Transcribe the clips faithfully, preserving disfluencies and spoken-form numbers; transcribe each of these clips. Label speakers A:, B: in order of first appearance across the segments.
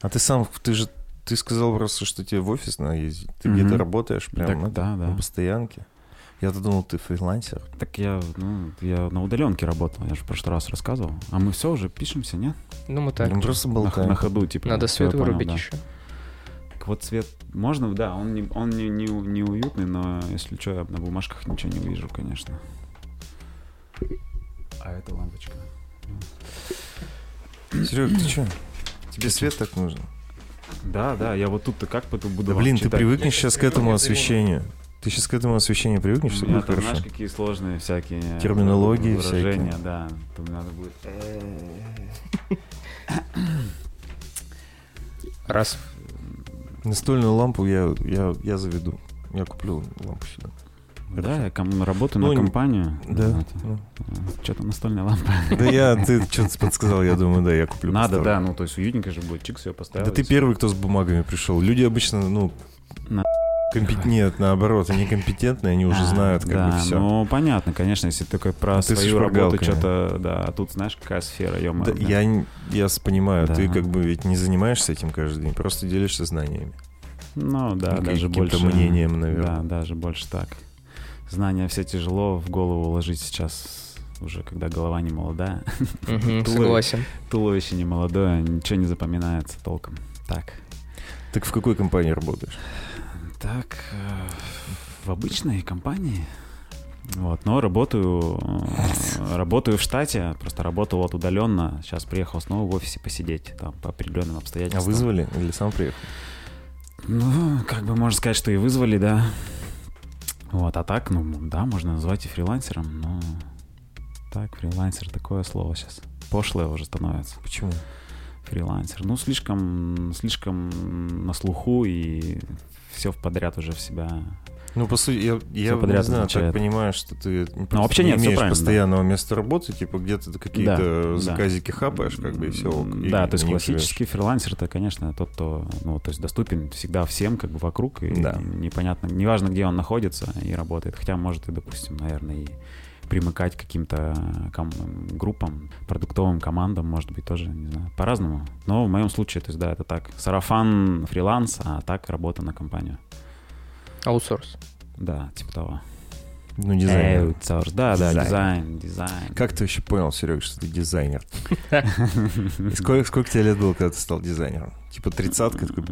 A: А ты сам, ты же, ты сказал просто, что тебе в офис надо ездить. Ты mm-hmm. где-то работаешь прямо
B: да, да.
A: на постоянке. Я-то думал, ты фрилансер.
B: Так я, ну, я на удаленке работал, я же в прошлый раз рассказывал. А мы все уже пишемся, нет?
C: Ну, мы так.
A: Мы просто болтаем.
B: На, на ходу, типа.
C: Надо свет
B: понял,
C: вырубить
B: да.
C: еще.
B: Так вот цвет можно, да, он, не, он не, не, не уютный, но если что, я на бумажках ничего не вижу, конечно. А это лампочка.
A: Серег, ты что? Тебе свет так нужен?
B: Да, да, я вот тут-то как потом буду.
A: Да блин,
B: читать?
A: ты привыкнешь сейчас к этому освещению. Ты сейчас к этому освещению привыкнешь, все будет
B: там,
A: хорошо.
B: знаешь, какие сложные всякие
A: терминологии,
B: выражения,
A: всякие.
B: Да, тут надо будет.
C: Раз.
A: Настольную лампу я, я, я заведу. Я куплю лампу сюда.
B: Да, я ком- работаю
A: ну,
B: на компанию.
A: Да.
B: Вот.
A: Ну.
B: Что-то настольная лампа.
A: Да я, ты что-то подсказал, я думаю, да, я куплю.
B: Надо,
A: поставлю.
B: да, ну то есть уютненько же будет, чик себе поставил.
A: Да ты первый, кто с бумагами пришел. Люди обычно, ну,
B: На...
A: компет... нет, наоборот, они компетентные, они уже
B: а,
A: знают, как
B: да,
A: бы все.
B: Ну, понятно, конечно, если ты такой про
A: а
B: свою работу что-то, да, а тут знаешь, какая сфера, ё-моё.
A: Да,
B: да.
A: Я, я понимаю,
B: Да.
A: ты как бы ведь не занимаешься этим каждый день, просто делишься знаниями.
B: Ну, да,
A: И
B: даже
A: каким-то
B: больше.
A: мнением, наверное.
B: Да, даже больше так. Знания все тяжело в голову уложить сейчас, уже когда голова не молодая.
C: Угу, согласен.
B: Туловище не молодое, ничего не запоминается толком. Так.
A: Так в какой компании работаешь?
B: Так, в обычной компании. Вот, но работаю, работаю в штате, просто работал вот удаленно. Сейчас приехал снова в офисе посидеть, там, по определенным
A: А
B: обстоятельствам.
A: вызвали или сам приехал?
B: Ну, как бы можно сказать, что и вызвали, да. Вот, а так, ну, да, можно назвать и фрилансером, но так, фрилансер, такое слово сейчас. Пошлое уже становится.
A: Почему?
B: Фрилансер. Ну, слишком, слишком на слуху и все подряд уже в себя.
A: Ну, по сути, я, я
B: подряд
A: не знаю,
B: означает.
A: так понимаю, что ты
B: Ну, вообще
A: не
B: нет, всё
A: имеешь
B: правильно,
A: постоянного места работы, типа где-то ты какие-то
B: Да,
A: заказики
B: да.
A: хапаешь, как бы, и все.
B: Да, то есть классический фрилансер — это, конечно, тот, кто, ну, то есть доступен всегда всем, как бы, вокруг, и
A: Да.
B: непонятно, неважно, где он находится и работает, хотя может и, допустим, наверное, и примыкать к каким-то ком- группам, продуктовым командам, может быть, тоже, не знаю, по-разному. Но в моем случае, то есть, да, это так, сарафан, фриланс, а так работа на компанию.
C: Аутсорс.
B: Да, типа того.
A: Ну, дизайнер.
B: Аутсорс, да, да, дизайн, дизайн.
A: Как ты вообще понял, Серега, что ты дизайнер? И сколько, сколько тебе лет было, когда ты стал дизайнером? Типа тридцатка, такой,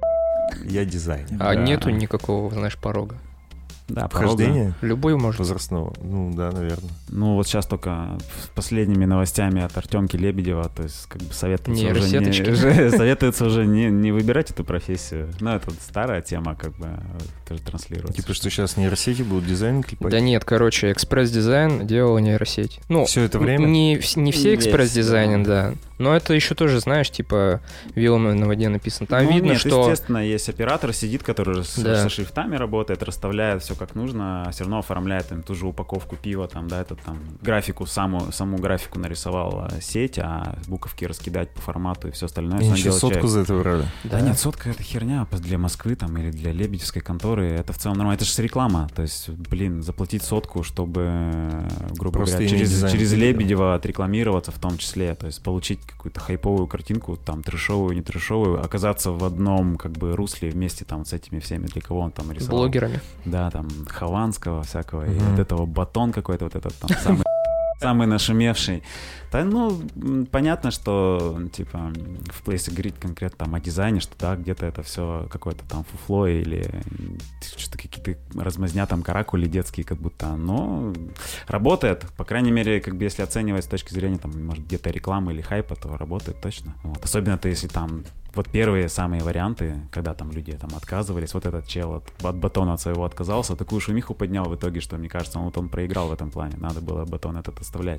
A: я дизайнер.
C: А
B: Да.
C: нету никакого, знаешь, порога.
B: Да,
A: Вхождение
C: Любой может.
A: возрастного? Ну, да, наверное.
B: Ну, вот сейчас только с последними новостями от Артемки Лебедева, то есть, как бы советуется уже,
C: Нейросеточки.
B: не, уже, советуется уже не, не выбирать эту профессию. Ну, это старая тема, как бы, тоже транслируется.
A: Типа, что сейчас нейросети будут дизайн клепать?
C: Да нет, короче, экспресс-дизайн делала нейросеть. Ну,
A: Все это время?
C: Не, вс- не все
B: Весь,
C: экспресс-дизайны, да. Но это еще тоже, знаешь, типа, вилами на воде написано. Там
B: Ну,
C: видно,
B: нет,
C: что...
B: естественно, есть оператор, сидит, который с-
C: Да.
B: со шрифтами работает, расставляет все как нужно, а все равно оформляет им ту же упаковку пива, там, да, это там графику, саму, саму графику нарисовала сеть, а буковки раскидать по формату и все остальное.
A: И
B: всё
A: еще
B: делает
A: сотку
B: человек.
A: за это брали.
B: Да нет, сотка — это херня для Москвы там или для Лебедевской конторы. Это в целом нормально. Это же реклама. То есть, блин, заплатить сотку, чтобы, грубо
A: Просто
B: говоря,
A: иметь
B: через,
A: дизайн
B: через
A: перед, да.
B: Лебедева отрекламироваться в том числе. То есть получить какую-то хайповую картинку, там, трешовую, не трешовую, оказаться в одном, как бы, русле вместе там с этими всеми, для кого он там
C: С
B: рисовал.
C: блогерами.
B: Да, там, Хованского всякого, и
A: Мгм.
B: вот этого батон какой-то, вот этот там самый самый нашумевший. Да, ну, м, понятно, что, типа, в Place говорить конкретно там о дизайне, что, да, где-то это все какое-то там фуфло или что-то какие-то размазня там каракули детские как будто, но работает, по крайней мере, как бы если оценивать с точки зрения, там, может, где-то рекламы или хайпа, то работает точно. Вот. Особенно-то, если там вот первые самые варианты, когда там люди там отказывались, вот этот чел от, от батона от своего отказался, такую шумиху поднял в итоге, что, мне кажется, он, вот он проиграл в этом плане. Надо было батон этот оставлять.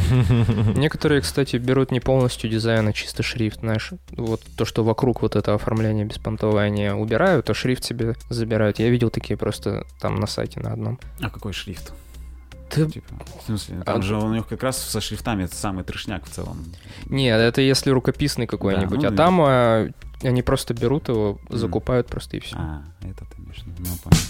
C: Некоторые, кстати, берут не полностью дизайн, а чисто шрифт, знаешь. Вот то, что вокруг вот это оформление беспонтовое они убирают, а шрифт себе забирают. Я видел такие просто там на сайте на одном.
B: А какой шрифт?
C: Ты...
B: Типа, в смысле, там
C: А-
B: же у них как раз со шрифтами это самый трешняк в целом.
C: Нет, это если рукописный какой-нибудь,
B: Да, ну,
C: а там а, они просто берут его,
B: Мгм.
C: закупают просто и все.
B: А, это ты имеешь в виду. Ну, понял.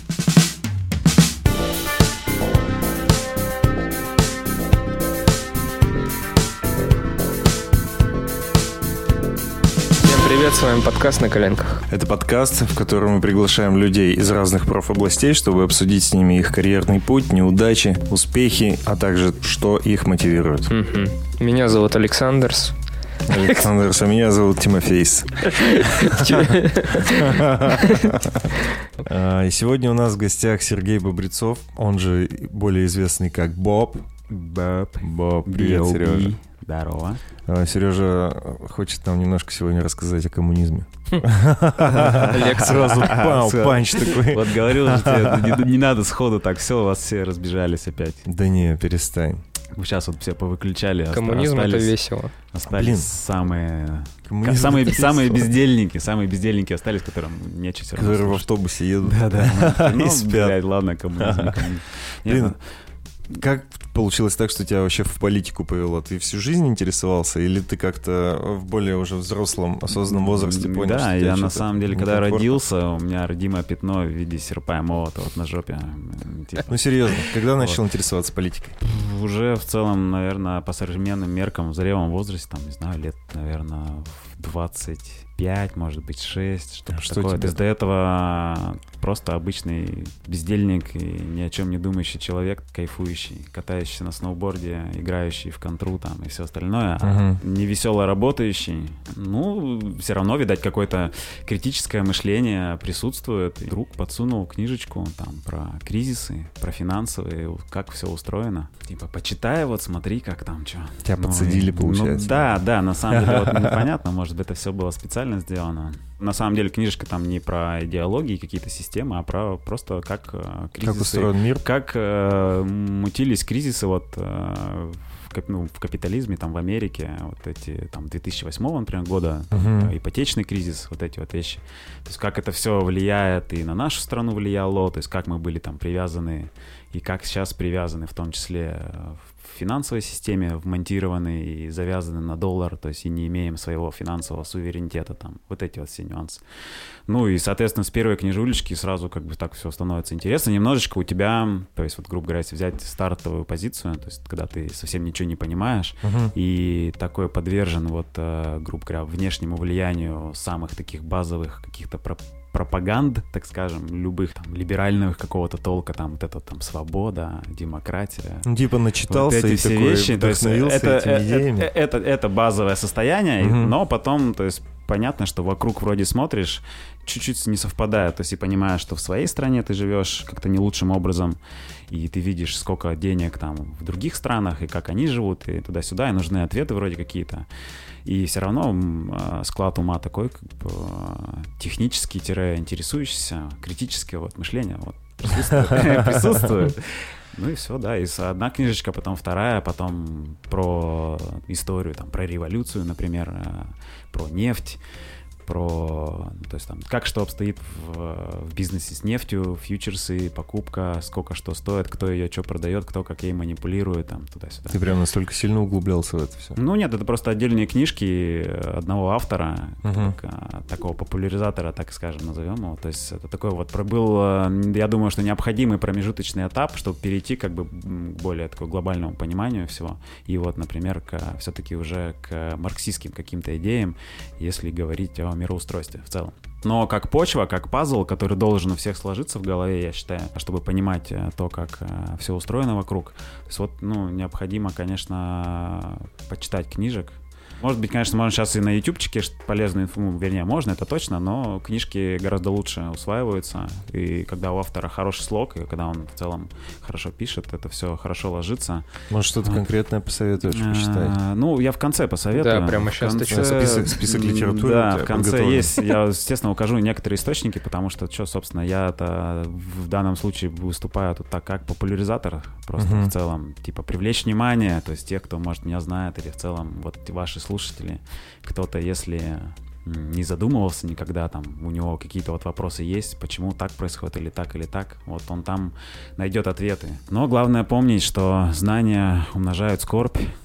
C: Всем привет, с вами подкаст «На коленках».
A: Это подкаст, в котором мы приглашаем людей из разных профобластей, чтобы обсудить с ними их карьерный путь, неудачи, успехи, а также что их мотивирует.
C: Угу. Меня зовут Александрс.
A: Александр, а меня зовут Тимофейс. И сегодня у нас в гостях Сергей Бобрецов, он же более известный как Боб.
B: Боб.
A: Боб, привет, Сережа.
B: Здорово.
A: Сережа хочет нам немножко сегодня рассказать о коммунизме.
C: Сразу
A: панч такой.
B: Вот говорил же тебе, не надо сходу так, все, у вас все разбежались опять.
A: Да не, перестань.
B: Сейчас вот все повыключали.
C: Коммунизм — это весело.
B: Остались
A: Блин.
B: самые,
A: Коммунизм
B: самые,
A: это
B: самые
A: весело.
B: бездельники, самые бездельники остались, которым нечего все равно
A: Которые в
B: слушать.
A: автобусе едут.
B: Да-да. Ну,
A: И спят.
B: блядь, ладно, коммунизм, не коммунизм.
A: Блин,
B: Нет,
A: как получилось так, что тебя вообще в политику повело? Ты всю жизнь интересовался? Или ты как-то в более уже взрослом, осознанном возрасте понял,
B: да,
A: что тебе
B: я на
A: что-то
B: самом деле, когда
A: некомфортно?
B: родился, у меня родимое пятно в виде серпа и молота вот на жопе. Типа,
A: Ну, серьезно, когда
B: Вот.
A: начал интересоваться политикой?
B: уже в целом, наверное, по современным меркам в зрелом возрасте, там, не знаю, лет, наверное, в двадцать пять, может быть, шесть, что-то
A: А что
B: такое.
A: тебе?
B: То есть до этого просто обычный бездельник и ни о чем не думающий человек, кайфующий, катающийся на сноуборде, играющий в контру там и все остальное, а
A: Мгм.
B: невесело работающий. Ну, все равно, видать, какое-то критическое мышление присутствует. И друг подсунул книжечку там про кризисы, про финансовые, как все устроено. Типа, почитай, вот смотри, как там что.
A: Тебя подсадили, получается.
B: Ну, да, да, на самом деле, вот непонятно, может быть, это все было специально сделано. На самом деле, книжка там не про идеологии, какие-то системы, а про просто как э, кризисы...
A: Как устроен мир?
B: Как э, мутились кризисы вот э, в, кап- ну, в капитализме, там в Америке, вот эти там две тысячи восьмого, например, года, там,
A: Мгм.
B: э, ипотечный кризис, вот эти вот вещи. То есть как это все влияет и на нашу страну влияло, то есть как мы были там привязаны и как сейчас привязаны, в том числе э, в финансовой системе, вмонтированы и завязаны на доллар, то есть и не имеем своего финансового суверенитета, там, вот эти вот все нюансы. Ну и, соответственно, с первой книжулечки сразу как бы так все становится интересно. Немножечко у тебя, то есть вот, грубо говоря, если взять стартовую позицию, то есть когда ты совсем ничего не понимаешь,
A: Мгм.
B: и такой подвержен, вот, э, грубо говоря, внешнему влиянию самых таких базовых каких-то про- пропаганд, так скажем, любых там либеральных какого-то толка, там вот это там свобода, демократия.
A: Ну, типа начитался
B: Вот эти
A: и
B: все
A: такой
B: вещи, то есть
A: вдохновился
B: это,
A: этими
B: э-
A: идеями.
B: э- это, это базовое состояние, и-
A: Мгм.
B: но потом, то есть понятно, что вокруг вроде смотришь, чуть-чуть не совпадает, то есть и понимаешь, что в своей стране ты живешь как-то не лучшим образом, и ты видишь, сколько денег там в других странах, и как они живут, и туда-сюда, и нужны ответы вроде какие-то. И все равно м, а, склад ума такой, как бы, а, технический-интересующийся, критическое вот мышление вот, присутствует. присутствует. Ну и все, да, и с- одна книжечка, потом вторая, потом про историю, там, про революцию, например, э, про нефть, про, то есть там, как что обстоит в, в бизнесе с нефтью, фьючерсы, покупка, сколько что стоит, кто ее что продает, кто как ей манипулирует, там, туда-сюда.
A: Ты прям настолько сильно углублялся в это все.
B: Ну нет, это просто отдельные книжки одного автора,
A: Мгм.
B: так, а, такого популяризатора, так скажем, назовем его. То есть это такой вот про- был, э, я думаю, что необходимый промежуточный этап, чтобы перейти как бы м, к более такой глобальному пониманию всего. И вот, например, к, все-таки уже к марксистским каким-то идеям, если говорить о мироустройстве в целом. Но как почва, как пазл, который должен у всех сложиться в голове, я считаю, чтобы понимать э, то, как все устроено вокруг. То есть вот, ну, необходимо, конечно, почитать книжек. Может быть, конечно, можно сейчас и на ютубчике ш- полезную инфу, ну, вернее, можно, это точно, но книжки гораздо лучше усваиваются, и когда у автора хороший слог, и когда он в целом хорошо пишет, это все хорошо ложится.
A: Может, что-то
B: Вот.
A: конкретное посоветуешь почитать?
B: А, Ну, я в конце посоветую.
C: Да, прямо
B: В
C: щас ты
B: конце-
C: чё?
A: Список- список литературы у
B: Да,
A: тебя
B: в конце
A: подготовлен.
B: есть. Я, естественно, укажу некоторые источники, потому что, что, собственно, я-то в данном случае выступаю тут так как популяризатор, просто
A: Мгм.
B: в целом, типа, привлечь внимание, то есть тех, кто, может, меня знает, или в целом, вот ваши слушатели, кто-то, если м, не задумывался никогда, там, у него какие-то вот вопросы есть, почему так происходит, или так, или так, вот он там найдет ответы. Но главное помнить, что знания умножают скорбь,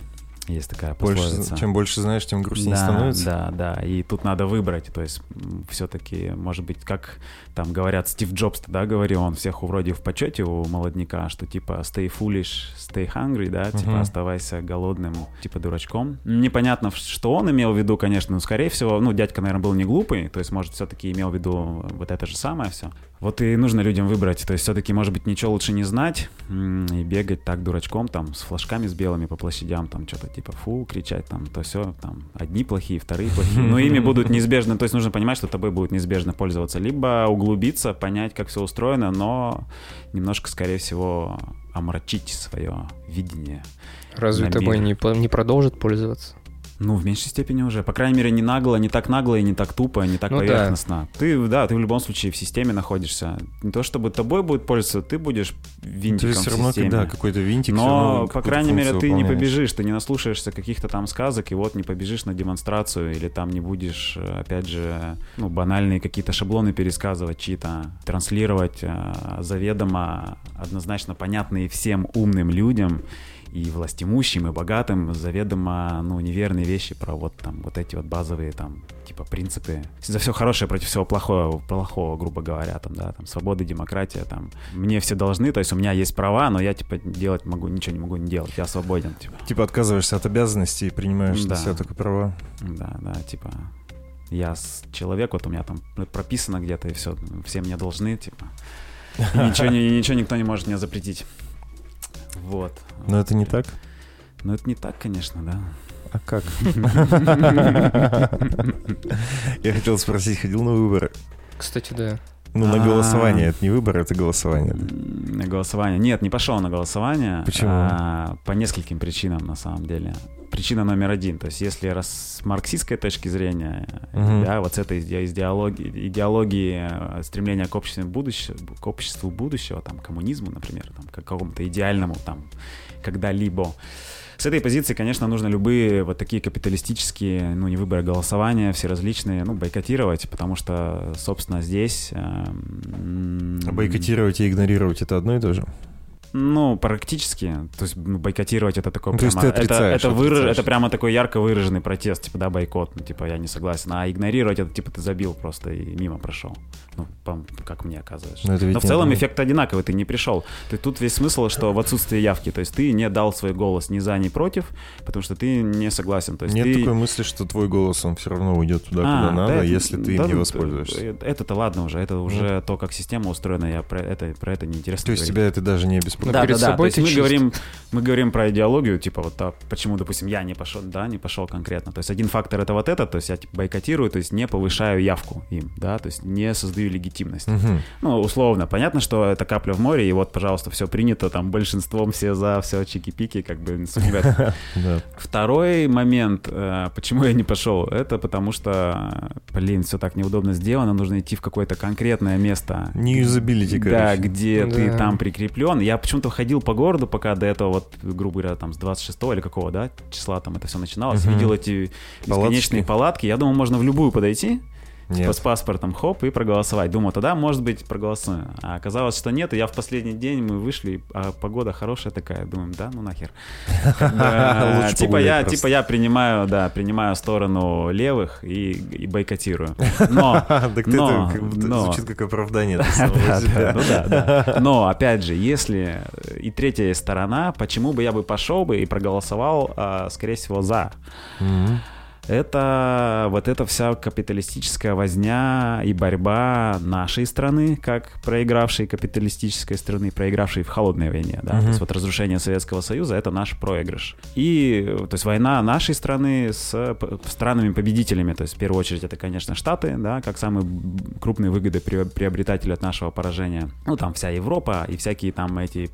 B: Есть такая
A: Больше,
B: пословица.
A: чем больше знаешь, тем грустнее
B: да,
A: становится.
B: Да, да, и тут надо выбрать, то есть все-таки, может быть, как там говорят, Стив Джобс тогда говорил, он всех вроде в почете у молодняка, что типа stay foolish, stay hungry, да, uh-huh. типа оставайся голодным, типа дурачком. Непонятно, что он имел в виду, конечно, но скорее всего, ну, дядька, наверное, был не глупый, то есть, может, все-таки имел в виду вот это же самое все. Вот и нужно людям выбрать, то есть все-таки, может быть, ничего лучше не знать и бегать так дурачком, там, с флажками с белыми по площадям, там, что-то типа фу, кричать, там, то все, там, одни плохие, вторые плохие, но ими будут неизбежно, то есть нужно понимать, что тобой будут неизбежно пользоваться, либо углубиться, понять, как все устроено, но немножко, скорее всего, омрачить свое видение.
C: Разве тобой не, не продолжит пользоваться?
B: Ну, в меньшей степени уже. По крайней мере, не нагло, не так нагло и не так тупо, не так ну поверхностно. Да. Ты, да, ты в любом случае в системе находишься. Не то, чтобы тобой будет пользоваться, ты будешь винтиком в системе.
A: Ты все равно, да, какой-то винтик.
B: Но, по крайней мере, ты не побежишь, ты не наслушаешься каких-то там сказок, и вот не побежишь на демонстрацию, или там не будешь, опять же, ну, банальные какие-то шаблоны пересказывать чьи-то, транслировать э, заведомо, однозначно понятные всем умным людям, и властимущим, и богатым заведомо, ну, неверные вещи про вот там вот эти вот базовые там типа принципы. За все хорошее против всего плохого, плохого, грубо говоря, там, да, там, свобода, демократия, там, мне все должны, то есть у меня есть права, но я, типа, делать могу, ничего не могу не делать, я свободен, типа.
A: Типа отказываешься от обязанностей и принимаешь да. на себя только права.
B: Да, да, типа, я человек, вот у меня там прописано где-то, и все, все мне должны, типа, и ничего, ничего никто не может мне запретить. Вот.
A: Но это не так?
B: Ну, это не так, конечно, да.
A: А как? Я хотел спросить, ходил на выборы?
C: Кстати, да.
A: Ну, на голосование. Это не выборы, это голосование.
B: На голосование. Нет, не пошел на голосование.
A: Почему?
B: По нескольким причинам, на самом деле. Причина номер один. То есть, если с марксистской точки зрения, uh-huh. да, вот с этой идеологии, идеологии стремления к обществу будущего, к обществу будущего, там, коммунизму, например, там, к какому-то идеальному, там, когда-либо. С этой позиции, конечно, нужно любые вот такие капиталистические, ну, не выборы, а голосования, все различные, ну, бойкотировать, потому что, собственно, здесь... Э,
A: а бойкотировать и игнорировать — это одно и то же?
B: Ну, практически. То есть бойкотировать — это такой
A: ну,
B: прямо...
A: То есть ты отрицаешь,
B: это, это, выраж...
A: отрицаешь.
B: это прямо такой ярко выраженный протест, типа, да, бойкот, ну, типа, я не согласен. А игнорировать — это, типа, ты забил просто и мимо прошел. Ну, как мне оказывается. Но, Но в целом не... эффект одинаковый, ты не пришел. Ты, тут весь смысл, что в отсутствии явки. То есть ты не дал свой голос ни за, ни против, потому что ты не согласен. То есть
A: Нет
B: ты...
A: такой мысли, что твой голос, он все равно уйдет туда, а, куда надо, да, если ты да, им не воспользуешься.
B: Это-то ладно уже, это уже вот. То, как система устроена, я про это, про это не интересно.
A: То есть
B: говорить.
A: тебя это даже не беспокоит?
B: Да, да, да. То есть мы говорим, мы говорим про идеологию, типа вот а, почему, допустим, я не пошел, да, не пошел конкретно. То есть один фактор — это вот это, то есть я типа бойкотирую, то есть не повышаю явку им, да, то есть не создаю легитимность. Угу. Ну, условно, понятно, что это капля в море, и вот, пожалуйста, все принято, там, большинством все за, все чики-пики, как бы, суть в этом. Второй момент, почему я не пошел, это потому что, блин, все так неудобно сделано, нужно идти в какое-то конкретное место.
A: Не юзабилити, короче.
B: Да, где ты там прикреплен. Я почему-то ходил по городу, пока до этого, вот, грубо говоря, там, с двадцать шестого или какого, да, числа там это все начиналось, видел эти бесконечные палатки. Я думал, можно в любую подойти, типа с паспортом, хоп, и проголосовать. Думаю, тогда, может быть, проголосую. А оказалось, что нет, и я в последний день, мы вышли, а погода хорошая такая. Думаем, да, ну нахер. Типа я типа я принимаю, да, принимаю сторону левых и бойкотирую. Но...
A: Так это звучит как оправдание.
B: Ну да, да. Но, опять же, если и третья сторона, почему бы я бы пошел бы и проголосовал, скорее всего, за. Это вот эта вся капиталистическая возня и борьба нашей страны, как проигравшей капиталистической страны, проигравшей в холодной войне, да, uh-huh. то есть вот разрушение Советского Союза — это наш проигрыш. И, то есть война нашей страны с странами-победителями, то есть в первую очередь это, конечно, Штаты, да, как самые крупные выгодоприобретатели от нашего поражения. Ну, там вся Европа и всякие там эти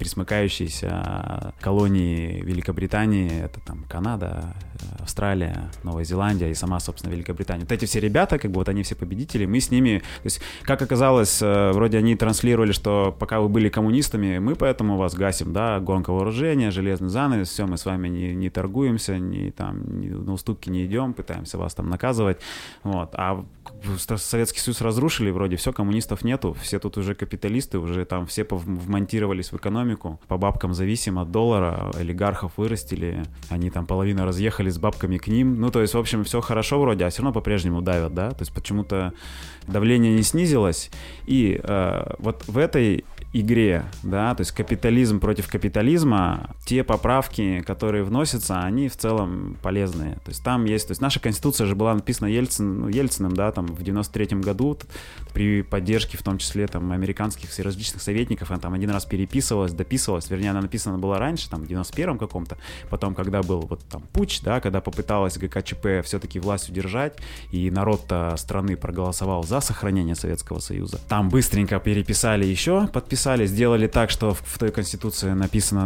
B: присмыкающиеся колонии Великобритании, это там Канада, Австралия, Новая Зеландия, Зеландия и сама, собственно, Великобритания. Вот эти все ребята, как бы вот они все победители, мы с ними, то есть, как оказалось, вроде они транслировали, что пока вы были коммунистами, мы поэтому вас гасим, да, гонка вооружения, железный занавес, все, мы с вами не, не торгуемся, не, там, не, на уступки не идем, пытаемся вас там наказывать, вот, а Советский Союз разрушили, вроде все, коммунистов нету, все тут уже капиталисты, уже там все вмонтировались в экономику, по бабкам зависим от доллара, олигархов вырастили, они там половина разъехали с бабками к ним, ну, то есть, в общем, все хорошо вроде, а все равно по-прежнему давят, да, то есть почему-то давление не снизилось, и э, вот в этой игре, да, то есть капитализм против капитализма, те поправки, которые вносятся, они в целом полезные. То есть там есть, то есть наша конституция же была написана Ельцин, ну, Ельциным, да, там в девяносто третьем году при поддержке, в том числе, там, американских различных советников, она там один раз переписывалась, дописывалась, вернее, она написана была раньше, там, в девяносто первом каком-то, потом, когда был вот там путч, да, когда попыталась ГКЧП все-таки власть удержать, и народ-то страны проголосовал за сохранение Советского Союза. Там быстренько переписали еще, подписали, сделали так, что в, в той конституции написано,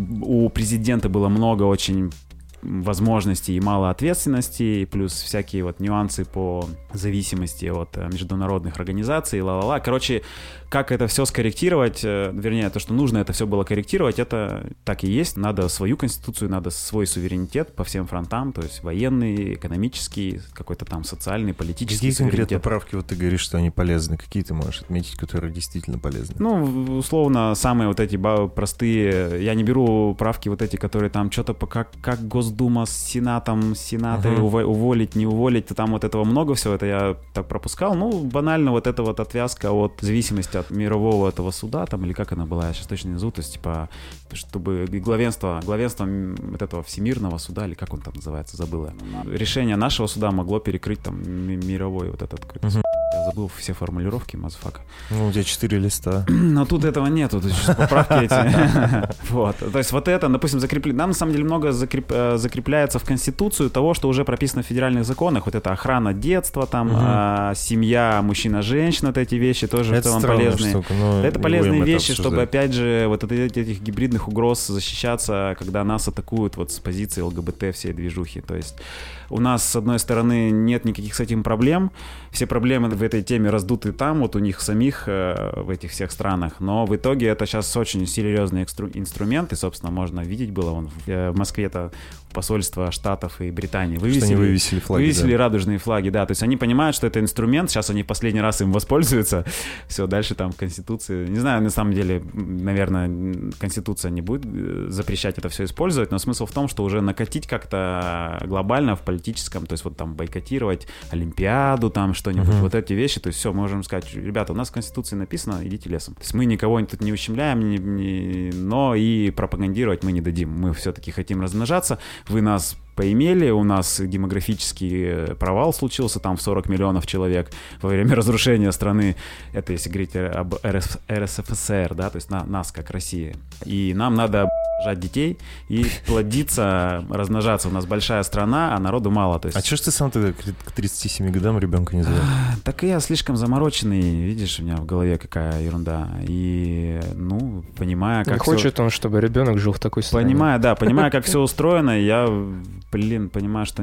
B: у президента было много очень возможностей и мало ответственности, плюс всякие вот нюансы по зависимости от международных организаций, ла-ла-ла. Короче, как это все скорректировать, вернее, то, что нужно это все было корректировать, это так и есть. Надо свою конституцию, надо свой суверенитет по всем фронтам, то есть военный, экономический, какой-то там социальный, политический.
A: Какие конкретно правки, вот ты говоришь, что они полезны? Какие ты можешь отметить, которые действительно полезны?
B: Ну, условно, самые вот эти простые, я не беру правки вот эти, которые там что-то по как, как Госдума с Сенатом, Сената uh-huh. уволить, не уволить, то там вот этого много всего, это я так пропускал. Ну, банально вот эта вот отвязка от зависимости от мирового этого суда, там, или как она была, я сейчас точно не назову, то есть, типа, чтобы главенство, главенство вот этого всемирного суда, или как он там называется, забыла. Решение нашего суда могло перекрыть там мировой вот этот какой-то uh-huh. Я забыл все формулировки, мазафака.
A: Ну, у тебя четыре листа.
B: Но тут этого нету, то есть поправки эти. Вот. То есть вот это, допустим, закрепли... Нам, на самом деле, много закреп... закрепляется в Конституцию того, что уже прописано в федеральных законах. Вот это охрана детства, там, угу. а, семья, мужчина, женщина, вот эти вещи тоже это в целом полезные. Штука, это полезные вещи, это чтобы, опять же, вот от этих гибридных угроз защищаться, когда нас атакуют вот с позиции ЛГБТ всей движухи. То есть у нас, с одной стороны, нет никаких с этим проблем. Все проблемы в этой теме раздуты там, вот у них самих, э, в этих всех странах. Но в итоге это сейчас очень серьезный экстру- инструмент. И, собственно, можно видеть было вон в, э, в Москве-то посольство Штатов и Британии вывесили,
A: что они вывесили флаги,
B: вывесили
A: да.
B: радужные флаги, да. То есть они понимают, что это инструмент. Сейчас они в последний раз им воспользуются. Все, дальше там в Конституции. Не знаю, на самом деле, наверное, Конституция не будет запрещать это все использовать. Но смысл в том, что уже накатить как-то глобально в политическом, то есть вот там бойкотировать Олимпиаду, там что-нибудь, uh-huh. вот эти вещи. То есть все, мы можем сказать, ребята, у нас в Конституции написано, идите лесом. То есть мы никого тут не ущемляем, не, не, но и пропагандировать мы не дадим. Мы все-таки хотим размножаться. Вы нас поимели, у нас демографический провал случился там в сорок миллионов человек во время разрушения страны. Это если говорить об эр эс эф эс эр, да, то есть на, нас как Россия. И нам надо рожать детей и плодиться, размножаться. У нас большая страна, а народу мало. То есть...
A: А что ж ты сам тогда к тридцати семи годам ребенка не завел?
B: Так и я слишком замороченный, видишь, у меня в голове какая ерунда. И, ну, понимая, как
C: не
B: все...
C: хочет он, чтобы ребенок жил в такой стране.
B: Понимаю, да, понимая, как все устроено, я, блин, понимаю, что...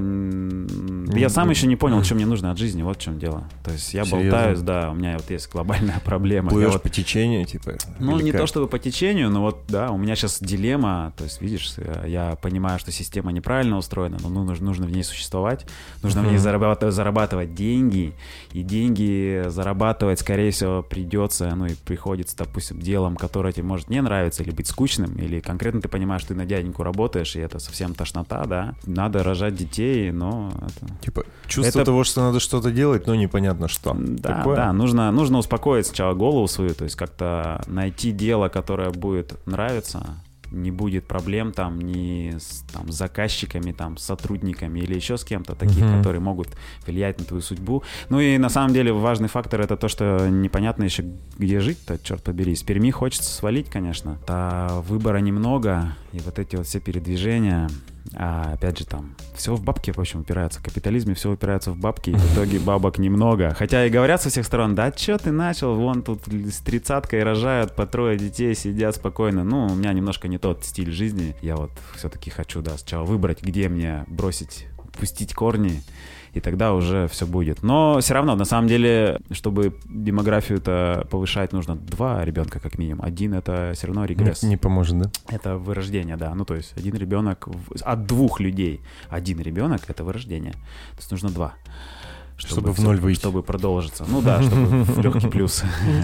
B: Я сам еще не понял, что мне нужно от жизни, вот в чем дело. То есть я Серьезно? болтаюсь, да, у меня вот есть глобальная проблема.
A: Плывешь
B: вот...
A: по течению, типа?
B: Ну, не как? То чтобы по течению, но вот, да, у меня сейчас дилемма. То есть, видишь, я понимаю, что система неправильно устроена, но нужно, нужно в ней существовать, нужно uh-huh. в ней зарабатывать, зарабатывать деньги, и деньги зарабатывать, скорее всего, придется, ну и приходится, допустим, делом, которое тебе может не нравиться, или быть скучным, или конкретно ты понимаешь, что ты на дяденьку работаешь, и это совсем тошнота, да, надо рожать детей, но... Это...
A: Типа чувство это... того, что надо что-то делать, но непонятно что.
B: Да,
A: Такое?
B: да, нужно, нужно успокоить сначала голову свою, то есть как-то найти дело, которое будет нравиться, не будет проблем там ни с там, заказчиками, там, с сотрудниками или еще с кем-то таких, uh-huh. которые могут влиять на твою судьбу. Ну и на самом деле важный фактор — это то, что непонятно еще где жить-то, черт побери. Из Перми хочется свалить, конечно. А выбора немного, и вот эти вот все передвижения... А опять же там все в бабки, в общем, упирается. В капитализме все упирается в бабки, и в итоге бабок немного. Хотя и говорят со всех сторон, да что ты начал, вон тут с тридцаткой рожают, по трое детей сидят спокойно. Ну, у меня немножко не тот стиль жизни. Я вот все-таки хочу, да, сначала выбрать, где мне бросить пустить корни, и тогда уже все будет. Но все равно, на самом деле, чтобы демографию-то повышать, нужно два ребенка как минимум. Один — это все равно регресс.
A: Не, не поможет, да?
B: Это вырождение, да. Ну, то есть один ребенок в... от двух людей. Один ребенок — это вырождение. То есть нужно два. Чтобы,
A: чтобы в
B: все,
A: ноль выйти.
B: Чтобы продолжиться. Ну да, чтобы в легкий плюс.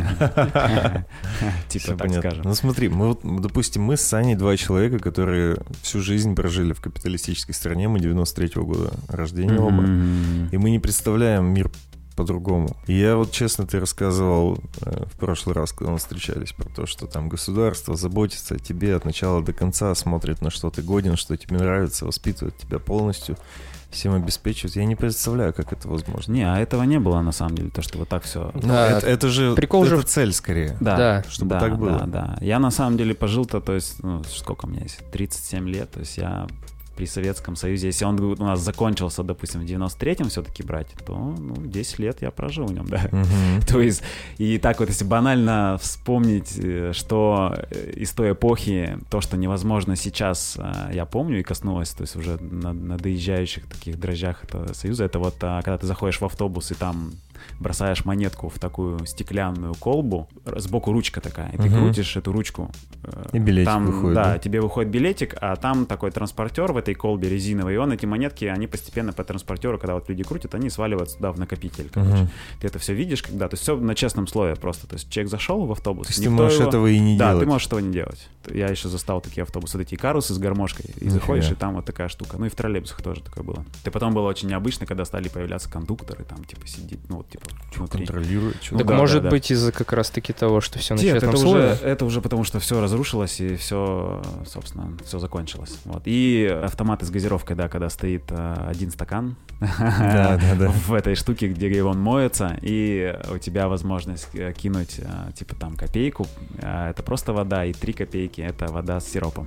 B: Типа так скажем.
A: Ну смотри, мы вот, допустим, мы с Саней два человека, которые всю жизнь прожили в капиталистической стране. Мы девяносто третьего года рождения оба. И мы не представляем мир по-другому. И я вот, честно, ты рассказывал э, в прошлый раз, когда мы встречались, про то, что там государство заботится о тебе от начала до конца, смотрит, на что ты годен, что тебе нравится, воспитывает тебя полностью, всем обеспечивает. Я не представляю, как это возможно.
B: Не, а этого не было, на самом деле, то, что вот так все...
A: Ну, да, это, это же
C: прикол
A: это
C: же...
A: цель, скорее.
B: Да,
C: да.
A: Чтобы
B: да,
A: так было.
B: Да, да. Я, на самом деле, пожил-то, то есть, ну, сколько у меня есть? тридцать семь лет, то есть я... При Советском Союзе, если он у нас закончился, допустим, в девяносто третьем все-таки брать, то ну, десять лет я прожил в нем, да. Uh-huh. То есть, и так вот, если банально вспомнить, что из той эпохи, то, что невозможно сейчас, я помню и коснулось, то есть уже на, на доезжающих таких дрожжах этого Союза, это вот когда ты заходишь в автобус и там бросаешь монетку в такую стеклянную колбу, сбоку ручка такая, и ты uh-huh. крутишь эту ручку.
A: И билетик
B: там,
A: выходит.
B: Да,
A: да,
B: тебе выходит билетик, а там такой транспортер в этой колбе резиновой, и он, эти монетки, они постепенно по транспортеру, когда вот люди крутят, они сваливаются туда в накопитель, короче. Uh-huh. Ты это все видишь, когда, то есть все на честном слое просто, то есть человек зашел в автобус.
A: То есть ты можешь его... этого и не
B: да,
A: делать.
B: Да, ты можешь этого не делать. Я еще застал такие автобусы, вот эти икарусы с гармошкой, и заходишь, и там вот такая штука. Ну и в троллейбусах тоже такое было. И потом было очень необычно, когда стали появляться кондукторы, там типа сидит, ну вот типа внутри.
A: Контролирует.
C: Так ну, да, может да, быть да. из-за как раз-таки того, что все на
B: Нет,
C: честном
B: это
C: слое?
B: Уже, это уже потому, что все разрушилось и все, собственно, все закончилось. Вот. И автоматы с газировкой, да, когда стоит а, один стакан
A: да, да, да.
B: в этой штуке, где он моется, и у тебя возможность кинуть а, типа там копейку, а, это просто вода, и три копейки — это вода с сиропом.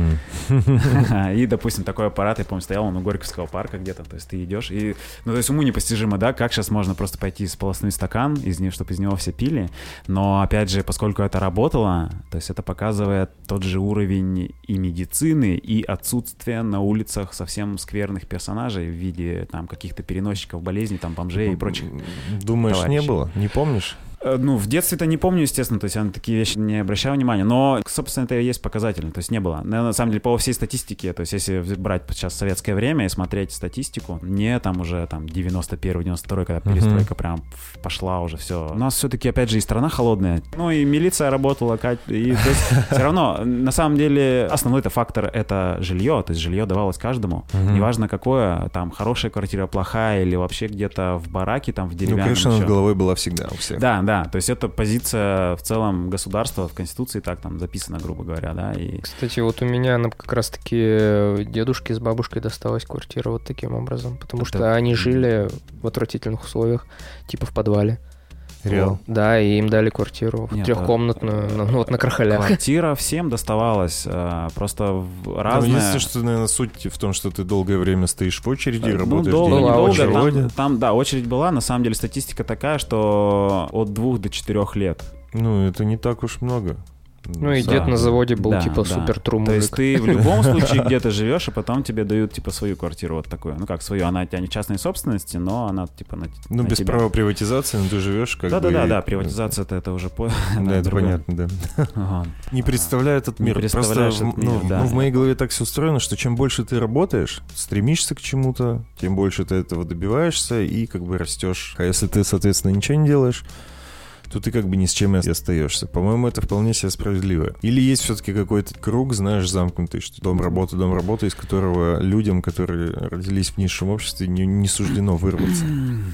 B: Mm. И, допустим, такой аппарат, я помню, стоял он у Горьковского парка где-то, то есть ты идешь, и, ну, то есть уму непостижимо, да, как сейчас можно просто пойти сполоснуть стакан, из него, чтобы из него все пили, но, опять же, поскольку это работало, то есть это показывает тот же уровень и медицины, и отсутствие на улицах совсем скверных персонажей в виде, там, каких-то переносчиков болезней, там, бомжей и прочих.
A: Думаешь,
B: товарищей.
A: Не было? Не помнишь?
B: Ну, в детстве-то не помню, естественно, то есть я на такие вещи не обращал внимания, но, собственно, это и есть показательно, то есть не было. На самом деле, по всей статистике, то есть если брать сейчас советское время и смотреть статистику, не там уже там девяносто первый девяносто второй, когда перестройка uh-huh. прям пошла уже все. У нас все-таки, опять же, и страна холодная, ну и милиция работала, и то есть все равно, на самом деле, основной-то фактор — это жилье, то есть жилье давалось каждому, uh-huh. неважно какое, там хорошая квартира, плохая или вообще где-то в бараке, там в деревянном.
A: Ну, конечно,
B: еще.
A: над головой была всегда у всех.
B: Да, да. Да, то есть это позиция в целом государства, в Конституции так там записано, грубо говоря, да. И...
C: Кстати, вот у меня как раз-таки дедушке с бабушкой досталась квартира вот таким образом, потому это... что они жили в отвратительных условиях, типа в подвале.
A: Реал.
C: Да, и им дали квартиру
B: Нет,
C: трехкомнатную, а... ну вот на Крахалях.
B: Квартира всем доставалась, просто разная.
A: Единственное, что, наверное, суть в том, что ты долгое время стоишь в очереди,
B: ну,
A: работаешь
B: долго,
A: день,
B: недолго,
A: очередь.
B: Там, там, да, очередь была, на самом деле статистика такая, что от двух до четырех лет.
A: Ну, это не так уж много.
C: Ну и да. дед на заводе был, да, типа
B: да.
C: супер-тру мужик.
B: То есть ты в любом случае где-то живешь, и потом тебе дают типа свою квартиру вот такую. Ну как свою, она у тебя не частной собственности, но она типа на
A: Ну
B: на
A: без
B: тебя.
A: права приватизации, но ты живешь как
B: да,
A: бы...
B: Да-да-да, приватизация-то это уже... по...
A: Да, это понятно, да.
B: Ага.
A: Не представляю этот мир. Просто
B: этот мир,
A: ну,
B: да.
A: ну, в моей голове так все устроено, что чем больше ты работаешь, стремишься к чему-то, тем больше ты этого добиваешься и как бы растешь. А если ты, соответственно, ничего не делаешь, то ты как бы ни с чем и остаешься. По-моему, это вполне себе справедливо. Или есть все-таки какой-то круг, знаешь, замкнутый, что дом работы, дом работы, из которого людям, которые родились в низшем обществе, не, не суждено вырваться.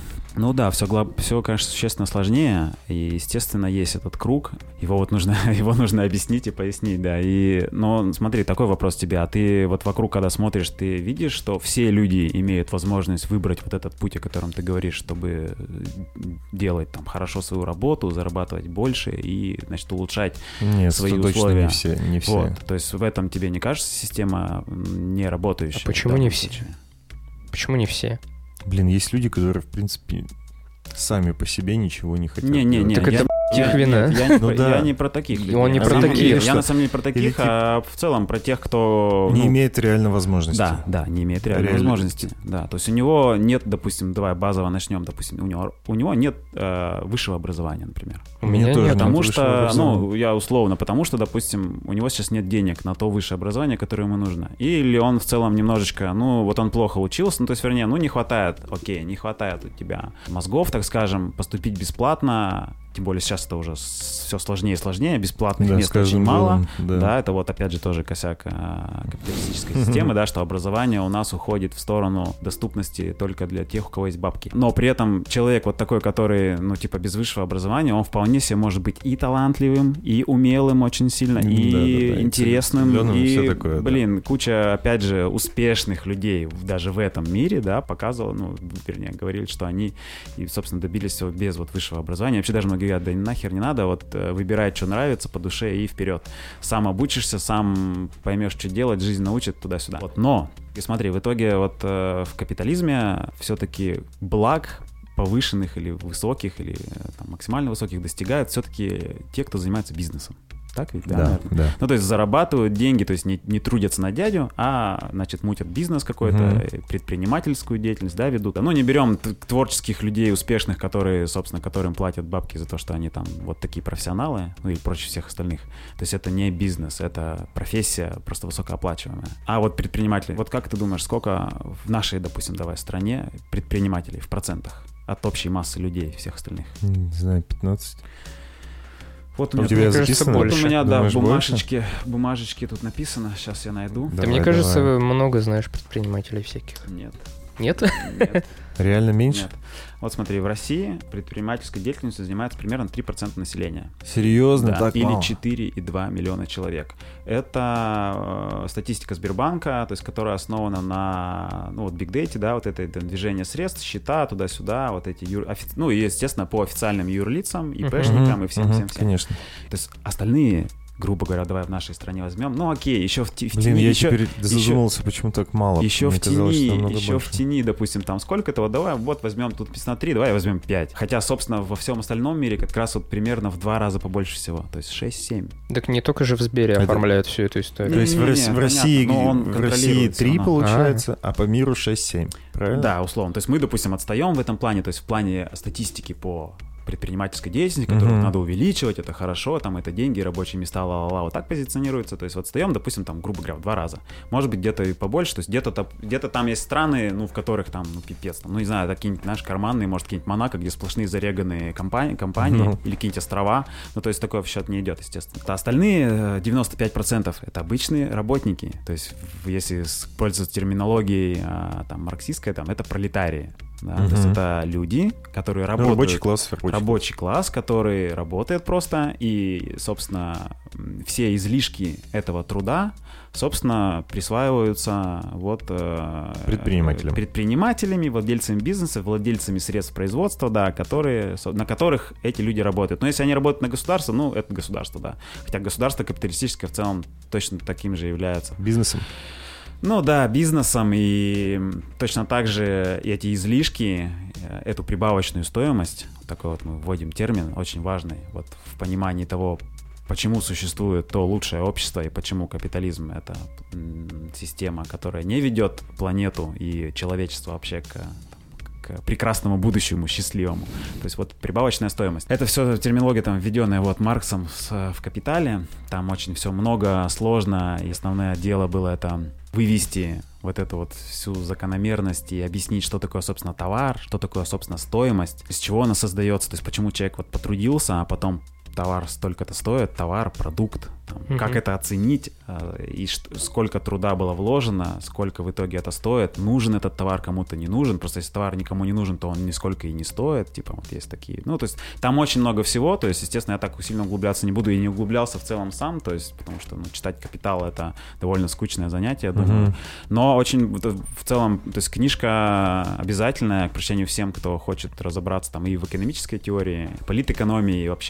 B: Ну да, все, все, конечно, существенно сложнее, и, естественно, есть этот круг, его вот нужно, его нужно объяснить и пояснить, да, и, но смотри, такой вопрос тебе, а ты вот вокруг, когда смотришь, ты видишь, что все люди имеют возможность выбрать вот этот путь, о котором ты говоришь, чтобы делать там хорошо свою работу, зарабатывать больше и, значит, улучшать
A: Нет,
B: свои
A: точно
B: условия.
A: Не все, не все.
B: Вот, то есть в этом тебе не кажется система не работающая?
C: А почему не все? Почему не все?
A: Блин, есть люди, которые, в принципе, сами по себе ничего не хотят.
B: Не-не-не.
C: Так
B: я...
C: это Тихвина.
B: Я, я, ну, я да. не про таких людей.
C: Он не
B: я
C: про таких.
B: Я на самом деле про таких, Или а в целом про тех, кто...
A: Не
B: ну,
A: имеет реальной возможности.
B: Да, да, не имеет реальной Реально. возможности. Да, то есть у него нет, допустим, давай базово начнем, допустим, у него, у него нет э, высшего образования, например.
C: У меня тоже
B: Потому что, ну, я условно, потому что, допустим, у него сейчас нет денег на то высшее образование, которое ему нужно. Или он в целом немножечко, ну, вот он плохо учился, ну, то есть, вернее, ну, не хватает, окей, не хватает у тебя мозгов, так скажем, поступить бесплатно. Тем более сейчас это уже все сложнее и сложнее, бесплатных да, мест очень мало. Да. да, это вот опять же тоже косяк а, капиталистической системы, да, что образование у нас уходит в сторону доступности только для тех, у кого есть бабки. Но при этом человек вот такой, который, ну, типа без высшего образования, он вполне себе может быть и талантливым, и умелым очень сильно, и да, да, да, интересным, и, и такое, блин, да. куча, опять же, успешных людей даже в этом мире, да, показывал, ну, вернее, говорили, что они, и, собственно, добились всего без вот высшего образования. Вообще даже многие говорят, да нахер не надо, вот выбирай, что нравится по душе и вперед. Сам обучишься, сам поймешь, что делать, жизнь научит туда-сюда. Вот, но, и смотри, в итоге вот э, в капитализме все-таки благ повышенных или высоких, или там, максимально высоких достигают все-таки те, кто занимается бизнесом. Так ведь, да,
A: да, да.
B: Ну, то есть зарабатывают деньги, то есть не, не трудятся на дядю, а, значит, мутят бизнес какой-то, угу. предпринимательскую деятельность, да, ведут. Ну, не берем творческих людей успешных, которые, собственно, которым платят бабки за то, что они там вот такие профессионалы, ну, и проще всех остальных. То есть это не бизнес, это профессия просто высокооплачиваемая. А вот предприниматели, вот как ты думаешь, сколько в нашей, допустим, давай, стране предпринимателей в процентах от общей массы людей всех остальных?
A: Не знаю, пятнадцать.
B: Вот у меня,
A: у тебя записано?
B: Вот у меня, да,
A: Думаешь,
B: бумажечки,
A: больше?
B: бумажечки тут написано. Сейчас я найду.
C: Ты, мне кажется, давай. много знаешь предпринимателей всяких.
B: Нет.
C: Нет?
B: Нет.
A: Реально меньше?
B: Нет. Вот смотри, в России предпринимательской деятельностью занимается примерно три процента населения.
A: Серьезно?
B: Да,
A: так
B: или
A: мало?
B: четыре целых два десятых миллиона человек. Это э, статистика Сбербанка, то есть которая основана на, ну, вот Big Data, да, вот это движение средств, счета туда-сюда, вот эти, юр... офи... ну, и, естественно, по официальным юрлицам, ИПшникам uh-huh, и всем-всем-всем.
A: Uh-huh, конечно.
B: То есть остальные, грубо говоря, давай в нашей стране возьмем. Ну окей, еще в, в тени...
A: Блин, я
B: еще,
A: теперь задумался, еще, почему так мало.
B: Еще
A: Мне
B: в
A: казалось,
B: тени,
A: что
B: еще
A: больше.
B: в тени, допустим, там сколько-то, вот давай, вот возьмем, тут написано три, давай возьмем пять. Хотя, собственно, во всем остальном мире как раз вот примерно в два раза побольше всего, то есть шесть-семь.
C: Так не только же в Сбере это... оформляют всю эту историю.
A: То есть
B: не,
A: в,
B: не,
A: в,
B: не,
A: России,
B: понятно,
A: в России три получается, а, а по миру шесть-семь, правильно?
B: Да, условно. То есть мы, допустим, отстаем в этом плане, то есть в плане статистики по предпринимательской деятельности, которую uh-huh. надо увеличивать, это хорошо, там это деньги, рабочие места, ла-ла-ла, вот так позиционируется, то есть вот отстаем, допустим, там, грубо говоря, в два раза, может быть, где-то и побольше, то есть где-то, где-то там есть страны, ну, в которых там, ну, пипец, там, ну, не знаю, какие-нибудь, знаешь, карманные, может, какие-нибудь Монако, где сплошные зареганные компании, компании uh-huh. или какие-нибудь острова, ну, то есть такое в счет не идет, естественно. А остальные девяносто пять процентов это обычные работники, то есть если пользоваться терминологией, там, марксистской, там, это пролетарии. Да, uh-huh. То есть это люди, которые работают...
A: Ну, рабочий класс. Рабочий,
B: рабочий класс, который работает просто, и, собственно, все излишки этого труда, собственно, присваиваются вот...
A: Предпринимателям.
B: Предпринимателями, владельцами бизнеса, владельцами средств производства, да, которые, на которых эти люди работают. Но если они работают на государство, ну, это государство, да. Хотя государство капиталистическое в целом точно таким же является.
A: Бизнесом.
B: Ну да, бизнесом, и точно так же эти излишки, эту прибавочную стоимость, такой вот мы вводим термин, очень важный, вот в понимании того, почему существует то лучшее общество и почему капитализм — это система, которая не ведет планету и человечество вообще к... к прекрасному будущему, счастливому. То есть вот прибавочная стоимость. Это все терминология, там, введенная вот Марксом в, в «Капитале». Там очень все много, сложно, и основное дело было это вывести вот эту вот всю закономерность и объяснить, что такое, собственно, товар, что такое, собственно, стоимость, из чего она создается, то есть почему человек вот потрудился, а потом товар столько-то стоит, товар, продукт, там, mm-hmm. как это оценить, э, и ш- сколько труда было вложено, сколько в итоге это стоит, нужен этот товар, кому-то не нужен, просто если товар никому не нужен, то он нисколько и не стоит, типа вот есть такие, ну, то есть там очень много всего, то есть, естественно, я так сильно углубляться не буду и не углублялся в целом сам, то есть, потому что, ну, читать «Капитал» — это довольно скучное занятие, я думаю, mm-hmm. но очень в целом, то есть книжка обязательная к прочтению всем, кто хочет разобраться там и в экономической теории, политэкономии, и вообще в целом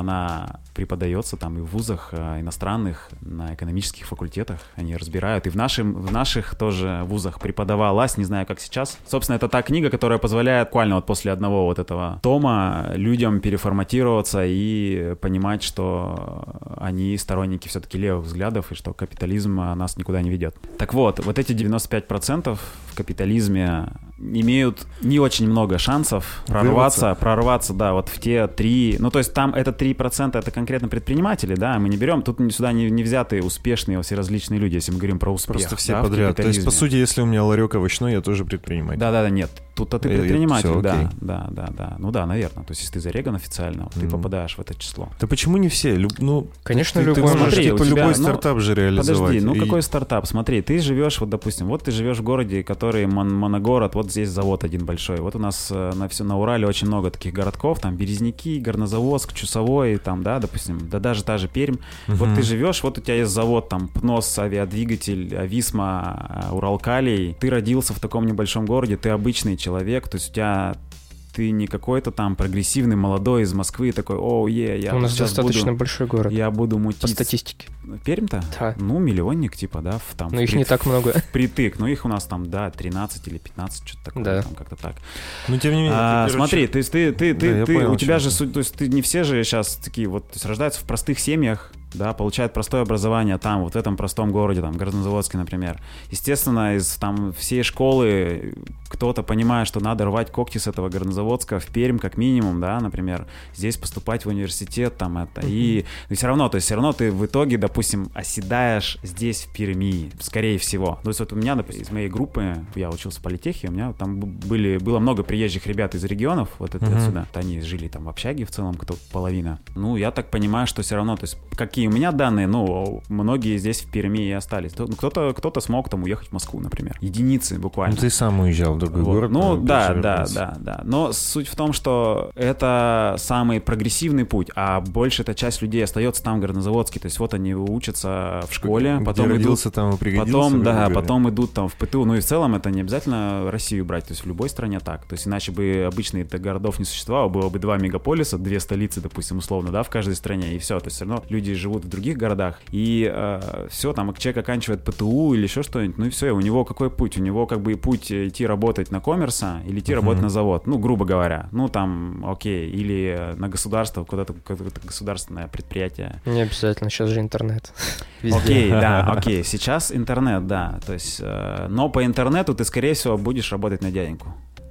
B: она преподается там и в вузах э, иностранных, на экономических факультетах, они разбирают. И в, нашем, в наших тоже вузах преподавалась, не знаю, как сейчас. Собственно, это та книга, которая позволяет буквально вот после одного вот этого тома людям переформатироваться и понимать, что они сторонники все-таки левых взглядов и что капитализм нас никуда не ведет. Так вот, вот эти девяносто пять процентов в капитализме имеют не очень много шансов прорваться, Вырваться. прорваться, да, вот в те три, ну то есть там это три процента, это конкретно предприниматели, да, мы не берем, тут сюда не, не взяты успешные все различные люди, если мы говорим про успех.
A: Просто все
B: да,
A: подряд, то есть по сути, если у меня ларек овощной, я тоже предприниматель.
B: Да-да-да, нет, тут-то ты предприниматель,
A: все,
B: да, да, да, да, ну да, наверное, то есть если ты зареган официально, ты mm. попадаешь в это число.
A: Да почему не все? Люб, ну,
C: конечно,
A: ты,
C: любой
A: ты можешь
B: смотри,
A: типа
B: тебя,
A: любой
B: ну,
A: стартап же реализовать.
B: Подожди, ну
A: и...
B: какой стартап? Смотри, ты живешь, вот допустим, вот ты живешь в городе, который мон- моногород, вот здесь завод один большой, вот у нас на, все, на Урале очень много таких городков, там Березники, Горнозаводск, Чусовой, там, да, допустим, да даже та же Пермь. Uh-huh. Вот ты живешь, вот у тебя есть завод, там, ПНОС, авиадвигатель, Висма, Уралкалий, ты родился в таком небольшом городе, ты обычный человек, то есть у тебя... Ты не какой-то там прогрессивный молодой из Москвы такой, о, е, я
C: у нас достаточно
B: буду,
C: большой город.
B: Я буду мутить.
C: По статистике.
B: Пермь-то?
C: Да.
B: Ну, миллионник типа, да. В, там,
C: но их при... не так много.
B: Впритык. Ну, их у нас там, да, тринадцать или пятнадцать, что-то такое.
C: Да.
B: Там, как-то так.
A: Ну, тем не менее.
B: А,
A: ты, короче...
B: Смотри, то есть ты, ты, ты,
A: да,
B: ты
A: понял,
B: у тебя же,
A: что.
B: то есть ты не все же сейчас такие вот, то есть рождаются в простых семьях, да, получают простое образование там, вот в этом простом городе, там, Горнозаводске, например. Естественно, из там всей школы кто-то понимает, что надо рвать когти с этого Горнозаводска в Пермь, как минимум, да, например, здесь поступать в университет, там, это, uh-huh. и, и все равно, то есть все равно ты в итоге, допустим, оседаешь здесь, в Перми, скорее всего. То есть вот у меня, допустим, из моей группы, я учился в политехе, у меня там были, было много приезжих ребят из регионов, вот это uh-huh. отсюда, они жили там в общаге в целом, кто половина. Ну, я так понимаю, что все равно, то есть какие у меня данные, ну, многие здесь в Перми и остались. Кто-то, кто-то смог там уехать в Москву, например. Единицы буквально.
A: Ну, ты сам уезжал в другой вот. город.
B: Ну, да, да, да, да. Но суть в том, что это самый прогрессивный путь, а большая часть людей остается там, в Горнозаводске. То есть вот они учатся в школе,
A: где
B: потом
A: родился,
B: идут,
A: там и пригодился,
B: потом, да, потом идут там в ПТУ. Ну и в целом это не обязательно Россию брать, то есть в любой стране так. То есть иначе бы обычных городов не существовало, было бы два мегаполиса, две столицы, допустим, условно, да, в каждой стране, и все. То есть все равно люди живут в других городах, и э, все, там человек оканчивает ПТУ или еще что-нибудь, ну и все, и у него какой путь? У него как бы путь идти работать на коммерса или идти uh-huh. работать на завод, ну, грубо говоря, ну, там, окей, или на государство, куда-то какое-то государственное предприятие.
C: Не обязательно, сейчас же интернет.
B: Окей, да, окей, сейчас интернет, да, то есть, э, но по интернету ты, скорее всего, будешь работать на дяденьку,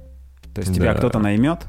B: то есть тебя кто-то наймет,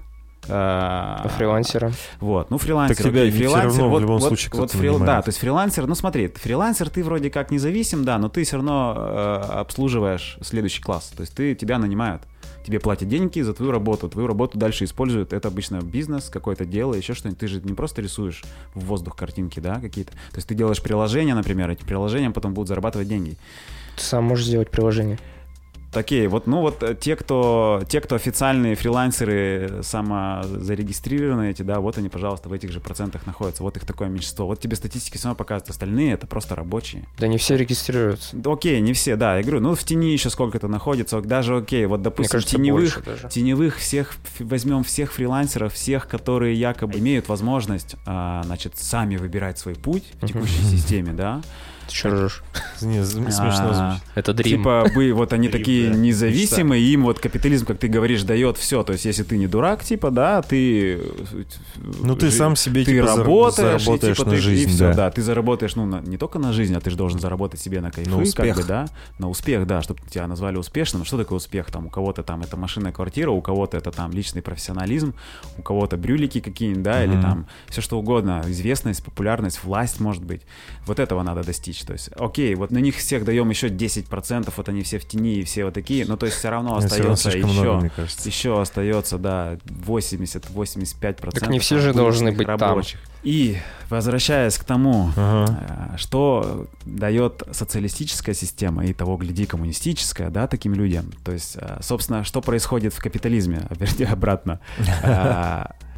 C: По фрилансерам.
B: Вот, ну фрилансер,
A: так тебя
B: окей, фрилансер,
A: все равно
B: вот,
A: в любом
B: вот,
A: случае
B: вот
A: кто-то
B: фрил,
A: нанимает.
B: да, то есть фрилансер, ну смотри, фрилансер ты вроде как независим, да, но ты все равно э, обслуживаешь следующий класс, то есть ты, тебя нанимают, тебе платят деньги за твою работу, твою работу дальше используют, это обычно бизнес, какое-то дело, еще что-нибудь, ты же не просто рисуешь в воздух картинки, да, какие-то, то есть ты делаешь приложения, например, эти приложения потом будут зарабатывать деньги.
C: Ты сам можешь сделать приложение.
B: Окей, вот, ну вот те, кто, те, кто официальные фрилансеры, самозарегистрированные эти, да, вот они, пожалуйста, в этих же процентах находятся, вот их такое меньшинство. Вот тебе статистики все равно показывают, остальные это просто рабочие.
C: Да не все регистрируются.
B: Окей, не все, да, я говорю, ну в тени еще сколько-то находится, даже окей, вот допустим,
C: кажется,
B: теневых,
C: даже.
B: теневых всех, возьмем всех фрилансеров, всех, которые якобы имеют возможность, а, значит, сами выбирать свой путь в текущей системе, да.
C: Ты что ржешь?
A: Не, смешно звучит.
C: Это дрим.
B: Типа, бы, вот они такие независимые, им вот капитализм, как ты говоришь, дает все. То есть, если ты не дурак, типа, да, ты...
A: Ну, ты сам себе,
B: ты
A: типа,
B: работаешь,
A: заработаешь
B: и, типа,
A: на
B: ты,
A: жизнь,
B: и все,
A: да.
B: да. Ты заработаешь, ну, на, не только на жизнь, а ты же должен заработать себе на кайфы,
A: на успех.
B: как бы, да, на успех, да, чтобы тебя назвали успешным. Что такое успех? Там, у кого-то там это машинная квартира, у кого-то это там личный профессионализм, у кого-то брюлики какие-нибудь, да, mm-hmm. или там все что угодно, известность, популярность, власть, может быть. Вот этого надо достичь. То есть, окей, вот на них всех даем еще десять процентов, вот они все в тени и все вот такие, но то есть все равно остается еще, много, еще остается, да, восемьдесят-восемьдесят пять процентов.
C: Так не все же должны быть
B: рабочих. Там. И возвращаясь к тому, ага. что дает социалистическая система и того, гляди, коммунистическая, да, таким людям. То есть, собственно, что происходит в капитализме, вернее, обратно.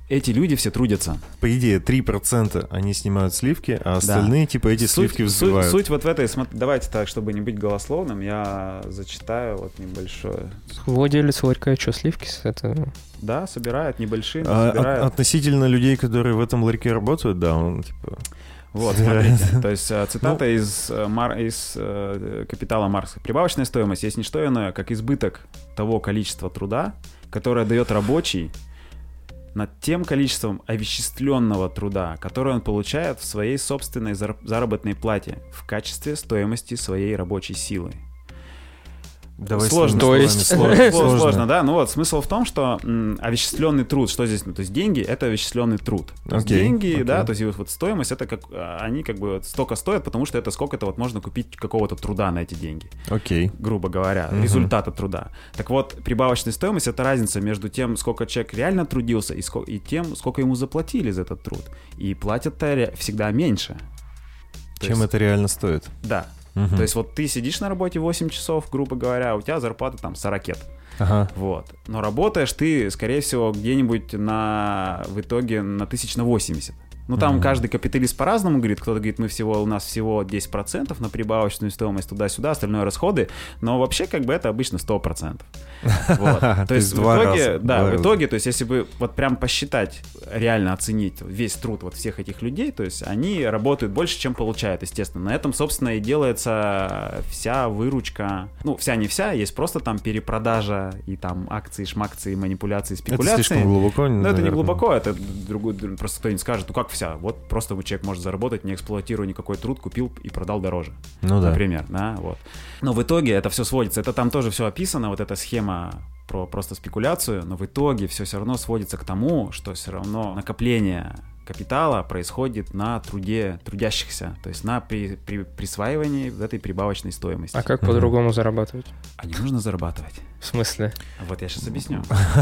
B: эти люди все трудятся.
A: По идее, три процента они снимают сливки, а остальные, да. типа, эти суть, сливки взбивают.
B: Суть, суть вот в этой... Давайте так, чтобы не быть голословным, я зачитаю вот небольшое.
C: Владелец ларька, что, сливки? Это...
B: Да, собирает небольшие,
A: а,
B: собирает.
A: От, относительно людей, которые в этом ларьке работают, да, он, типа...
B: Вот, смотрите, то есть цитата ну, из, из э, «Капитала» Маркса. «Прибавочная стоимость есть не что иное, как избыток того количества труда, которое дает рабочий над тем количеством овеществленного труда, которое он получает в своей собственной заработной плате в качестве стоимости своей рабочей силы».
A: Давай
B: сложно,
C: то есть...
B: сложно, сложно, сложно, да. Ну вот смысл в том, что м, овеществленный труд, что здесь, ну, то есть деньги — это овеществленный труд. То есть okay, деньги, okay. да, то есть вот, вот стоимость, это как они как бы вот столько стоят, потому что это сколько-то вот можно купить какого-то труда на эти деньги.
A: Окей. Okay.
B: Грубо говоря, uh-huh. результата труда. Так вот, прибавочная стоимость — это разница между тем, сколько человек реально трудился, и, сколько, и тем, сколько ему заплатили за этот труд. И платят-то всегда меньше.
A: Чем есть, это реально стоит.
B: Да. Uh-huh. То есть вот ты сидишь на работе восемь часов, грубо говоря, у тебя зарплата там сорокет.
A: Ага.
B: Вот. Но работаешь ты, скорее всего, где-нибудь на, в итоге на тысяч на восемьдесят. Ну, там mm-hmm. каждый капиталист по-разному говорит. Кто-то говорит, мы всего, у нас всего десять процентов на прибавочную стоимость туда-сюда, остальное расходы. Но вообще, как бы, это обычно сто процентов. Вот. То есть в итоге, да, в итоге, то есть если бы вот прям посчитать, реально оценить весь труд вот всех этих людей, то есть они работают больше, чем получают, естественно. На этом, собственно, и делается вся выручка. Ну, вся не вся, есть просто там перепродажа и там акции, шмакции, манипуляции, спекуляции.
A: Это слишком глубоко,
B: Ну, это не глубоко, это другой, просто кто-нибудь скажет, ну как вся, вот просто человек может заработать, не эксплуатируя никакой труд, купил и продал дороже.
A: Ну да.
B: Например, да, вот. Но в итоге это все сводится, это там тоже все описано, вот эта схема про просто спекуляцию, но в итоге все все равно сводится к тому, что все равно накопление капитала происходит на труде трудящихся, то есть на при, при, присваивании этой прибавочной стоимости.
C: А как mm-hmm. по-другому зарабатывать?
B: А не нужно зарабатывать.
C: В смысле?
B: Вот я сейчас объясню.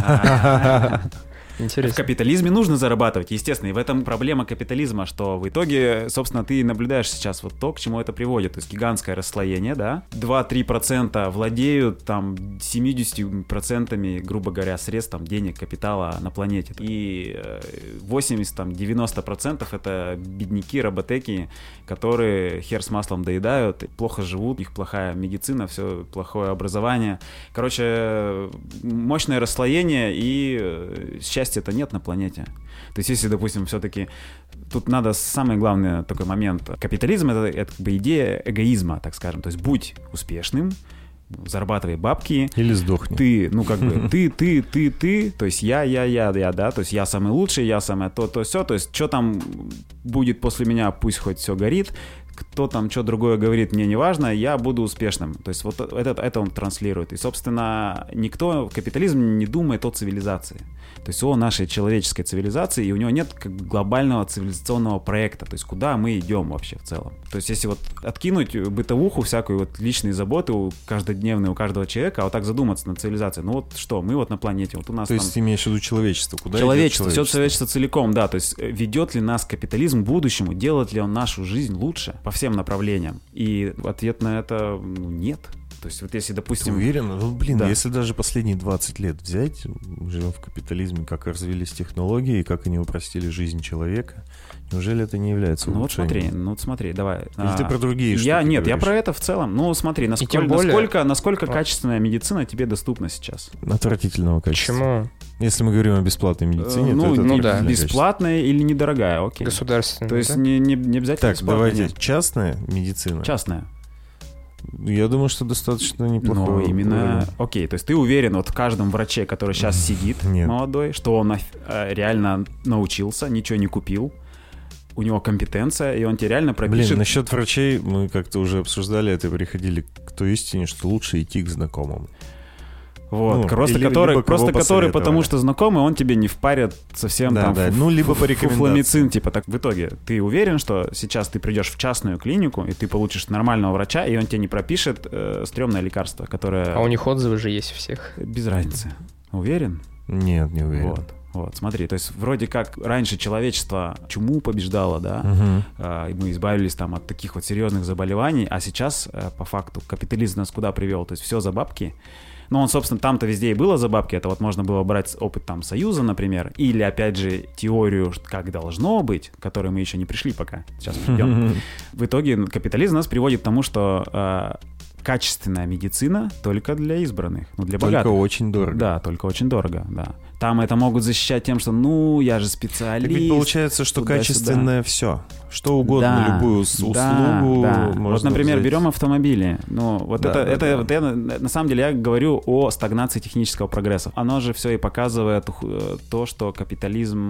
C: Интересно.
B: В капитализме нужно зарабатывать, естественно, и в этом проблема капитализма, что в итоге, собственно, ты наблюдаешь сейчас вот то, к чему это приводит, то есть гигантское расслоение, да, два-три процента владеют там семьдесят процентов, грубо говоря, средств, там, денег, капитала на планете, и восемьдесят-девяносто процентов это бедняки, работяги, которые хер с маслом доедают, плохо живут, у них плохая медицина, все плохое образование, короче, мощное расслоение, и счастья это нет на планете. То есть, если, допустим, все-таки тут надо самый главный такой момент. Капитализм — это, это как бы идея эгоизма, так скажем. То есть, будь успешным, зарабатывай бабки.
A: Или сдохни.
B: Ты, ну, как бы, ты, ты, ты, ты, то есть я, я, я, я, да, то есть я самый лучший, я самое то, то, все, то есть что там будет после меня, пусть хоть все горит, кто там что другое говорит, мне не важно, я буду успешным. То есть вот это, это он транслирует. И, собственно, никто в капитализме не думает о цивилизации. То есть о нашей человеческой цивилизации, и у него нет как бы глобального цивилизационного проекта, то есть куда мы идем вообще в целом. То есть если вот откинуть бытовуху, всякую вот личные заботы у каждодневные у каждого человека, а вот так задуматься над цивилизацией, ну вот что, мы вот на планете, вот у нас
A: То
B: там...
A: есть ты имеешь в виду человечество? Куда
B: человечество,
A: идет человечество?
B: Все человечество целиком, да, то есть ведет ли нас капитализм к будущему, делает ли он нашу жизнь лучше по всем направлениям? И ответ на это ну, нет. То есть вот если, допустим...
A: Ты уверен? Ну, блин,
B: да.
A: если даже последние двадцать лет взять, мы живем в капитализме, как развились технологии, как они упростили жизнь человека, неужели это не является улучшением?
B: Ну вот смотри, ну вот смотри, давай.
A: Или а, ты про другие
B: я,
A: штуки
B: Нет,
A: говоришь?
B: я про это в целом. Ну смотри, насколько, более... насколько, насколько насколько качественная медицина тебе доступна сейчас?
A: Отвратительного качества.
C: Почему?
A: Если мы говорим о бесплатной медицине,
B: ну,
A: то это
C: ну да.
B: бесплатная или недорогая, окей.
C: Государственная.
B: То есть
C: да?
B: не, не, не обязательно
A: Так, давайте, нет. Частная медицина?
B: Частная.
A: Я думаю, что достаточно неплохо.
B: Ну, именно... Окей, то есть ты уверен вот в каждом враче, который сейчас сидит,
A: Нет.
B: молодой, что он э, реально научился, ничего не купил, у него компетенция, и он тебе реально пропишет...
A: Блин, насчет врачей мы как-то уже обсуждали это, приходили к той истине, что лучше идти к знакомым.
B: Вот,
A: ну,
B: просто
A: или,
B: который,
A: либо
B: просто который, потому что знакомый, он тебе не впарит совсем
A: да,
B: там
A: да.
B: фу,
A: ну, либо
B: фу,
A: по рекомендации.
B: фуфломицин, типа так. В итоге ты уверен, что сейчас ты придешь в частную клинику, и ты получишь нормального врача, и он тебе не пропишет э, стрёмное лекарство, которое...
C: А у них отзывы же есть у всех.
B: Без разницы. Уверен?
A: Нет, не уверен.
B: Вот. Вот, смотри, то есть вроде как раньше человечество чуму побеждало, да,
A: угу.
B: э, и мы избавились там от таких вот серьезных заболеваний, а сейчас, э, по факту, капитализм нас куда привел? То есть все за бабки, Но он, собственно, там-то везде и было за бабки. Это вот можно было брать опыт там Союза, например, или, опять же, теорию, как должно быть, к которой мы еще не пришли пока. Сейчас придем. В итоге капитализм нас приводит к тому, что э, качественная медицина только для избранных, ну, для богатых.
A: Только очень дорого.
B: Да, только очень дорого, да. Там это могут защищать тем, что, ну, я же специалист.
A: Так ведь получается, что
B: туда-сюда.
A: Качественное все. Что угодно,
B: да,
A: любую услугу
B: да, да.
A: можно
B: Вот, например,
A: взять.
B: берем автомобили. Ну, вот
A: да,
B: это,
A: да,
B: это
A: да.
B: Вот я, на самом деле, я говорю о стагнации технического прогресса. Оно же все и показывает то, что капитализм,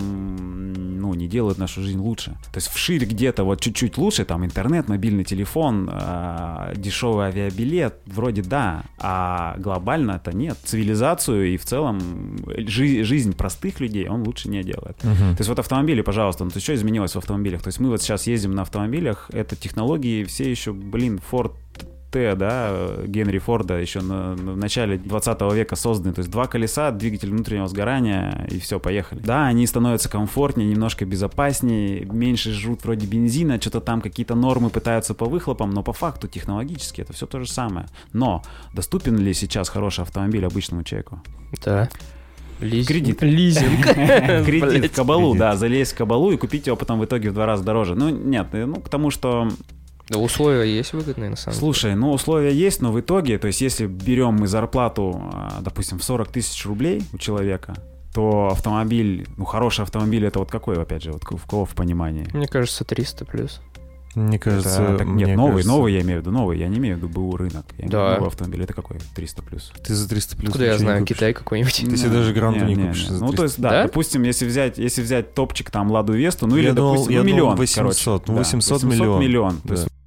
B: ну, не делает нашу жизнь лучше. То есть вширь где-то вот чуть-чуть лучше, там, интернет, мобильный телефон, э, дешевый авиабилет, вроде да, а глобально это нет. Цивилизацию и в целом жи- жизнь простых людей он лучше не делает.
A: Угу.
B: То есть вот автомобили, пожалуйста, ну то есть что изменилось в автомобилях? То есть мы вот сейчас ездим на автомобилях, это технологии все еще, блин, Ford T, да, Генри Форда еще на, на, в начале двадцатого века созданы. То есть два колеса, двигатель внутреннего сгорания и все, поехали. Да, они становятся комфортнее, немножко безопаснее, меньше жрут вроде бензина, что-то там какие-то нормы пытаются по выхлопам, но по факту технологически это все то же самое. Но доступен ли сейчас хороший автомобиль обычному человеку?
C: Да. Лизинг.
B: Кредит.
C: Лизинг.
B: Кредит в кабалу,
A: Кредит.
B: да, залезть в кабалу и купить его потом в итоге в два раза дороже. Ну, нет, ну, к тому, что...
C: Да, условия есть выгодные, на самом деле.
B: Слушай, ну, условия есть, но в итоге, то есть, если берем мы зарплату, допустим, в сорок тысяч рублей у человека, то автомобиль, ну, хороший автомобиль, это вот какой, опять же, вот в кого в понимании?
C: Мне кажется, триста плюс.
A: Мне кажется...
B: Это, так, нет,
A: мне
B: новый,
A: кажется...
B: новый я имею в виду, новый, я не имею в виду БУ рынок. Я
C: Да.
B: имею в виду новый автомобиль, это какой? триста плюс.
A: Ты за триста плюс
C: Куда я
A: ничего не
C: знаю,
A: купишь.
C: Китай какой-нибудь.
A: Ты себе даже гранту не купишь за
B: Ну, то есть, да,
C: Да?
B: допустим, если взять, если взять топчик, там, Ладу Весту, ну,
A: Я
B: или,
A: думал-
B: допустим,
A: я
B: ну,
A: думал
B: миллион,
A: восемьсот,
B: короче.
A: ну,
B: Да,
A: восемьсот миллион.
B: миллион.
A: Да.
B: То есть,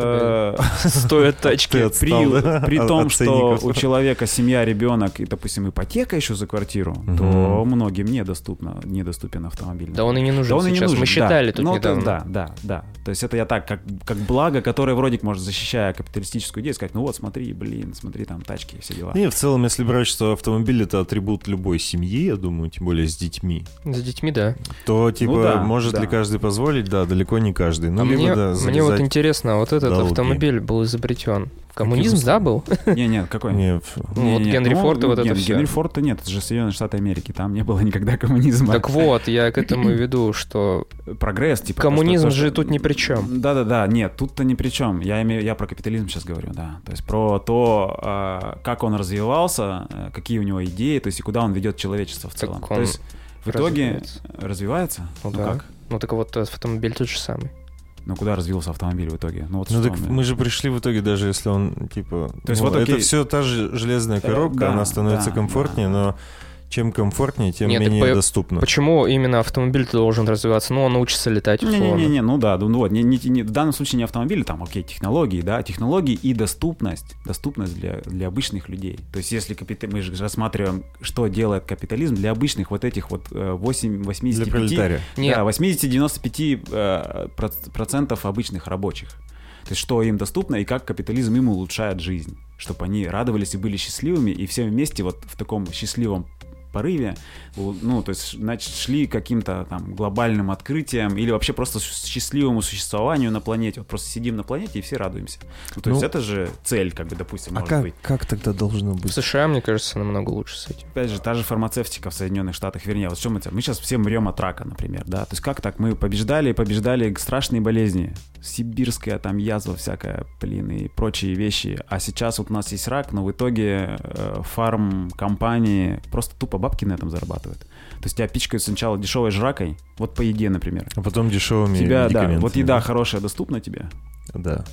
B: э,
C: Стоят тачки.
A: Ты отстал,
B: При,
A: да?
B: при
A: От-
B: том,
A: от
B: что
A: ценников.
B: у человека семья, ребенок и, допустим, ипотека еще за квартиру,
A: Мгм.
B: то многим недоступно, недоступен автомобиль.
C: Да он и не нужен
B: Да он и не
C: сейчас.
B: нужен,
C: Мы считали
B: да.
C: тут
B: Ну,
C: недавно.
B: то- да, да, да. То есть это я так, как, как благо, которое вроде как, может, защищая капиталистическую идею, сказать, ну вот, смотри, блин, смотри, там тачки, все дела.
A: Не, в целом, если брать, что автомобиль — это атрибут любой семьи, я думаю, тем более с детьми,
C: За детьми, да.
A: то, типа,
B: Ну да,
A: может
B: да.
A: ли каждый позволить? Да, далеко не каждый. Ну,
C: А
A: либо,
C: мне,
A: да,
C: мне вот
A: залезать-
C: интересно, а вот этот
A: долги.
C: автомобиль был изобретен. Коммунизм, да, был?
B: Не, нет, какой?
A: Не, ф-
C: Ну, вот Генри Форд и вот это
B: нет,
C: всё.
B: Генри Форд-то нет, это же Соединенные Штаты Америки, там не было никогда коммунизма.
C: Так вот, я к этому веду, что
B: Прогресс, типа.
C: коммунизм
B: то, что-
C: же тут ни при чем.
B: Да-да-да, нет, тут-то ни при чем. Я, имею, я про капитализм сейчас говорю, да. То есть про то, а, как он развивался, а, какие у него идеи, то есть и куда он ведет человечество в
C: Так
B: целом.
C: он
B: То есть в итоге
C: развивается.
B: развивается?
C: Ну,
B: Ну
C: да.
B: как?
C: Ну так вот, автомобиль тот же самый.
B: Ну куда развился автомобиль в итоге? Ну вот
A: Ну
B: что
A: так
B: он-
A: мы же пришли в итоге, даже если он, типа...
B: То есть
A: ну,
B: вот
A: это
B: окей.
A: все та же железная
B: Э,
A: коробка,
B: да,
A: она становится
B: да,
A: комфортнее,
B: да.
A: но чем комфортнее, тем
C: Нет, так
A: менее
C: по-
A: доступно.
C: Почему именно автомобиль должен развиваться? Ну, он учится летать, условно.
B: Не-не-не, ну да, ну вот, не, не- не- в данном случае не автомобили, там, окей, технологии, да, технологии и доступность, доступность для, для обычных людей. То есть если капита... мы же рассматриваем, что делает капитализм для обычных вот этих вот э, восемь, восемьдесят
A: Для
B: пять,
A: пролетария.
C: Нет.
B: да, восемьдесят-девяносто пять э, проц- процентов обычных рабочих. То есть что им доступно и как капитализм им улучшает жизнь, чтобы они радовались и были счастливыми, и все вместе вот в таком счастливом порыве, ну, то есть, значит, шли к каким-то там глобальным открытиям или вообще просто счастливому существованию на планете. Вот просто сидим на планете и все радуемся. Ну, то
A: Ну,
B: есть это же цель, как бы, допустим,
A: А
B: может
A: как,
B: быть.
A: как тогда должно
C: В
A: быть?
C: США, мне кажется, намного лучше с этим.
B: Опять же, та же фармацевтика в Соединенных Штатах, вернее, вот что мы, мы сейчас все мрем от рака, например, да, то есть как так? Мы побеждали и побеждали страшные болезни, сибирская там язва всякая, блин, и прочие вещи, а сейчас вот у нас есть рак, но в итоге э, фармкомпании просто тупо бабки на этом зарабатывают. То есть тебя пичкают сначала дешевой жракой, вот по еде, например.
A: А потом дешевыми
B: Тебя, да,
A: медикаментами.
B: вот еда хорошая доступна тебе?
A: Да,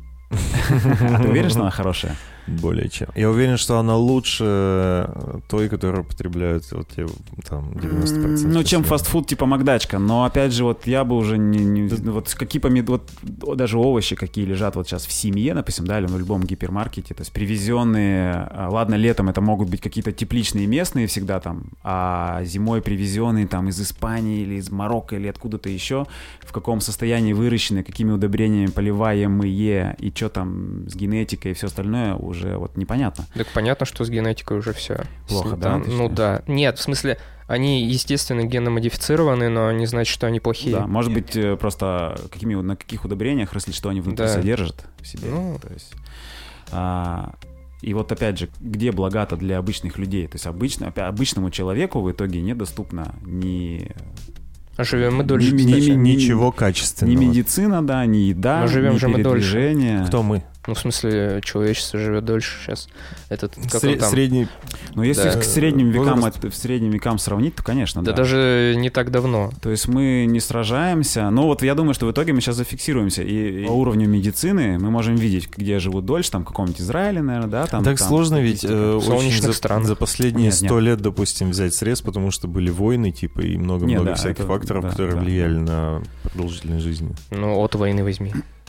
B: А ты уверен, что она хорошая?
A: более чем. Я уверен, что она лучше той, которую потребляют вот те там девяносто процентов.
B: Ну, чем
A: населения.
B: фастфуд типа Макдачка. Но опять же, вот я бы уже не... не-
A: Да.
B: ну, вот какие помид... вот даже овощи, какие лежат вот сейчас в семье, допустим, да, или в любом гипермаркете, то есть привезенные... а, Ладно, летом это могут быть какие-то тепличные местные всегда там, а зимой привезенные там из Испании или из Марокко или откуда-то еще, в каком состоянии выращены, какими удобрениями поливаемые и что там с генетикой и все остальное, уже вот непонятно.
C: Так понятно, что с генетикой уже все.
B: Плохо, да, ты
C: Ну
B: считаешь?
C: да. Нет, в смысле, они, естественно, генно-модифицированы, но не значит, что они плохие.
B: Да, может быть, э, просто какими, на каких удобрениях, если что они внутри
C: Да.
B: содержат в себе.
C: Ну.
B: То есть, а, И вот опять же, где блага-то для обычных людей? То есть обычно, обычному человеку в итоге недоступно ни...
C: Живем мы дольше,
B: ни,
C: кстати.
B: ни,
A: Ничего качественного.
B: Ни медицина, да, ни еда,
C: Но живем
B: ни
C: же мы
B: передвижение.
C: дольше.
A: Кто мы?
C: Ну, в смысле, человечество живет дольше сейчас. Этот, как
A: Сре-
C: он там?
A: Средний...
B: Ну, если
C: Да.
B: к средним векам,
A: Возраст.
B: от- в средним векам сравнить, то, конечно,
C: Да,
B: да.
C: даже не так давно.
B: То есть мы не сражаемся. Но вот я думаю, что в итоге мы сейчас зафиксируемся. И, и по уровню медицины мы можем видеть, где живут дольше, там в каком-нибудь Израиле, наверное, да? Там,
A: Так
B: там
A: сложно ведь
B: статистика.
A: э,
C: В
A: очень
C: солнечных
A: за,
C: странах.
A: за последние
B: Нет,
A: сто
B: нет.
A: лет, допустим, взять срез, потому что были войны, типа, и много-много
B: Нет, да,
A: всяких
B: это-
A: факторов,
B: да,
A: которые
B: да.
A: влияли на продолжительность жизни.
C: Ну, от войны возьми.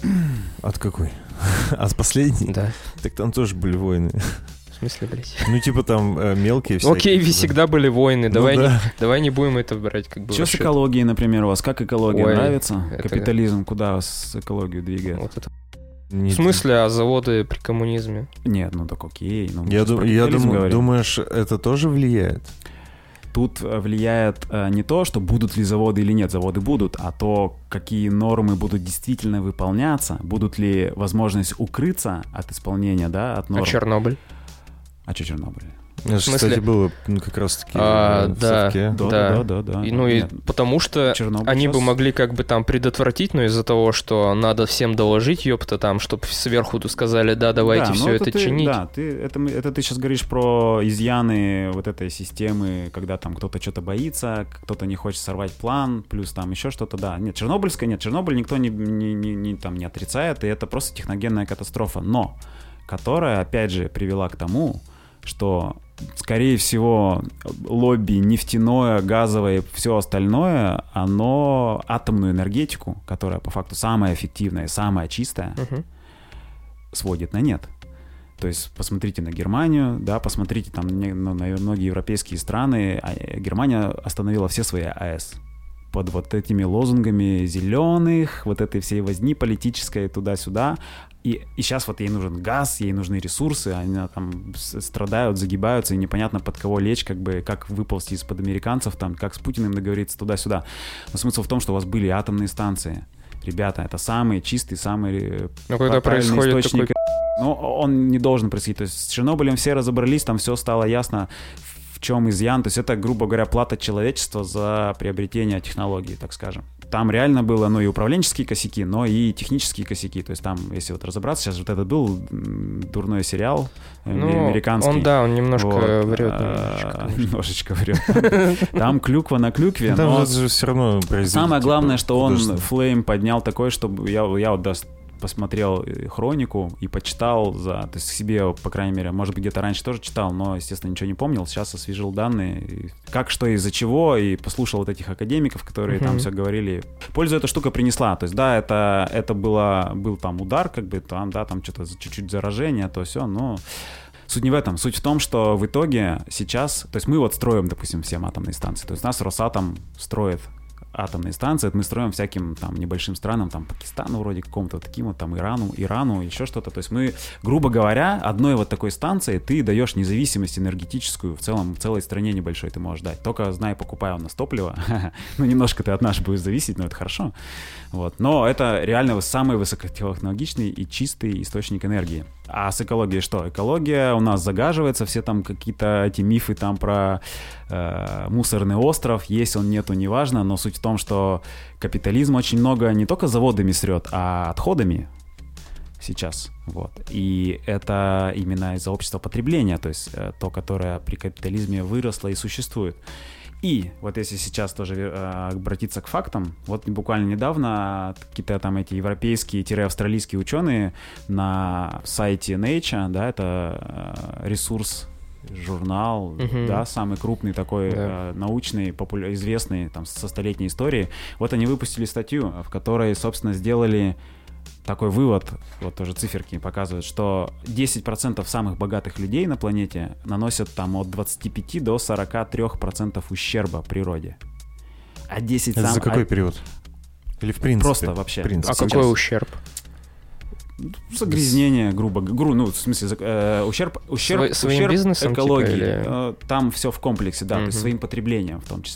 A: От какой? От последней?
C: Да.
A: Так там тоже были войны.
C: В смысле, блядь?
A: Ну, типа там э, мелкие всякие.
C: Окей, ведь всегда были войны.
A: Ну
C: Давай,
A: да.
C: не, давай не будем это брать как бы.
B: Что
C: в
B: с
C: расчет.
B: экологией, например, у вас? Как экология
C: Ой,
B: нравится?
C: это-
B: Капитализм куда вас экологию двигает?
C: Вот это.
A: Не-
C: В смысле, а заводы при коммунизме?
B: Нет, ну так окей. Ну, мы
A: Я,
B: сейчас
A: дум-
B: про
A: я
B: капитализм
A: думаю,
B: говорим.
A: думаешь, это тоже влияет?
B: Тут э, влияет э, не то, что будут ли заводы или нет, заводы будут, а то, какие нормы будут действительно выполняться, будут ли возможность укрыться от исполнения, да, от норм.
C: А Чернобыль?
B: А что Чернобыль?
A: Это, же,
C: смысле?
A: кстати, было ну, как раз-таки
C: А,
A: э, в
C: да.
A: совке.
B: Да,
C: Да.
B: да, да, да.
C: И, ну и
B: Нет,
C: потому что
B: Чернобыль
C: они бы
B: сейчас-
C: могли как бы там предотвратить, но из-за того, что надо всем доложить, ёпта, там, чтобы сверху сказали, да, давайте
B: Да,
C: все
B: ну
C: это,
B: ты,
C: чинить.
B: Да, ты, это, мы- это ты сейчас говоришь про изъяны вот этой системы, когда там кто-то что-то боится, кто-то не хочет сорвать план, плюс там еще что-то, да. Нет, Чернобыльская, нет, Чернобыль никто не, не, не, не, там, не отрицает, и это просто техногенная катастрофа, но которая, опять же, привела к тому, что, скорее всего, лобби нефтяное, газовое и все остальное, оно атомную энергетику, которая по факту самая эффективная, самая чистая,
C: Мгм.
B: сводит на нет. То есть посмотрите на Германию, да, посмотрите там не- ну, на многие европейские страны. А, э, Германия остановила все свои АЭС под вот этими лозунгами зеленых, вот этой всей возни политической туда-сюда. И, и сейчас вот ей нужен газ, ей нужны ресурсы, они там с- страдают, загибаются, и непонятно под кого лечь, как бы, как выползти из-под американцев, там, как с Путиным договориться туда-сюда. Но смысл в том, что у вас были атомные станции. Ребята, это самый чистый, самый э,
C: Но когда
B: правильный
C: происходит
B: источник.
C: такой...
B: Ну, он не должен происходить. То есть с Чернобылем все разобрались, там все стало ясно, в чем изъян. То есть это, грубо говоря, плата человечества за приобретение технологий, так скажем. Там реально было, ну, и управленческие косяки, но и технические косяки. То есть там, если вот разобраться, сейчас вот этот был м, дурной сериал э,
C: Ну,
B: американский.
C: он, да, он немножко
B: Вот,
C: врет.
B: а,
C: Немножечко.
B: Немножечко врет. Там клюква на клюкве,
A: Там
B: но
A: же все равно производитель,
B: самое главное,
A: типа,
B: что он
A: художественный.
B: флейм поднял такой, чтобы я, я вот даст посмотрел э, хронику и почитал за, то есть себе, по крайней мере, может быть, где-то раньше тоже читал, но, естественно, ничего не помнил. Сейчас освежил данные, и как, что, из-за чего, и послушал вот этих академиков, которые
C: Мгм.
B: там все говорили. Пользу эта штука принесла. То есть, да, это, это было, был там удар, как бы, там, да, там что-то чуть-чуть заражение, то все, но суть не в этом. Суть в том, что в итоге сейчас, то есть мы вот строим, допустим, всем атомные станции. То есть нас Росатом строит атомные станции, это мы строим всяким там небольшим странам, там Пакистану вроде какому-то таким вот, там Ирану, Ирану, еще что-то. То есть мы, грубо говоря, одной вот такой станции ты даешь независимость энергетическую в целом, в целой стране небольшой ты можешь дать. Только, знай, покупая у нас топливо, ну немножко ты от нас будешь зависеть, но это хорошо. Вот. Но это реально самый высокотехнологичный и чистый источник энергии. А с экологией что? Экология у нас загаживается, все там какие-то эти мифы там про э, мусорный остров, есть он, нету, неважно, но суть в том, что капитализм очень много не только заводами срет, а отходами сейчас. Вот. И это именно из-за общества потребления, то есть э, то, которое при капитализме выросло и существует. И вот если сейчас тоже э, обратиться к фактам, вот буквально недавно какие-то там эти европейские-австралийские ученые на сайте Nature, да, это э, ресурс, журнал,
C: Мгм.
B: да, самый крупный такой
C: Да.
B: э, научный, популя- известный, там, со столетней историей. Вот они выпустили статью, в которой, собственно, сделали такой вывод, вот тоже циферки показывают, что десять процентов самых богатых людей на планете наносят там от двадцати пяти до сорока трёх процентов ущерба природе. А десять
A: Это
B: сам...
A: за какой
B: а-
A: период? Или в принципе?
B: Просто вообще.
A: В принципе.
C: А
B: Сейчас.
C: какой ущерб?
B: Загрязнение, грубо говоря, ну, в смысле, за- э, ущерб, ущерб,
C: Сво- своим
B: ущерб
C: бизнесом, типа,
B: экологии.
C: или-
B: Э, там все в комплексе, да, то есть
C: Мгм.
B: своим потреблением в том числе.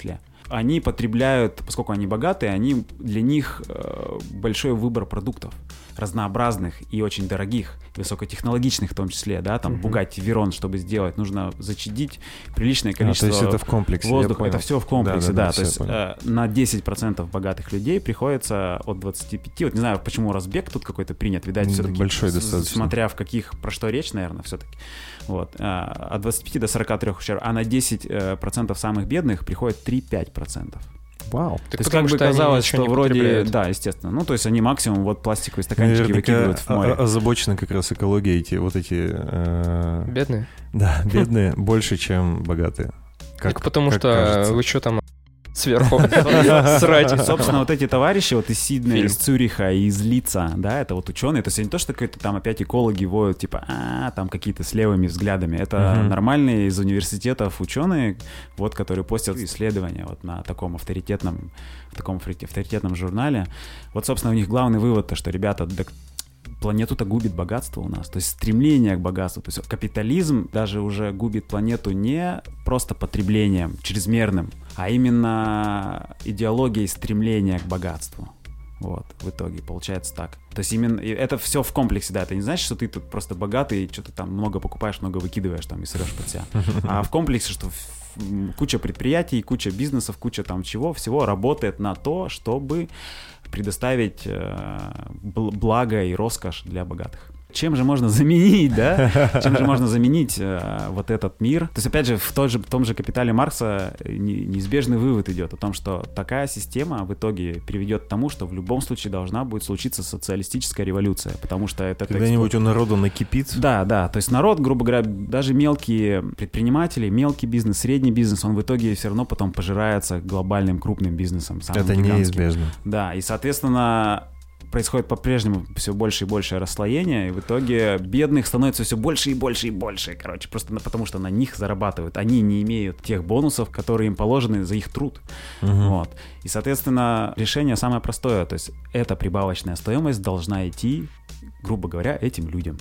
B: они потребляют, поскольку они богатые, они, для них э, большой выбор продуктов, разнообразных и очень дорогих, высокотехнологичных в том числе, да, там, Bugatti Veyron, чтобы сделать, нужно зачадить приличное количество
A: а, то есть это в комплексе,
B: воздуха, это все в комплексе, да, да, да, да, то есть
A: э,
B: на десять процентов богатых людей приходится от двадцати пяти, вот не знаю, почему разбег тут какой-то принят, видать, все-таки,
A: большой достаточно,
B: смотря в каких, про что речь, наверное, все-таки, вот, от двадцати пяти до сорока трёх ущерб, а на десять процентов самых бедных приходит три-пять процентов.
C: Вау.
B: То есть как бы казалось, что вроде, да, естественно, ну то есть они максимум вот пластиковые стаканчики наверняка выкидывают в море.
A: Озабочены как раз экологией эти вот эти... Э...
C: Бедные?
A: Да, бедные больше, чем богатые.
C: Как, Это потому как что кажется. Вы что там сверху срать.
B: Собственно, вот эти товарищи вот из Сиднея, из Цюриха и из Лица, да, это вот ученые, то есть не то, что какие-то там опять экологи воют, типа, а, там какие-то с левыми взглядами, это uh-huh. нормальные из университетов ученые, вот, которые постят исследования вот на таком авторитетном, в таком авторитетном журнале. Вот, собственно, у них главный вывод, то, что, ребята, планету-то губит богатство у нас, то есть стремление к богатству, то есть капитализм даже уже губит планету не просто потреблением чрезмерным, а именно идеологией стремления к богатству. Вот, в итоге получается так. То есть именно это все в комплексе, да, это не значит, что ты тут просто богатый, и что-то там много покупаешь, много выкидываешь там и срешь под себя, а в комплексе, что куча предприятий, куча бизнесов, куча там чего, всего работает на то, чтобы предоставить э, благо и роскошь для богатых. Чем же можно заменить, да? Чем же можно заменить э, вот этот мир? То есть, опять же, в, тот же, в том же «Капитале» Маркса не, неизбежный вывод идет о том, что такая система в итоге приведет к тому, что в любом случае должна будет случиться социалистическая революция, потому что это...
A: Когда-нибудь у народа накипит?
B: Да, да, то есть народ, грубо говоря, даже мелкие предприниматели, мелкий бизнес, средний бизнес, он в итоге все равно потом пожирается глобальным крупным бизнесом.
A: Это неизбежно.
B: Да, и, соответственно... происходит по-прежнему все больше и больше расслоения, и в итоге бедных становится все больше и больше и больше, короче, просто потому что на них зарабатывают. Они не имеют тех бонусов, которые им положены за их труд. Угу. Вот. И, соответственно, решение самое простое, то есть эта прибавочная стоимость должна идти, грубо говоря, этим людям.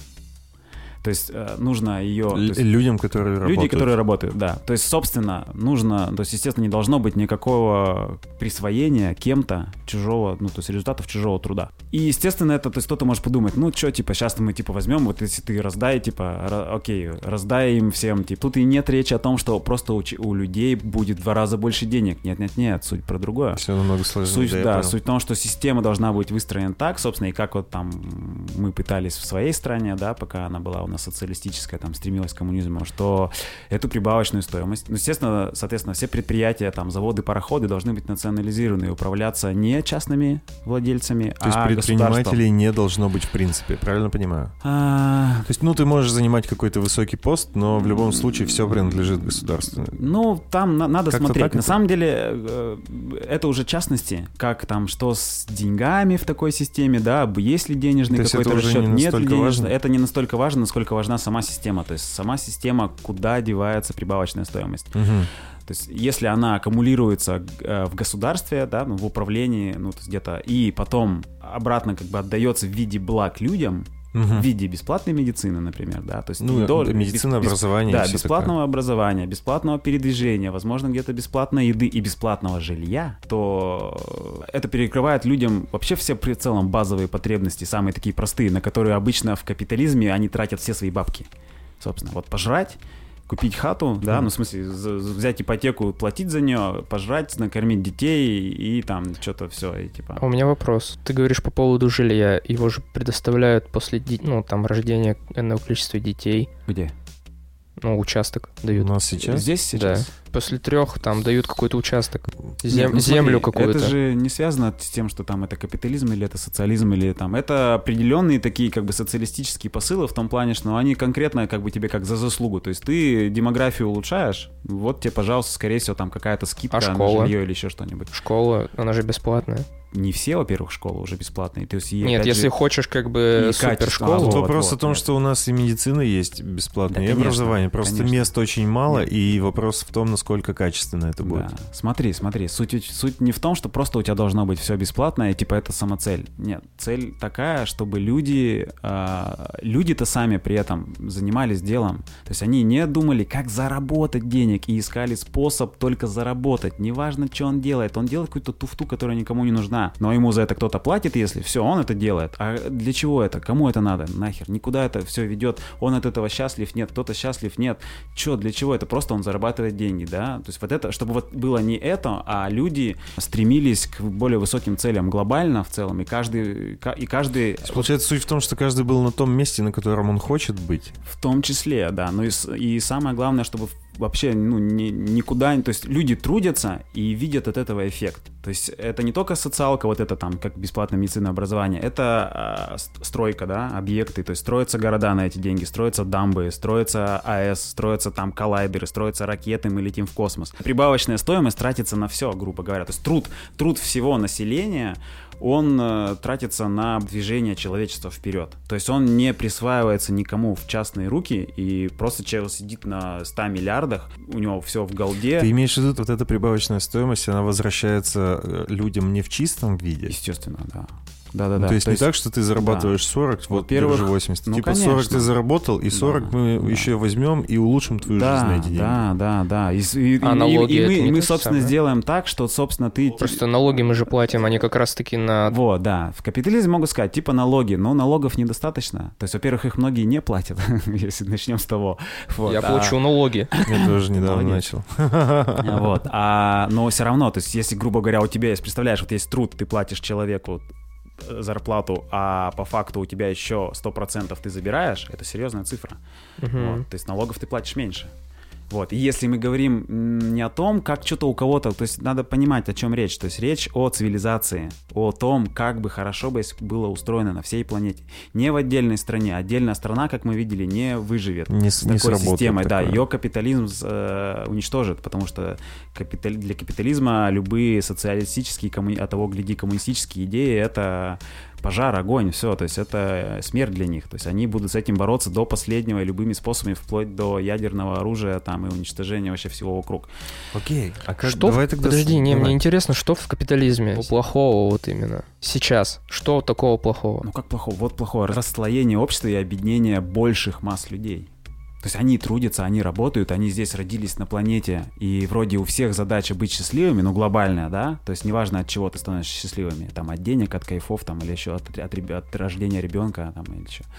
B: То есть э, нужно ее...
A: Л-
B: есть,
A: людям, которые
B: люди,
A: работают.
B: Люди, которые работают, да. То есть, собственно, нужно... То есть, естественно, не должно быть никакого присвоения кем-то чужого, ну, то есть результатов чужого труда. И, естественно, это... То есть кто-то может подумать, ну, что, типа, сейчас мы, типа, возьмем, вот если ты раздай, типа, р- окей, раздай им всем, типа... Тут и нет речи о том, что просто у, у людей будет в два раза больше денег. Нет-нет-нет, суть про другое.
A: Все намного сложнее.
B: Суть, да, суть в том, что система должна быть выстроена так, собственно, и как вот там мы пытались в своей стране, да, пока она была у нас социалистическая, там, стремилась к коммунизму, что эту прибавочную стоимость, ну, естественно, соответственно, все предприятия, там, заводы, пароходы должны быть национализированы и управляться не частными владельцами,
A: то есть
B: а
A: предпринимателей не должно быть в принципе, правильно понимаю?
B: А...
A: То есть, ну, ты можешь занимать какой-то высокий пост, но в любом случае все принадлежит государству.
B: Ну, там на- надо
A: Как-то
B: смотреть. На
A: это?
B: самом деле, э, это уже частности, как там, что с деньгами в такой системе, да, есть ли денежный
A: то есть
B: какой-то
A: это уже
B: расчет,
A: не
B: нет ли
A: настолько
B: денежного.
A: важно?
B: Это не настолько важно, насколько важна сама система. То есть сама система, куда девается прибавочная стоимость.
A: Угу.
B: То есть если она аккумулируется э, в государстве, да, ну, в управлении, ну, то есть где-то, и потом обратно как бы отдается в виде благ людям,
A: угу.
B: в виде бесплатной медицины, например, да, то есть
A: ну,
B: до,
A: медицина,
B: бес,
A: образование,
B: да,
A: и
B: бесплатного
A: такое.
B: образования, бесплатного передвижения, возможно, где-то бесплатной еды и бесплатного жилья, то это перекрывает людям вообще все в целом базовые потребности, самые такие простые, на которые обычно в капитализме они тратят все свои бабки. Собственно, вот пожрать, купить хату, да, mm. ну, в смысле, взять ипотеку, платить за нее, пожрать, накормить детей и там что-то все, и типа...
C: А у меня вопрос. Ты говоришь по поводу жилья. Его же предоставляют после, ну, там, рождения энного количества детей.
B: Где?
C: Ну, участок дают.
A: У нас сейчас?
B: Здесь сейчас?
C: Да. После трех там дают какой-то участок. Зем...
B: Нет, ну,
C: землю
B: смотри,
C: какую-то.
B: Это же не связано с тем, что там это капитализм или это социализм, или там... Это определенные такие как бы социалистические посылы в том плане, что они конкретно как бы тебе как за заслугу. То есть ты демографию улучшаешь, вот тебе, пожалуйста, скорее всего, там какая-то скидка
C: а
B: на жилье или еще что-нибудь.
C: Школа, она же бесплатная.
B: Не все, во-первых, школы уже бесплатные. То есть,
C: Нет, если же, хочешь как бы супершколу...
A: А,
C: вот,
A: вопрос
C: вот,
A: о том,
B: вот.
A: что у нас и медицина есть бесплатная,
B: да,
A: и
B: конечно,
A: образование. Просто
B: конечно.
A: мест очень мало, Нет. и вопрос в том, насколько насколько качественно это будет.
B: Да. Смотри, смотри, суть, суть не в том, что просто у тебя должно быть все бесплатное, типа это самоцель. Нет, цель такая, чтобы люди, э, люди-то сами при этом занимались делом. То есть они не думали, как заработать денег, и искали способ только заработать. Неважно, что он делает. Он делает какую-то туфту, которая никому не нужна. Но ему за это кто-то платит, если все, он это делает. А для чего это? Кому это надо? Нахер. Никуда это все ведет. Он от этого счастлив? Нет. Кто-то счастлив? Нет. Че, для чего это? Просто он зарабатывает деньги, да? То есть вот это, чтобы вот было не это, а люди стремились к более высоким целям глобально в целом, и каждый... И каждый...
A: Получается, суть в том, что каждый был на том месте, на котором он хочет быть.
B: В том числе, да. Ну и, и самое главное, чтобы вообще ну, ни, никуда... То есть люди трудятся и видят от этого эффект. То есть это не только социалка, вот это там, как бесплатное медицинское образование, это э, стройка, да, объекты, то есть строятся города на эти деньги, строятся дамбы, строятся АЭС, строятся там коллайдеры, строятся ракеты, мы летим в космос. Прибавочная стоимость тратится на все, грубо говоря. То есть труд, труд всего населения, он э, тратится на движение человечества вперед. То есть он не присваивается никому в частные руки, и просто человек сидит на ста миллиардах, у него все в голде.
A: Ты имеешь в виду, вот эта прибавочная стоимость, она возвращается людям не в чистом виде?
B: Естественно, да. Да-да-да.
A: Ну, то есть
B: то
A: не
B: есть,
A: так, что ты зарабатываешь да. сорок, вот держи восемьдесят.
B: Ну,
A: типа
B: конечно.
A: сорок ты заработал, и сорок да, мы да. еще возьмем и улучшим твою
B: да,
A: жизнь на эти деньги.
B: Да, да, да. И, и,
C: а
B: и,
C: налоги
B: и, и мы, и мы
C: то
B: собственно,
C: самое?
B: сделаем так, что, собственно, ты...
C: Просто налоги мы же платим, они как раз-таки на...
B: Вот, да. В капитализме могут сказать, типа налоги, но налогов недостаточно. То есть, во-первых, их многие не платят, если начнем с того. Вот.
C: Я а... плачу налоги.
A: Я тоже недавно начал.
B: Вот. А, но все равно, то есть, если, грубо говоря, у тебя есть, представляешь, вот есть труд, ты платишь человеку зарплату, а по факту у тебя еще сто процентов ты забираешь, это серьезная цифра. Uh-huh. Вот, то есть налогов ты платишь меньше. Вот. И если мы говорим не о том, как что-то у кого-то, то есть надо понимать, о чем речь. То есть речь о цивилизации, о том, как бы хорошо бы было устроено на всей планете. Не в отдельной стране. Отдельная страна, как мы видели, не выживет
A: не,
B: с
A: не
B: такой системой. Да,
A: такое.
B: ее капитализм э, уничтожит, потому что капитали... для капитализма любые социалистические, комму... а того гляди, коммунистические идеи — это пожар, огонь, все, то есть это смерть для них, то есть они будут с этим бороться до последнего и любыми способами, вплоть до ядерного оружия там и уничтожения вообще всего вокруг.
A: Окей, а как?
C: Что
A: Давай
C: в...
A: тогда...
C: Подожди, не,
A: Давай.
C: мне интересно, что в капитализме плохого вот именно сейчас? Что такого плохого?
B: Ну как плохого? Вот плохое расслоение общества и объединение больших масс людей. То есть они трудятся, они работают, они здесь родились на планете, и вроде у всех задача быть счастливыми, ну глобальная, да? То есть неважно, от чего ты становишься счастливыми, там от денег, от кайфов, там, или еще от, от, от рождения ребенка, там, или еще.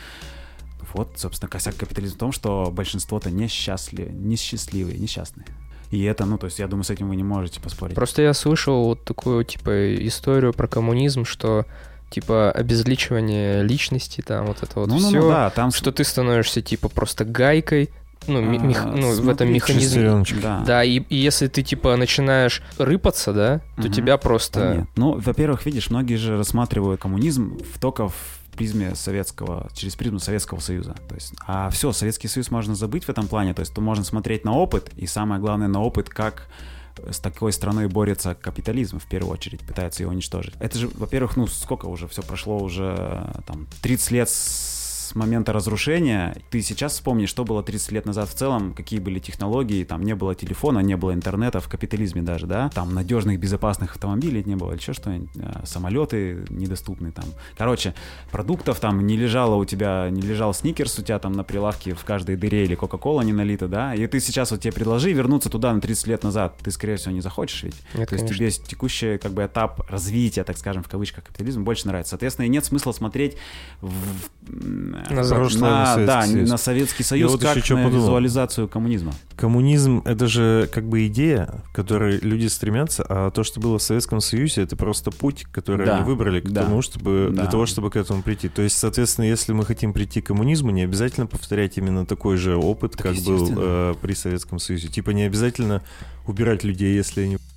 B: Вот, собственно, косяк капитализма в том, что большинство-то несчастливы, несчастливые, несчастные. И это, ну, то есть я думаю, с этим вы не можете поспорить.
C: Просто я слышал вот такую, типа, историю про коммунизм, что типа обезличивание личности, там вот это вот
B: ну,
C: все,
B: ну, ну, да, там...
C: что ты становишься типа просто гайкой, ну, ми- мех...
B: а,
C: ну
B: смотри,
C: в этом механизме.
B: Да,
C: да и, и если ты типа начинаешь рыпаться, да, то угу. тебя просто...
B: Да, нет. Ну, во-первых, видишь, многие же рассматривают коммунизм в только в призме советского, через призму Советского Союза. То есть, а все, Советский Союз можно забыть в этом плане, то есть то можно смотреть на опыт, и самое главное на опыт, как с такой страной борется капитализм, в первую очередь, пытается его уничтожить. Это же, во-первых, ну, сколько уже, все прошло уже, там, тридцать лет с момента разрушения. Ты сейчас вспомни, что было тридцать лет назад в целом, какие были технологии, там не было телефона, не было интернета, в капитализме даже, да, там надежных, безопасных автомобилей не было, или еще что-нибудь, самолеты недоступны, там, короче, продуктов там не лежало у тебя, не лежал сникерс у тебя там на прилавке в каждой дыре или кока-кола не налита, да, и ты сейчас вот тебе предложи вернуться туда на тридцать лет назад, ты, скорее всего, не захочешь ведь.
C: Нет,
B: то есть
C: конечно.
B: тебе текущий, как бы, этап развития, так скажем, в кавычках, капитализма больше нравится. Соответственно, и нет смысла смотреть в
C: на,
B: на, на, да, на Советский Союз
A: вот
B: как на
A: подумал.
B: визуализацию коммунизма.
A: Коммунизм — это же как бы идея, к которой люди стремятся, а то, что было в Советском Союзе, это просто путь, который да, они выбрали к да, тому, чтобы, да. для того, чтобы к этому прийти. То есть, соответственно, если мы хотим прийти к коммунизму, не обязательно повторять именно такой же опыт, так как был э, при Советском Союзе. Типа не обязательно убирать людей, если они...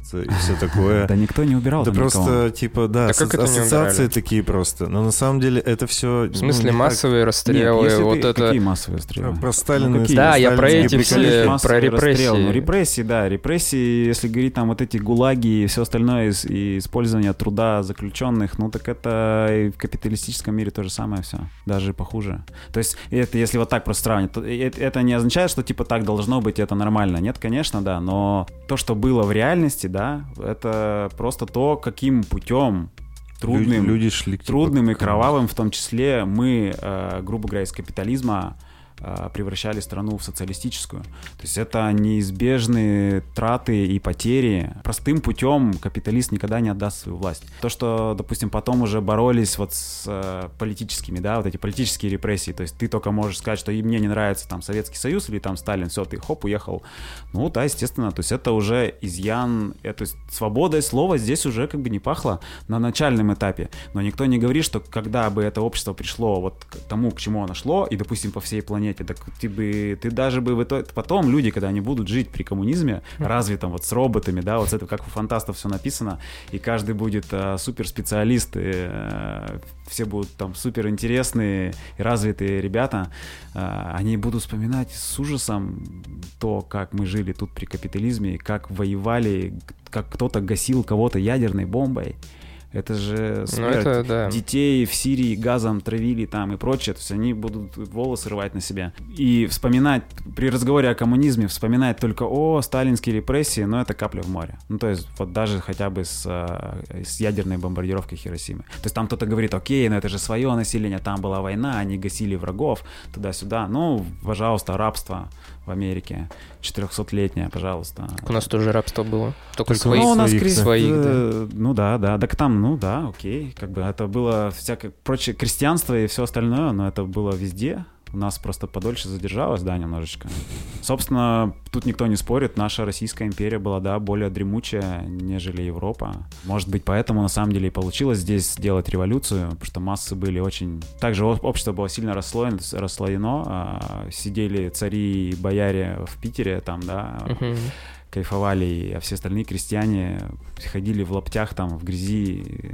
A: убираться и все такое.
B: Да никто не убирал.
A: Да просто, типа, да, ассоциации такие просто. Но на самом деле это все...
C: В смысле массовые расстрелы, вот это...
B: Какие массовые расстрелы?
A: Про Сталина.
C: Да, я про эти все, про репрессии.
B: Ну, репрессии, да, репрессии, если говорить там вот эти гулаги и все остальное, и использование труда заключенных, ну так это и в капиталистическом мире то же самое все, даже похуже. То есть это, если вот так просто сравнивать, то это не означает, что типа так должно быть, это нормально. Нет, конечно, да, но то, что было в реальности, да, это просто то, каким путем трудным,
A: люди, люди шли к
B: трудным типа, и кровавым, в том числе мы, э, грубо говоря, из капитализма превращали страну в социалистическую. То есть это неизбежные траты и потери. Простым путем капиталист никогда не отдаст свою власть. То, что, допустим, потом уже боролись вот с э, политическими, да, вот эти политические репрессии, то есть ты только можешь сказать, что и мне не нравится там Советский Союз или там Сталин, все, ты хоп, уехал. Ну да, естественно, то есть это уже изъян, это, то есть свободой слова здесь уже как бы не пахло на начальном этапе. Но никто не говорит, что когда бы это общество пришло вот к тому, к чему оно шло, и, допустим, по всей планете, так ты бы, ты даже бы в итоге, потом люди, когда они будут жить при коммунизме, развитом вот с роботами, да, вот это как у фантастов все написано, и каждый будет а, суперспециалист, и, а, все будут там суперинтересные и развитые ребята, а, они будут вспоминать с ужасом то, как мы жили тут при капитализме, как воевали, как кто-то гасил кого-то ядерной бомбой. Это же смерть. Ну, это, да. Детей в Сирии газом травили там и прочее. То есть они будут волосы рвать на себя. И вспоминать, при разговоре о коммунизме, вспоминать только о сталинские репрессии, но это капля в море. Ну, то есть вот даже хотя бы с, с ядерной бомбардировкой Хиросимы. То есть там кто-то говорит, окей, но это же свое население, там была война, они гасили врагов, туда-сюда. Ну, пожалуйста, рабство в Америке четырехсотлетнее, пожалуйста.
C: У нас тоже рабство было. Только,
B: Только
C: своих.
B: Ну, у нас
C: своих,
B: крест...
C: своих, да.
B: Ну да, да. Так там, ну да, окей. Как бы это было всякое прочее крестьянство и все остальное, но это было везде. У нас просто подольше задержалось, да, немножечко. Собственно, тут никто не спорит, наша Российская империя была, да, более дремучая, нежели Европа. Может быть, поэтому на самом деле и получилось здесь сделать революцию, потому что массы были очень... Также общество было сильно расслоено, расслоено а сидели цари и бояре в Питере там, да, uh-huh. кайфовали, а все остальные крестьяне ходили в лаптях там, в грязи,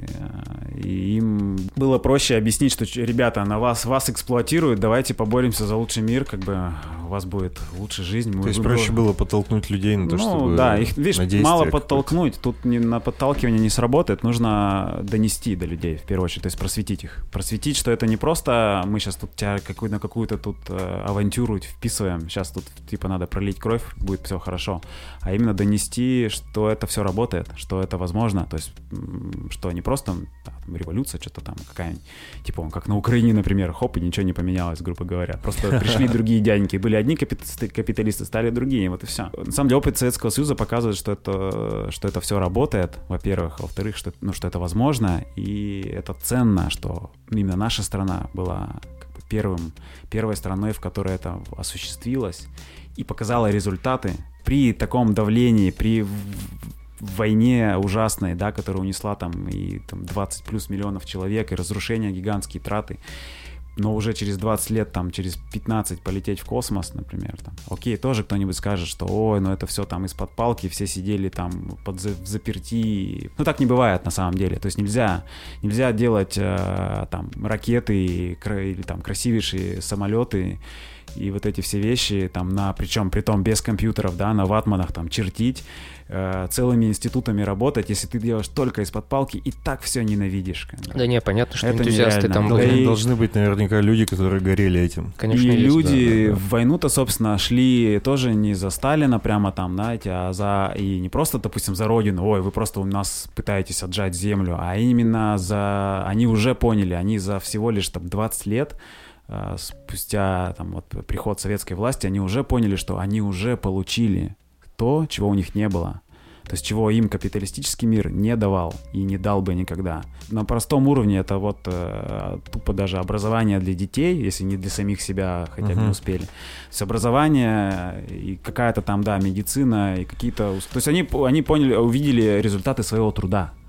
B: и им было проще объяснить, что, ребята, на вас, вас эксплуатируют, давайте поборемся за лучший мир, как бы у вас будет лучшая жизнь.
A: То есть проще было подтолкнуть людей на то,
B: ну,
A: чтобы...
B: да, их, видишь, мало подтолкнуть, тут не, на подталкивание не сработает, нужно донести до людей, в первую очередь, то есть просветить их. Просветить, что это не просто мы сейчас тут тебя какую- на какую-то тут э, авантюру вписываем, сейчас тут типа надо пролить кровь, будет все хорошо, а именно донести, что это все работает, что это возможно, то есть, что не просто там, революция, что-то там какая-нибудь, типа, как на Украине, например, хоп, и ничего не поменялось, грубо говоря. Просто пришли другие дяденьки, были одни капиталисты, стали другие, вот и все. На самом деле, опыт Советского Союза показывает, что это, что это все работает, во-первых, во-вторых, что, ну, что это возможно, и это ценно, что именно наша страна была как бы первым, первой страной, в которой это осуществилось, и показала результаты. При таком давлении, при войне ужасной, да, которая унесла там и там, двадцать плюс миллионов человек, и разрушения, гигантские траты, но уже через двадцать лет, там, через пятнадцать полететь в космос, например, там, окей, тоже кто-нибудь скажет, что ой, ну это все там из-под палки, все сидели там под за- заперти. Ну так не бывает на самом деле, то есть нельзя, нельзя делать э, там ракеты или там красивейшие самолеты и вот эти все вещи, там, на, причем, при том, без компьютеров, да, на ватманах, там, чертить, э, целыми институтами работать, если ты делаешь только из-под палки, и так все ненавидишь. Конечно.
C: Да не, понятно, что
B: это
C: энтузиасты там
A: должны,
C: были.
A: Должны быть наверняка люди, которые горели этим.
C: Конечно,
B: и
C: есть,
B: люди
C: да, да, да.
B: в войну-то, собственно, шли тоже не за Сталина прямо там, знаете, а за, и не просто, допустим, за родину, ой, вы просто у нас пытаетесь отжать землю, а именно за, они уже поняли, они за всего лишь там двадцать лет, спустя там, вот, приход советской власти, они уже поняли, что они уже получили то, чего у них не было. То есть чего им капиталистический мир не давал и не дал бы никогда. На простом уровне это вот э, тупо даже образование для детей, если не для самих себя, хотя бы uh-huh. не успели. То есть образование и какая-то там, да, медицина и какие-то... То есть они, они поняли, увидели результаты своего труда.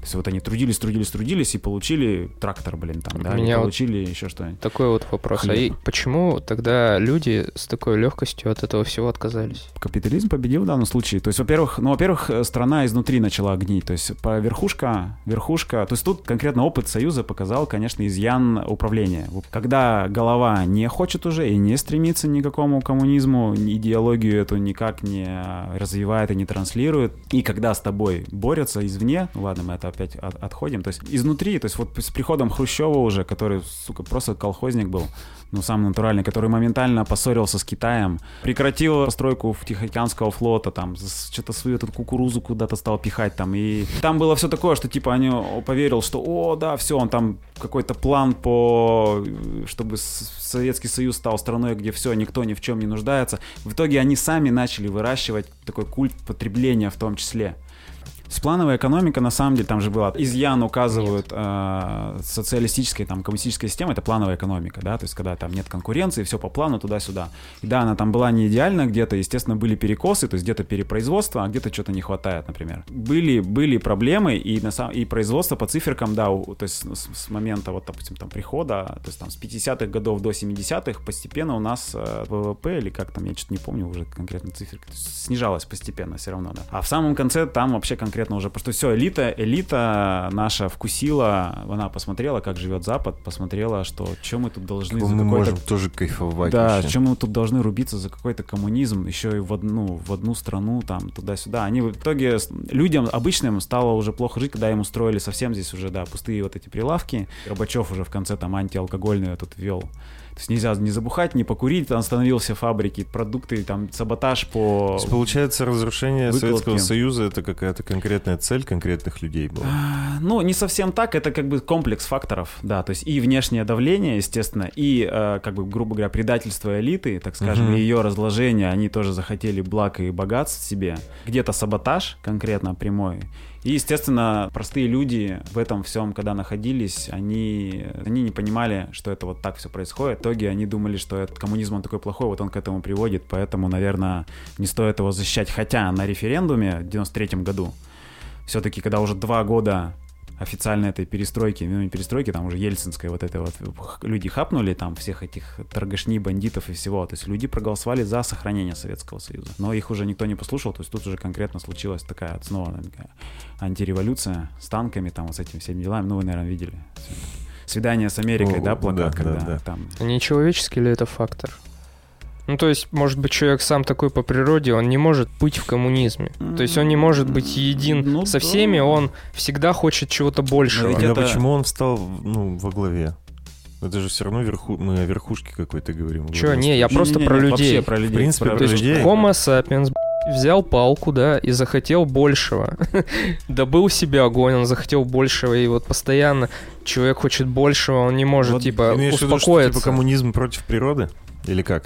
B: То есть вот они трудились, трудились, трудились и получили трактор, блин, там, да, и получили вот еще что-нибудь.
C: Такой вот вопрос. Хлеб. А и почему тогда люди с такой легкостью от этого всего отказались?
B: Капитализм победил в данном случае. То есть, во-первых, ну, во-первых, страна изнутри начала гнить. То есть, по верхушка, верхушка... То есть, тут конкретно опыт Союза показал, конечно, изъян управления. Когда голова не хочет уже и не стремится ни к какому коммунизму, идеологию эту никак не развивает и не транслирует, и когда с тобой борются извне, ну ладно, мы это опять от, отходим, то есть изнутри, то есть вот с приходом Хрущева уже, который, сука, просто колхозник был, ну, самый натуральный, который моментально поссорился с Китаем, прекратил постройку Тихоокеанского флота, там, что-то свою эту кукурузу куда-то стал пихать, там, и там было все такое, что, типа, они поверил, что, о, да, все, он там какой-то план по, чтобы Советский Союз стал страной, где все, никто ни в чем не нуждается. В итоге они сами начали выращивать такой культ потребления в том числе. Плановая экономика, на самом деле, там же была изъян, указывают э, социалистической, там, коммунистической системы, это плановая экономика, да, то есть когда там нет конкуренции, все по плану туда-сюда. И да, она там была не идеальна, где-то, естественно, были перекосы, то есть где-то перепроизводство, а где-то что-то не хватает, например. Были, были проблемы, и, на самом, и производство по циферкам, да, у, то есть с, с момента, вот, допустим, там, прихода, то есть там с пятидесятых годов до семидесятых постепенно у нас э, ВВП, или как там, я что-то не помню уже конкретно циферки, снижалось постепенно все равно, да. А в самом конце там вообще конкретно уже, потому что все, элита, элита наша вкусила, она посмотрела, как живет Запад, посмотрела, что чем мы тут должны...
A: Как
B: за
A: мы
B: какой-то...
A: можем тоже кайфовать.
B: Да,
A: вообще.
B: чем мы тут должны рубиться за какой-то коммунизм, еще и в одну, в одну страну, там, туда-сюда. Они в итоге, людям обычным стало уже плохо жить, когда им устроили совсем здесь уже, да, пустые вот эти прилавки. Горбачев уже в конце там антиалкогольную тут ввел. То есть нельзя не забухать, не покурить, там остановился фабрики, продукты, там саботаж по...
A: То есть, получается, разрушение выкладки. Советского Союза — это какая-то конкретная цель конкретных людей была?
B: А, ну, не совсем так, это как бы комплекс факторов, да, то есть и внешнее давление, естественно, и, э, как бы, грубо говоря, предательство элиты, так скажем, uh-huh. и ее разложение, они тоже захотели благ и богатств себе, где-то саботаж конкретно прямой. И, естественно, простые люди в этом всем, когда находились, они, они не понимали, что это вот так все происходит. В итоге они думали, что этот коммунизм, он такой плохой, вот он к этому приводит, поэтому, наверное, не стоит его защищать. Хотя на референдуме в девяносто третьем году, все-таки, когда уже два года официально этой перестройки, ну не перестройки, там уже ельцинской вот это вот, люди хапнули там всех этих торгашни, бандитов и всего, то есть люди проголосовали за сохранение Советского Союза, но их уже никто не послушал, то есть тут уже конкретно случилась такая снова такая антиреволюция с танками, там вот с этими всеми делами, ну вы, наверное, видели. Свидание с Америкой, О, да, плакат, да, когда да, да. там...
C: Не человеческий ли это фактор? Ну, то есть, может быть, человек сам такой по природе, он не может быть в коммунизме. То есть он не может быть един ну, со всеми, да. Он всегда хочет чего-то большего.
A: А это... почему он встал, ну, во главе? Это же все равно верху... мы о верхушке какой-то говорим.
C: Че, не, я просто
B: не, не,
C: про
B: не,
C: людей.
B: Про людей.
A: В принципе, про,
C: про
A: людей.
C: Homo sapiens взял палку, да, и захотел большего. Добыл себе огонь, он захотел большего, и вот постоянно человек хочет большего, он не может, вот, типа, успокоиться. Виду, что,
A: типа, коммунизм против природы? Или как?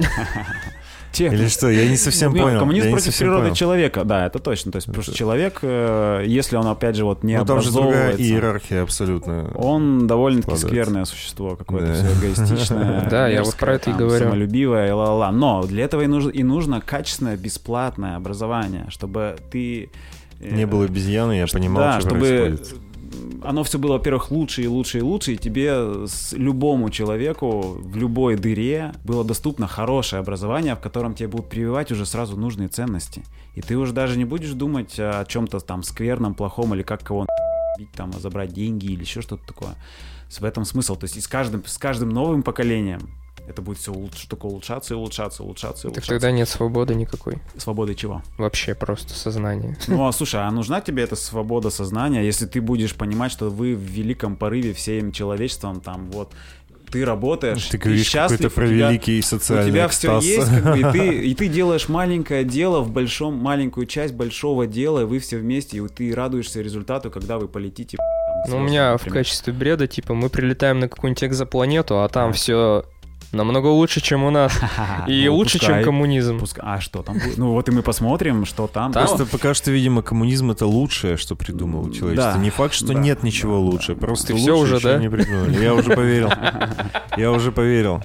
B: Тех...
A: Или что? Я не совсем
B: ну,
A: понял.
B: Коммунизм
A: я
B: против природы
A: понял.
B: человека, да, это точно. То есть, потому что человек, если он, опять же, вот не
A: ну,
B: образовывается...
A: там же другая иерархия абсолютно.
B: Он довольно-таки скверное существо какое-то, все эгоистичное.
C: Да, я вот про это и говорю.
B: Самолюбивое, ла-ла-ла. Но для этого и нужно качественное, бесплатное образование, чтобы ты...
A: Не был обезьяной, я понимал, что происходит.
B: Оно все было, во-первых, лучше и лучше и лучше, и тебе, с любому человеку, в любой дыре было доступно хорошее образование, в котором тебе будут прививать уже сразу нужные ценности. И ты уже даже не будешь думать о чем-то там скверном, плохом, или как кого бить, там, забрать деньги или еще что-то такое. В этом смысл. То есть и с каждым, с каждым новым поколением это будет все улуч- только улучшаться и улучшаться, улучшаться и улучшаться.
C: Так тогда нет свободы никакой.
B: Свободы чего?
C: Вообще просто сознание.
B: Ну, а слушай, а нужна тебе эта свобода сознания, если ты будешь понимать, что вы в великом порыве всем человечеством, там, вот, ты работаешь,
A: ты говоришь,
B: ты счастлив,
A: какой-то про
B: тебя,
A: великий социальный
B: у тебя
A: экстаз.
B: все есть, как бы, и, ты, и ты делаешь маленькое дело в большом, маленькую часть большого дела, и вы все вместе, и ты радуешься результату, когда вы полетите. Там,
C: ну, у меня например. В качестве бреда, типа, мы прилетаем на какую-нибудь экзопланету, а там а. все... Намного лучше, чем у нас. И
B: Ну,
C: лучше,
B: пускай.
C: чем коммунизм.
B: Пускай- А что там будет? Ну вот и мы посмотрим, что там.
A: Просто пока что, видимо, коммунизм — это лучшее, что придумало человечество.
B: Да.
A: Не факт, что
B: Да.
A: нет ничего
B: Да.
A: лучше.
B: Да.
A: Просто
C: Ты
A: лучше
C: всё уже,
A: еще
C: да?
A: не придумали. Я уже поверил. Я уже поверил.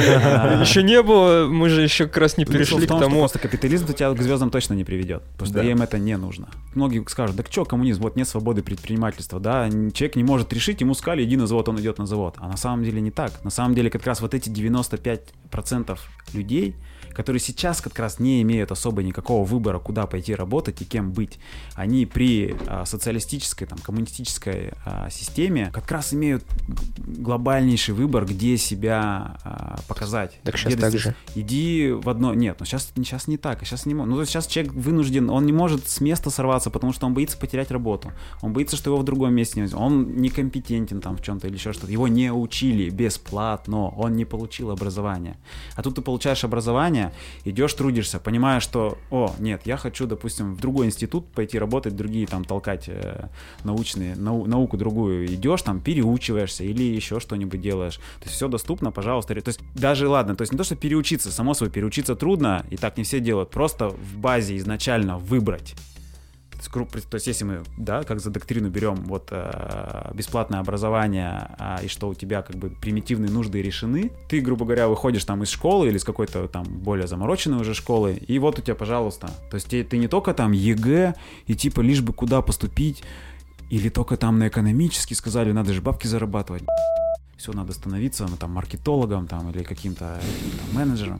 C: Еще не было, мы же еще как раз не
B: Смысл
C: перешли
B: в
C: к
B: том, что
C: тому.
B: просто капитализм тебя к звездам точно не приведет, потому что
A: Да.
B: им это не нужно. Многие скажут, да что коммунизм, вот нет свободы предпринимательства, да, человек не может решить, ему сказали, иди на завод, он идет на завод. А на самом деле не так. На самом деле как раз вот эти девяносто пять процентов людей, которые сейчас как раз не имеют особо никакого выбора, куда пойти работать и кем быть, они при а, социалистической, там, коммунистической а, системе как раз имеют глобальнейший выбор, где себя а, показать.
C: Так
B: Где
C: сейчас
B: ты
C: так
B: здесь-
C: же.
B: Иди в одно... Нет, ну сейчас, сейчас не так. Сейчас не мо- Ну, то есть сейчас человек вынужден, он не может с места сорваться, потому что он боится потерять работу. Он боится, что его в другом месте не возьмут. Он некомпетентен там в чем-то или еще что-то. Его не учили бесплатно. Он не получил образование. А тут ты получаешь образование, идешь, трудишься, понимая, что, о, нет, я хочу, допустим, в другой институт пойти работать, другие там толкать э, научные, нау- науку другую. Идешь там, переучиваешься или еще что-нибудь делаешь. То есть все доступно, пожалуйста. То есть даже, ладно, то есть не то, что переучиться, само собой, переучиться трудно, и так не все делают. Просто в базе изначально выбрать. То есть, гру- то есть если мы, да, как за доктрину берем вот э, бесплатное образование, а, и что у тебя как бы примитивные нужды решены, ты, грубо говоря, выходишь там из школы или из какой-то там более замороченной уже школы, и вот у тебя, пожалуйста. То есть ты, ты не только там ЕГЭ, и типа лишь бы куда поступить, или только там на экономический сказали, надо же бабки зарабатывать. Все, надо становиться, ну, там, маркетологом там, или каким-то там, менеджером.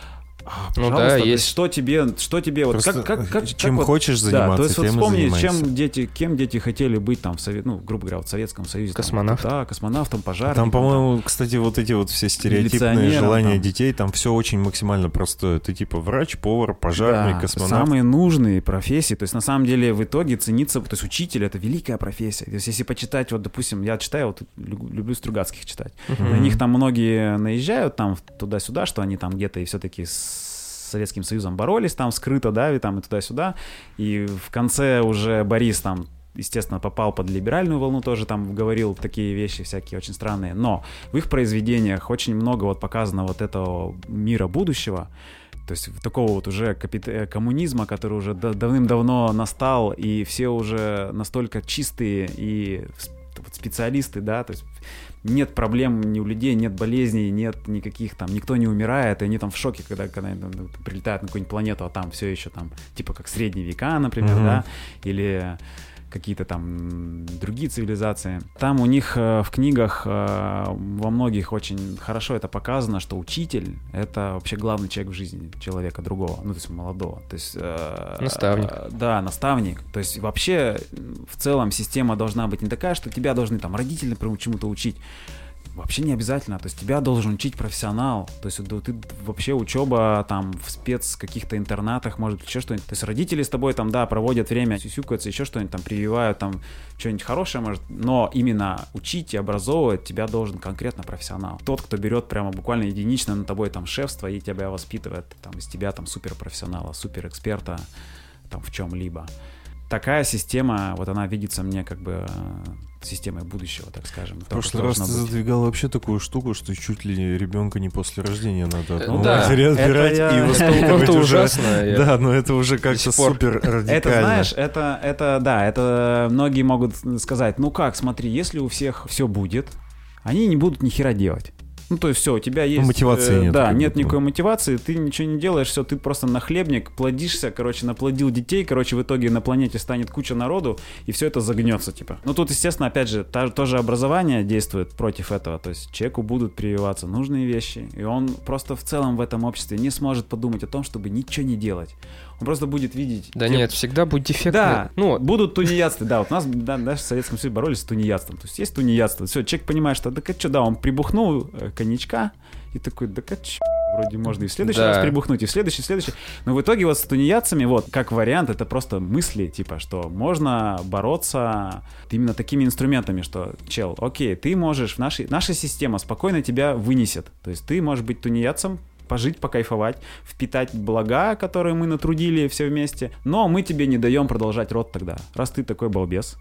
B: А,
C: Ну да,
B: пожалуйста, то
C: есть.
B: Что тебе, что тебе, вот
A: Просто
B: как, как, как,
A: чем
B: как вот-
A: хочешь
B: да,
A: заниматься,
B: то есть вот
A: тем и
B: вспомни,
A: занимайся.
B: чем дети, кем дети хотели быть там в Совет, ну, грубо говоря, вот в Советском Союзе. там,
C: Космонавт.
B: да, космонавтом, пожарником.
A: Там, по-моему, кстати, вот эти вот все стереотипные
B: Милиционером
A: желания
B: там.
A: детей, там все очень максимально простое. Ты типа врач, повар, пожарник,
B: Да,
A: космонавт.
B: самые нужные профессии. То есть, на самом деле, в итоге ценится... То есть, учитель — это великая профессия. То есть, если почитать, вот, допустим, я читаю, вот, лю- люблю Стругацких читать. На них там многие наезжают там туда-сюда, что они там где-то и все-таки с Советским Союзом боролись там скрыто, да, и там и туда-сюда. И в конце уже Борис там, естественно, попал под либеральную волну, тоже там говорил такие вещи всякие очень странные. Но в их произведениях очень много вот показано вот этого мира будущего. То есть такого вот уже капит- коммунизма, который уже да- давным-давно настал, и все уже настолько чистые и вот специалисты, да, то есть нет проблем ни у людей, нет болезней, нет никаких там, никто не умирает, и они там в шоке, когда, когда ну, прилетают на какую-нибудь планету, а там все еще там, типа как средние века, например,
A: Мгм.
B: да, или какие-то там другие цивилизации. Там у них э, в книгах э, во многих очень хорошо это показано, что учитель — это вообще главный человек в жизни человека другого, ну, то есть молодого. То есть, э,
C: Наставник.
B: э, да, наставник. То есть вообще в целом система должна быть не такая, что тебя должны там родители, например, чему-то учить. Вообще не обязательно, то есть тебя должен учить профессионал, то есть да, ты вообще учеба там в спец каких-то интернатах, может быть, еще что-нибудь, то есть родители с тобой там, да, проводят время, сюсюкаются, еще что-нибудь там, прививают там что-нибудь хорошее, может, но именно учить и образовывать тебя должен конкретно профессионал, тот, кто берет прямо буквально единично над тобой там шефство и тебя воспитывает, там, из тебя там суперпрофессионала, суперэксперта там в чем-либо. Такая система, вот она видится мне как бы системой будущего, так скажем.
A: В прошлый раз ты задвигал вообще такую штуку, что чуть ли ребенка не после рождения надо от
C: Ну да,
A: матери отбирать
B: это я-
A: и воспитывать
C: Это
A: уже.
C: ужасно. я-
A: Да, но это уже как-то
C: сих пор-
A: супер радикально.
B: Это, знаешь, это, это, да, это многие могут сказать, ну как, смотри, если у всех все будет, они не будут ни хера делать. Ну, то есть все, у тебя есть...
A: мотивации
B: э,
A: нет,
B: Да,
A: как
B: нет
A: будто бы.
B: никакой мотивации, ты ничего не делаешь, все, ты просто нахлебник, плодишься, короче, наплодил детей, короче, в итоге на планете станет куча народу, и все это загнется, типа. Ну, тут, естественно, опять же, та, тоже образование действует против этого, то есть человеку будут прививаться нужные вещи, и он просто в целом в этом обществе не сможет подумать о том, чтобы ничего не делать. Он просто будет видеть...
C: Да
B: те-
C: нет, всегда будет дефектно.
B: Да,
C: Ну,
B: будут тунеядцы, да, вот у нас, да, даже в Советском Союзе боролись с тунеядством, то есть есть тунеядство, все, человек понимает, что, да, что, да, он прибухнул э, коньячка, и такой, да, чё, вроде можно и в следующий
C: Да.
B: раз прибухнуть, и в следующий, в следующий, но в итоге вот с тунеядцами, вот, как вариант, это просто мысли, типа, что можно бороться именно такими инструментами, что, чел, окей, ты можешь, в нашей, наша система спокойно тебя вынесет, то есть ты можешь быть тунеядцем, пожить, покайфовать, впитать блага, которые мы натрудили все вместе, но мы тебе не даем продолжать род тогда, раз ты такой балбес.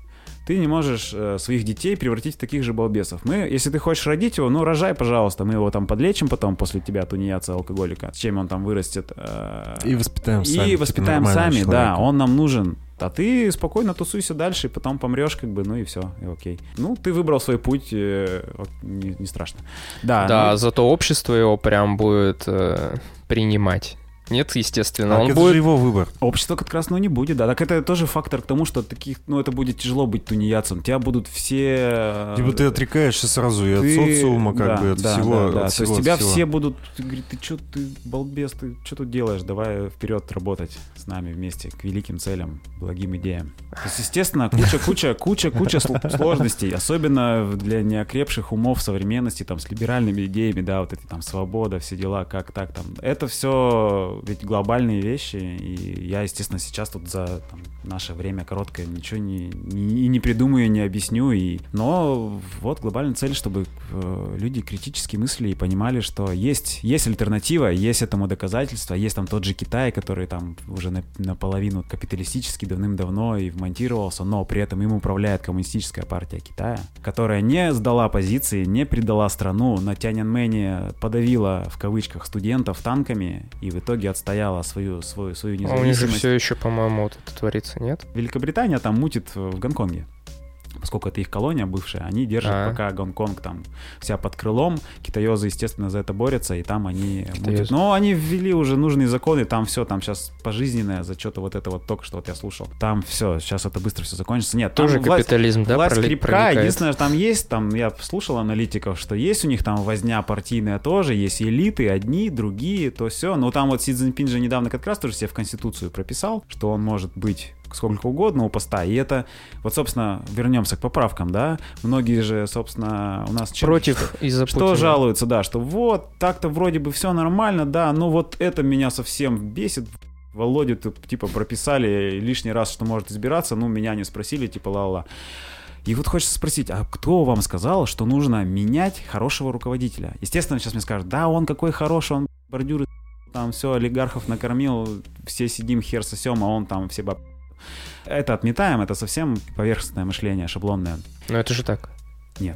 B: ты не можешь э, своих детей превратить в таких же балбесов. Мы, если ты хочешь родить его, ну, рожай, пожалуйста, мы его там подлечим потом после тебя, тунеядца, алкоголика, с чем он там вырастет. Э,
A: и воспитаем
B: и
A: сами.
B: И воспитаем сами, человека. Да, он нам нужен. А ты спокойно тусуйся дальше, и потом помрешь, как бы, ну и все, и окей. Ну, ты выбрал свой путь, э, не, не страшно. Да,
C: да
B: ну...
C: зато общество его прям будет э, принимать. Нет, естественно.
A: А
C: он
A: это
C: будет...
A: же его выбор.
B: Общество как раз, ну, не будет, да. Так это тоже фактор к тому, что таких, ну, это будет тяжело быть тунеядцем. Тебя будут все...
A: Типа ты отрекаешься сразу и ты... от социума, как да, бы, от
B: да,
A: всего.
B: Да, да.
A: От
B: То
A: всего,
B: есть тебя
A: всего.
B: все будут... Ты говоришь, ты что, ты балбес, ты что тут делаешь? Давай вперед работать с нами вместе к великим целям, благим идеям. То есть, естественно, куча, куча, куча, куча сложностей, особенно для неокрепших умов современности, там, с либеральными идеями, да, вот эти там свобода, все дела, как так там. Это все ведь глобальные вещи, и я, естественно, сейчас тут за там, наше время короткое ничего не, не, не придумаю, не объясню, и... но вот глобальная цель, чтобы э, люди критически мыслили и понимали, что есть, есть альтернатива, есть этому доказательства, есть там тот же Китай, который там уже на, наполовину капиталистический давным-давно и вмонтировался, но при этом им управляет коммунистическая партия Китая, которая не сдала позиции, не предала страну, на Тяньаньмэне подавила, в кавычках, студентов танками и в итоге отстояла свою, свою, свою независимость.
C: А у них же все еще, по-моему, вот это творится, нет?
B: Великобритания там мутит в Гонконге. Поскольку это их колония бывшая, они держат А-а-а. пока Гонконг там вся под крылом. Китаёзы, естественно, за это борются, и там они
C: Китаёзы.
B: мутят. Но они ввели уже нужные законы, там все, там сейчас пожизненное за что-то вот это вот только что вот я слушал. Там все, сейчас это быстро все закончится. Нет,
C: тоже
B: там
C: капитализм,
B: власть,
C: да,
B: власть
C: проли-
B: крепка.
C: проникает.
B: Единственное, там есть, там я слушал аналитиков, что есть у них там возня партийная тоже, есть элиты, одни, другие, то все. Но там вот Си Цзиньпин же недавно как раз тоже себе в Конституцию прописал, что он может быть сколько угодно у поста, и это, вот, собственно, вернемся к поправкам, да, многие же, собственно, у нас...
C: Против
B: что,
C: из-за
B: Что
C: Путина.
B: жалуются, да, что вот, так-то вроде бы все нормально, да, но вот это меня совсем бесит, Володю, типа, прописали лишний раз, что может избираться, ну, меня не спросили, типа, ла-ла. И вот хочется спросить, а кто вам сказал, что нужно менять хорошего руководителя? Естественно, сейчас мне скажут, да, он какой хороший, он бордюры, там все, олигархов накормил, все сидим, хер сосем, а он там все баб... Это отметаем, это совсем поверхностное мышление, шаблонное.
C: Но это же так.
B: Нет.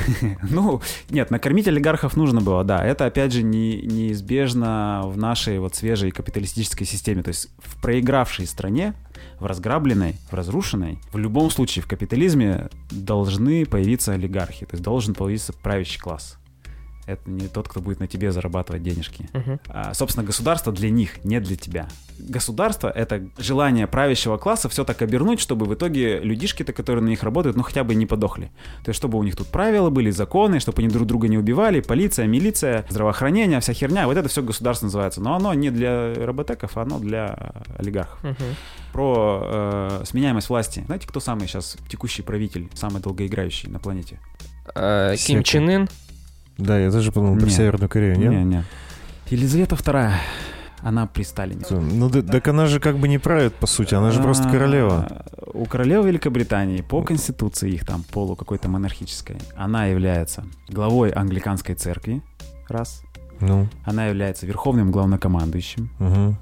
B: Ну, нет, накормить олигархов нужно было, да. Это, опять же, не, неизбежно в нашей вот свежей капиталистической системе. То есть в проигравшей стране, в разграбленной, в разрушенной, в любом случае в капитализме должны появиться олигархи. То есть должен появиться правящий класс. Это не тот, кто будет на тебе зарабатывать денежки. Uh-huh. А, собственно, государство для них, не для тебя. Государство — это желание правящего класса все так обернуть, чтобы в итоге людишки-то, которые на них работают, ну хотя бы не подохли. То есть чтобы у них тут правила были, законы, чтобы они друг друга не убивали, полиция, милиция, здравоохранение, вся херня. Вот это все государство называется. Но оно не для роботеков, оно для олигархов. Uh-huh. Про э, сменяемость власти. Знаете, кто самый сейчас текущий правитель, самый долгоиграющий на планете?
C: Uh, Ким Чен Ын?
A: Да, я тоже подумал про Северную Корею, нет?
B: Не, не. Елизавета вторая, она при Сталине.
A: Ну, так она же как бы не правит, по сути, она же просто королева.
B: У королевы Великобритании по конституции их там полу какой-то монархической, она является главой англиканской церкви, раз.
A: Ну.
B: Она является верховным главнокомандующим.
A: Угу.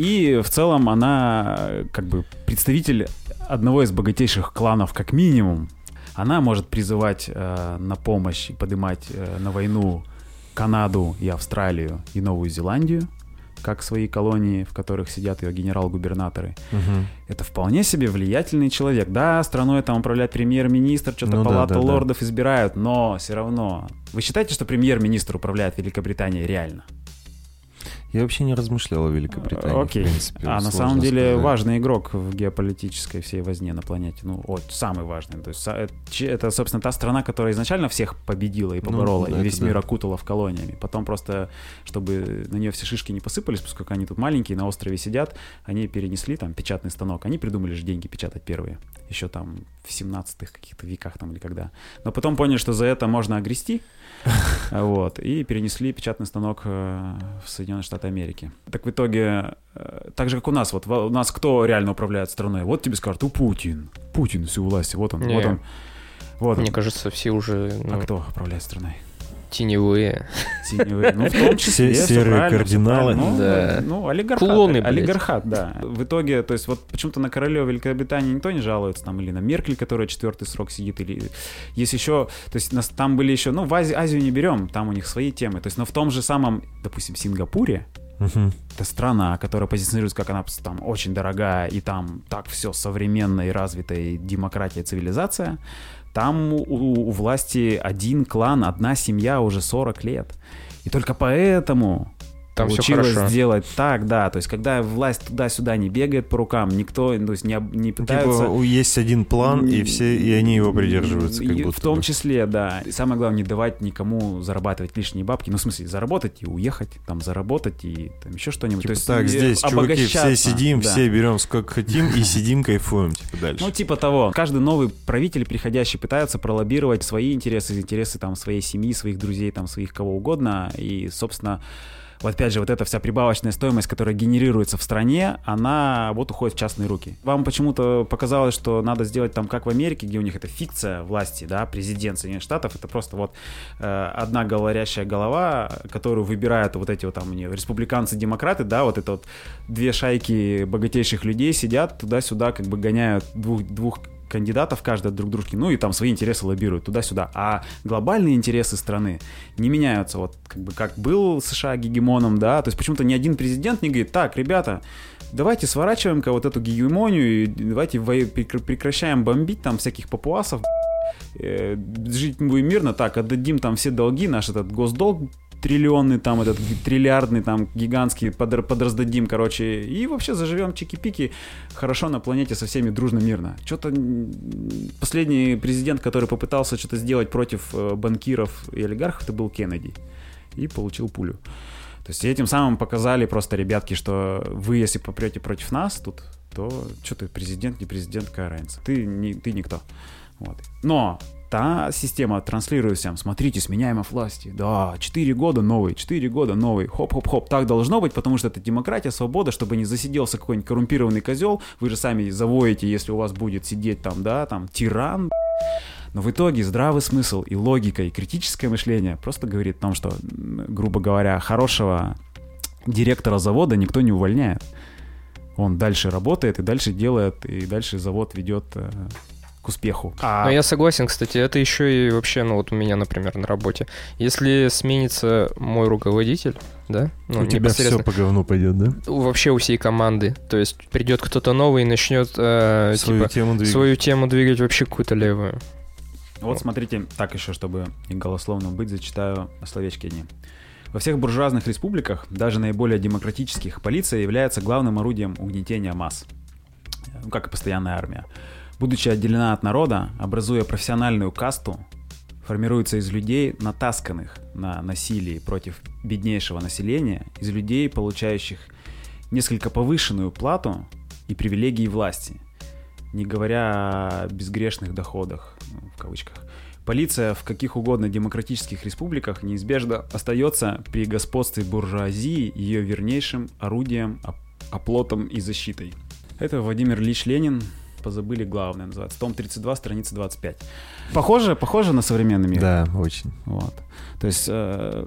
B: И в целом она как бы представитель одного из богатейших кланов как минимум. Она может призывать э, на помощь и поднимать э, на войну Канаду и Австралию и Новую Зеландию, как свои колонии, в которых сидят ее генерал-губернаторы. Угу. Это вполне себе влиятельный человек. Да, страной там управляет премьер-министр, что-то ну, палата да, да, лордов да. избирают, но все равно. Вы считаете, что премьер-министр управляет Великобританией реально?
A: Я вообще не размышлял о Великобритании.
B: Окей.
A: В принципе,
B: а на самом деле сказать. Важный игрок в геополитической всей возне на планете. Ну, вот, самый важный. То есть это, собственно, та страна, которая изначально всех победила и поборола, ну, да, и весь мир да. окутала в колониями. Потом просто, чтобы на нее все шишки не посыпались, поскольку они тут маленькие, на острове сидят, они перенесли там печатный станок. Они придумали же деньги печатать первые. Еще там в семнадцатых каких-то веках там или когда. Но потом поняли, что за это можно огрести. Вот, и перенесли печатный станок в Соединенные Штаты Америки. Так в итоге, так же, как у нас, вот у нас кто реально управляет страной? Вот тебе скажут, у Путин. Путин всю власть, вот он,
C: Не,
B: вот он. Вот
C: мне
B: он.
C: кажется, все уже...
B: Ну... А кто управляет страной?
C: Теневые.
B: Теневые. Ну, в том числе,
A: серые кардиналы.
B: Ну,
C: да.
B: ну, олигархат.
C: Клоны,
B: олигархат, да. В итоге, то есть вот почему-то на королеву Великобритании никто не жалуется, там, или на Меркель, которая четвертый срок сидит, или есть еще, то есть нас, там были еще, ну, в Азию, Азию не берем, там у них свои темы, то есть, но в том же самом, допустим, Сингапуре, uh-huh. это страна, которая позиционируется, как она там очень дорогая, и там так все современно и развито, и демократия, цивилизация. Там у, у власти один клан, одна семья уже сорок лет. И только поэтому
C: там
B: получилось сделать так, да. То есть, когда власть туда-сюда не бегает по рукам, никто, то есть, не, не пытается...
A: Типа, есть один план, и все, и они его придерживаются, как будто
B: В том
A: бы.
B: числе, да. И самое главное, не давать никому зарабатывать лишние бабки. Ну, в смысле, заработать и уехать, там, заработать и там еще что-нибудь.
A: Типа,
B: то есть,
A: так, здесь, чуваки, все сидим, да. все берем сколько хотим и сидим, кайфуем, типа, дальше.
B: Ну, типа того. Каждый новый правитель, приходящий, пытается пролоббировать свои интересы, интересы, там, своей семьи, своих друзей, там, своих кого угодно. И, собственно... Вот опять же, вот эта вся прибавочная стоимость, которая генерируется в стране, она вот уходит в частные руки. Вам почему-то показалось, что надо сделать там, как в Америке, где у них это фикция власти, да, президент Соединенных Штатов, это просто вот э, одна говорящая голова, которую выбирают вот эти вот там республиканцы-демократы, да, вот это вот две шайки богатейших людей сидят туда-сюда, как бы гоняют двух, двух кандидатов, каждый друг дружки, ну и там свои интересы лоббируют туда-сюда. А глобальные интересы страны не меняются. Вот как бы как был США гегемоном, да, то есть почему-то ни один президент не говорит: так, ребята, давайте сворачиваем-ка вот эту гегемонию и давайте прекращаем бомбить там всяких папуасов, э, жить будем мирно, так, отдадим там все долги, наш этот госдолг триллионный, там, этот триллиардный, там, гигантский, под, подраздадим, короче, и вообще заживем чики-пики хорошо на планете со всеми дружно, мирно. Что-то последний президент, который попытался что-то сделать против банкиров и олигархов, это был Кеннеди, и получил пулю. То есть этим самым показали просто, ребятки, что вы, если попрете против нас тут, то что ты президент, не президент, какая разница? Ты, не, ты никто. Вот. Но та система транслирует всем: смотрите, сменяемость власти, да, четыре года новый, четыре года новый, хоп-хоп-хоп, так должно быть, потому что это демократия, свобода, чтобы не засиделся какой-нибудь коррумпированный козел, вы же сами завоете, если у вас будет сидеть там, да, там, тиран, но в итоге здравый смысл и логика, и критическое мышление просто говорит о том, что, грубо говоря, хорошего директора завода никто не увольняет, он дальше работает и дальше делает, и дальше завод ведет к успеху. А...
C: Ну, я согласен, кстати, это еще и вообще, ну, вот у меня, например, на работе. Если сменится мой руководитель, да? Ну,
A: у тебя все по говну пойдет, да?
C: Вообще у всей команды. То есть придет кто-то новый и начнет э,
A: свою,
C: типа,
A: тему
C: свою тему двигать вообще какую-то левую.
B: Вот смотрите, так еще, чтобы и голословно быть, зачитаю словечки одни. Во всех буржуазных республиках, даже наиболее демократических, полиция является главным орудием угнетения масс. Ну, как и постоянная армия. Будучи отделена от народа, образуя профессиональную касту, формируется из людей, натасканных на насилие против беднейшего населения, из людей, получающих несколько повышенную плату и привилегии власти, не говоря о безгрешных доходах, ну, в кавычках. Полиция в каких угодно демократических республиках неизбежно остается при господстве буржуазии ее вернейшим орудием, оплотом и защитой. Это Владимир Ильич Ленин. Позабыли главное, называется. Том тридцать два, страница двадцать пять. Похоже, похоже на современный мир.
A: Да, очень.
B: Вот. То есть э,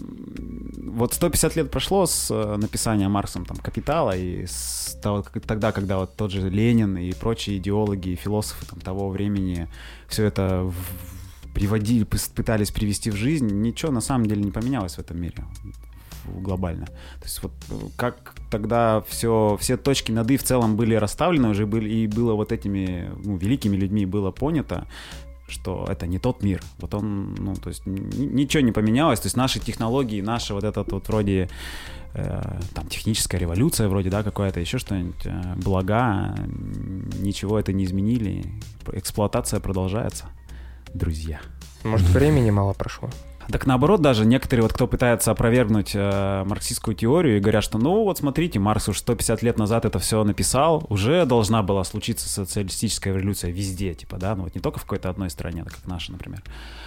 B: вот сто пятьдесят лет прошло с э, написания Марксом там «Капитала», и с того, тогда, когда вот тот же Ленин и прочие идеологи и философы там, того времени все это в, приводили, пытались привести в жизнь, ничего на самом деле не поменялось в этом мире глобально. То есть вот как тогда все, все точки над «и» в целом были расставлены уже, были, и было вот этими ну, великими людьми было понято, что это не тот мир. Вот он, ну, то есть ничего не поменялось. То есть наши технологии, наша вот этот вот вроде э, там техническая революция вроде, да, какая-то еще что-нибудь, э, блага, ничего это не изменили. Эксплуатация продолжается, друзья.
C: Может, времени мало прошло?
B: Так наоборот, даже некоторые, вот кто пытается опровергнуть э, марксистскую теорию и говорят, что ну вот смотрите, Маркс уж сто пятьдесят лет назад это все написал, уже должна была случиться социалистическая революция везде, типа, да, ну вот не только в какой-то одной стране, как наша, например.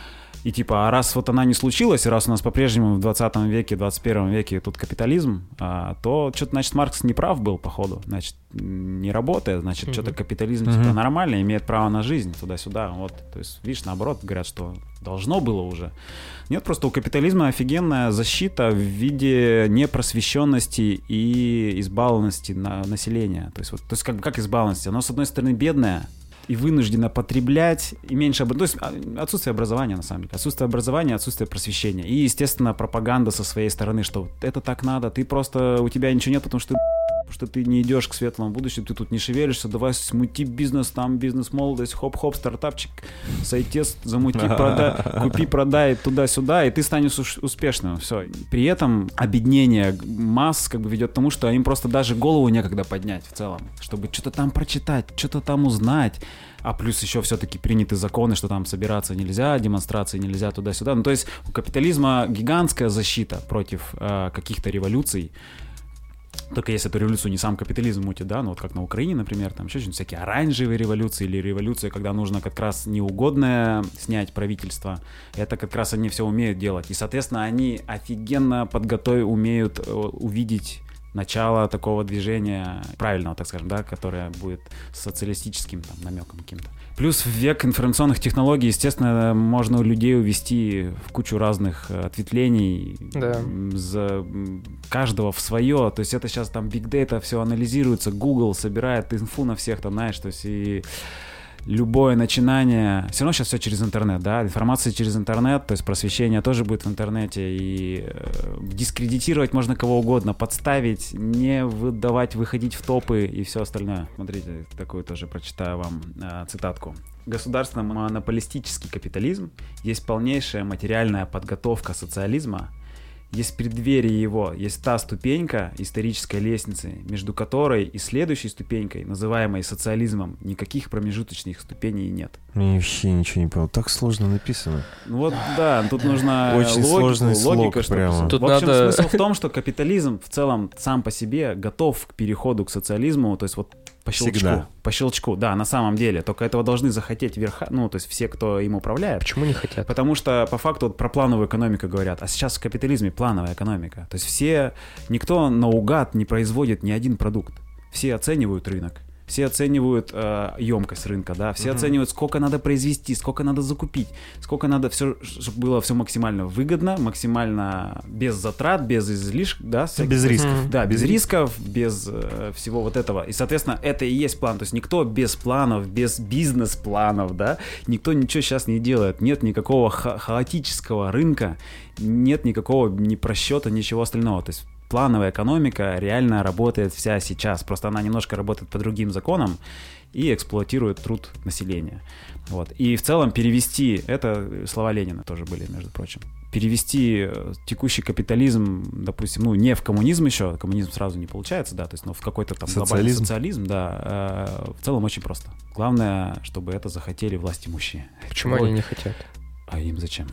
B: И типа, а раз вот она не случилась, и раз у нас по-прежнему в двадцатом веке, двадцать первом веке тут капитализм, а, то что-то, значит, Маркс не прав был, походу. Значит, не работает, значит, mm-hmm. что-то капитализм mm-hmm. типа нормально, имеет право на жизнь, туда-сюда. Вот. То есть, видишь, наоборот, говорят, что должно было уже. Нет, просто у капитализма офигенная защита в виде непросвещенности и избалованности на населения. То есть, вот, то есть как, как избалованности? Оно, с одной стороны, бедное, и вынуждена потреблять, и меньше... То есть отсутствие образования, на самом деле. Отсутствие образования, отсутствие просвещения. И, естественно, пропаганда со своей стороны, что это так надо, ты просто... У тебя ничего нет, потому что ты... что ты не идешь к светлому будущему, ты тут не шевелишься, давай смути бизнес, там бизнес-молодость, хоп-хоп, стартапчик, сайтес, замути, продай, купи, продай, туда-сюда, и ты станешь успешным, все. При этом обеднение масс как бы ведет к тому, что им просто даже голову некогда поднять в целом, чтобы что-то там прочитать, что-то там узнать. А плюс еще все-таки приняты законы, что там собираться нельзя, демонстрации нельзя, туда-сюда. Ну, то есть у капитализма гигантская защита против э, каких-то революций. Только если эту революцию не сам капитализм мутит, да, ну вот как на Украине, например, там еще что-нибудь, всякие оранжевые революции или революции, когда нужно как раз неугодное снять правительство. Это как раз они все умеют делать. И, соответственно, они офигенно подготовить, умеют увидеть начало такого движения правильного, так скажем, да, которое будет социалистическим там, намеком каким-то. Плюс в век информационных технологий, естественно, можно людей увести в кучу разных ответвлений,
C: да.
B: За каждого в свое. То есть это сейчас там Big Data все анализируется, Google собирает инфу на всех, там, знаешь, то есть и любое начинание, все равно сейчас все через интернет, да, информация через интернет, то есть просвещение тоже будет в интернете, и э, дискредитировать можно кого угодно, подставить, не выдавать, выходить в топы и все остальное. Смотрите, такую тоже прочитаю вам э, цитатку. Государственно-монополистический капитализм есть полнейшая материальная подготовка социализма, есть преддверие его, есть та ступенька исторической лестницы, между которой и следующей ступенькой, называемой социализмом, никаких промежуточных ступеней нет.
A: Мне вообще ничего не понял. Так сложно написано.
B: Ну вот, да, тут нужна
A: очень
B: логику,
A: сложный слог
B: логика, что
A: прямо.
C: Тут
B: в общем,
C: надо...
B: смысл в том, что капитализм в целом сам по себе готов к переходу к социализму, то есть вот по щелчку.
A: Всегда.
B: По щелчку, да, на самом деле. Только этого должны захотеть верха, ну, то есть все, кто им управляет.
C: Почему не хотят?
B: Потому что, по факту, вот про плановую экономику говорят, а сейчас в капитализме плановая экономика. То есть все, никто наугад не производит ни один продукт. Все оценивают рынок. Все оценивают э, емкость рынка, да, все mm-hmm. оценивают, сколько надо произвести, сколько надо закупить, сколько надо все, чтобы было все максимально выгодно, максимально без затрат, без излишков, да, всяких,
A: без рисков.
B: Mm-hmm. Да, без рисков, без э, всего вот этого. И, соответственно, это и есть план. То есть никто без планов, без бизнес-планов, да, никто ничего сейчас не делает. Нет никакого ха- хаотического рынка, нет никакого ни просчета, ничего остального. То есть плановая экономика реально работает вся сейчас, просто она немножко работает по другим законам и эксплуатирует труд населения. Вот. И в целом перевести, это слова Ленина тоже были, между прочим, перевести текущий капитализм, допустим, ну не в коммунизм еще, коммунизм сразу не получается, да, то есть, но в какой-то там
A: социализм.
B: Глобальный социализм, да, э, в целом очень просто. Главное, чтобы это захотели власть имущие.
C: Почему
B: Чего?
C: они не хотят?
B: А им зачем?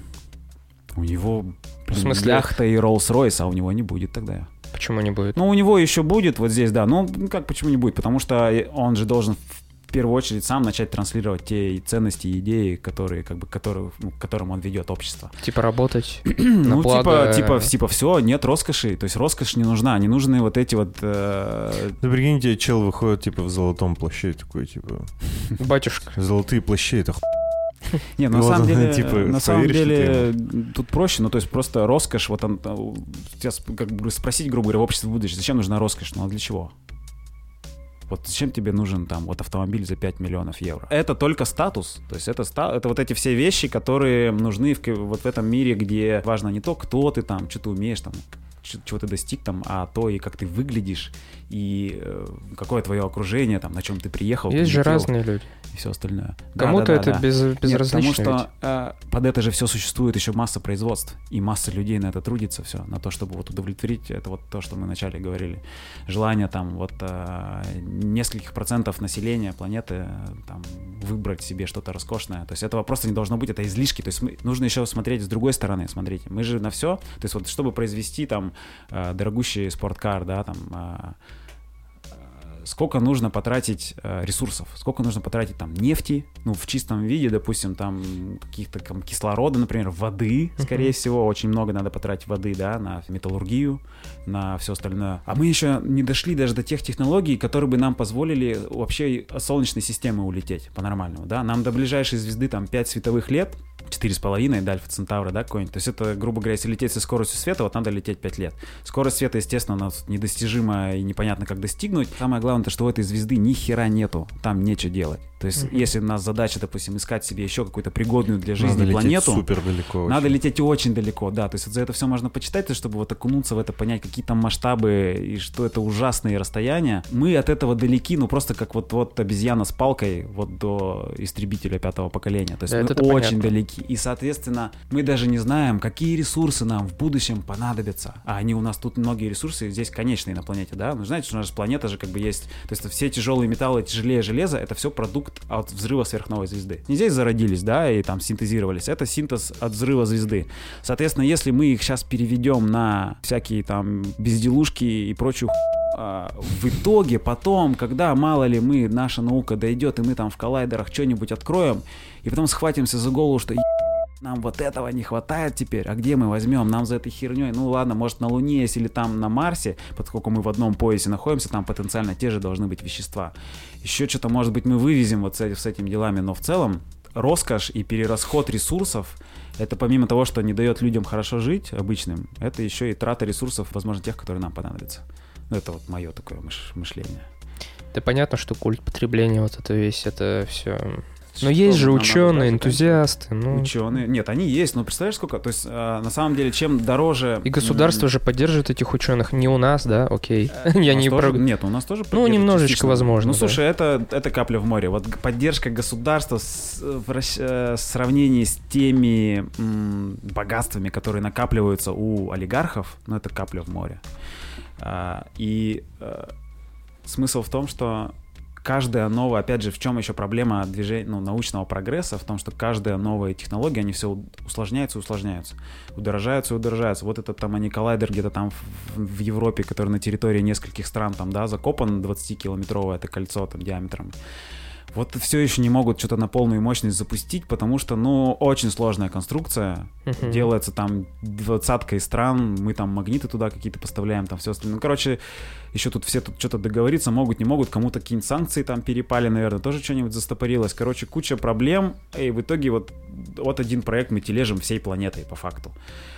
B: У него
C: В смысле?
B: яхта и Роллс-Ройс, а у него не будет тогда.
C: Почему не будет?
B: Ну, у него еще будет вот здесь, да. Ну, как, почему не будет? Потому что он же должен в первую очередь сам начать транслировать те ценности и идеи, которые, как бы, которые, ну, к которым он ведет общество.
C: Типа работать на
B: Ну,
C: благо...
B: типа, типа, типа, все, нет роскоши. То есть роскошь не нужна. Не нужны вот эти вот... Э...
A: Да прикиньте, чел выходит, типа, в золотом плаще, такой, типа...
C: Батюшка.
A: Золотые плащи, это хуй.
B: Не, на
A: вот
B: самом
A: он,
B: деле,
A: типа,
B: на самом
A: поверишь,
B: деле тут проще, ну то есть просто роскошь, вот он, сейчас как бы спросить, грубо говоря, в обществе будущего, зачем нужна роскошь, ну а для чего? Вот зачем тебе нужен там вот автомобиль за пять миллионов евро? Это только статус, то есть это, это вот эти все вещи, которые нужны в, вот в этом мире, где важно не то, кто ты там, что ты умеешь там, чего ты достиг там, а то и как ты выглядишь, и э, какое твое окружение, там, на чем ты приехал.
C: Есть же
B: прилетел,
C: разные люди.
B: И все остальное.
C: Кому-то
B: да, да,
C: это
B: да,
C: без,
B: Нет,
C: безразлично.
B: потому что э, под это же все существует еще масса производств, и масса людей на это трудится, все, на то, чтобы вот удовлетворить, это вот то, что мы вначале говорили. Желание там вот э, нескольких процентов населения планеты там выбрать себе что-то роскошное. То есть этого просто не должно быть, это излишки. То есть мы, нужно еще смотреть с другой стороны, смотрите. Мы же на все, то есть вот чтобы произвести там э, дорогущий спорткар, да, там... Э, сколько нужно потратить э, ресурсов, сколько нужно потратить там нефти, ну, в чистом виде, допустим, там каких-то там кислорода, например, воды, скорее uh-huh. всего, очень много надо потратить воды, да, на металлургию, на все остальное. А мы еще не дошли даже до тех технологий, которые бы нам позволили вообще от Солнечной системы улететь по-нормальному, да. Нам до ближайшей звезды там пять световых лет, четыре с половиной, до Альфа Центавра, да, какой-нибудь. То есть это, грубо говоря, если лететь со скоростью света, вот надо лететь пять лет. Скорость света, естественно, у нас недостижима и непонятно, как достигнуть. Самое главное, то, что у этой звезды ни хера нету, там нечего делать. То есть, mm-hmm. если у нас задача, допустим, искать себе еще какую-то пригодную для жизни
A: надо
B: планету,
A: супер далеко.
B: Надо очень. лететь очень далеко, да. То есть вот за это все можно почитать, чтобы вот окунуться в это, понять, какие там масштабы и что это ужасные расстояния. Мы от этого далеки, ну просто как вот, вот обезьяна с палкой вот до истребителя пятого поколения. То есть да, мы очень понятно. далеки. И, соответственно, мы даже не знаем, какие ресурсы нам в будущем понадобятся. А они у нас тут многие ресурсы здесь конечные на планете, да. Ну, знаете, что у нас планета же как бы есть. То есть все тяжелые металлы, тяжелее железа, это все продукт от взрыва сверхновой звезды. Не здесь зародились, да, и там синтезировались. Это синтез от взрыва звезды. Соответственно, если мы их сейчас переведем на всякие там безделушки и прочую а, в итоге потом, когда, мало ли, мы, наша наука дойдет, и мы там в коллайдерах что-нибудь откроем, и потом схватимся за голову, что нам вот этого не хватает теперь, а где мы возьмем? Нам за этой херней, ну ладно, может на Луне есть или там на Марсе, поскольку мы в одном поясе находимся, там потенциально те же должны быть вещества. Еще что-то, может быть, мы вывезем вот с, с этими делами, но в целом роскошь и перерасход ресурсов, это помимо того, что не дает людям хорошо жить обычным, это еще и трата ресурсов, возможно, тех, которые нам понадобятся. Ну это вот мое такое мыш- мышление.
C: Да понятно, что культ потребления, вот это весь, это все... Но есть же ученые, энтузиасты. Ну...
B: Ученые. Нет, они есть, но представляешь, сколько? То есть, э, на самом деле, чем дороже...
C: И государство же поддерживает этих ученых. Не у нас, да? Окей. Я не
B: про... Нет, у нас тоже
C: Ну, немножечко, возможно.
B: Ну, слушай, это, это капля в море. Вот поддержка государства с, в, в сравнении с теми м, богатствами, которые накапливаются у олигархов, ну, это капля в море. А, и а, смысл в том, что каждая новая, опять же, в чем еще проблема движения, ну, научного прогресса, в том, что каждая новая технология, они все усложняются и усложняются, удорожаются и удорожаются. Вот этот там коллайдер где-то там в, в Европе, который на территории нескольких стран там, да, закопан, двадцатикилометровое это кольцо там диаметром. Вот все еще не могут что-то на полную мощность запустить, потому что, ну, очень сложная конструкция. Uh-huh. Делается там двадцаткой стран, мы там магниты туда какие-то поставляем, там все остальное. Ну, короче, еще тут все тут что-то договориться могут, не могут, кому-то какие-нибудь санкции там перепали, наверное, тоже что-нибудь застопорилось. Короче, куча проблем, и в итоге вот, вот один проект мы тележим всей планетой по факту.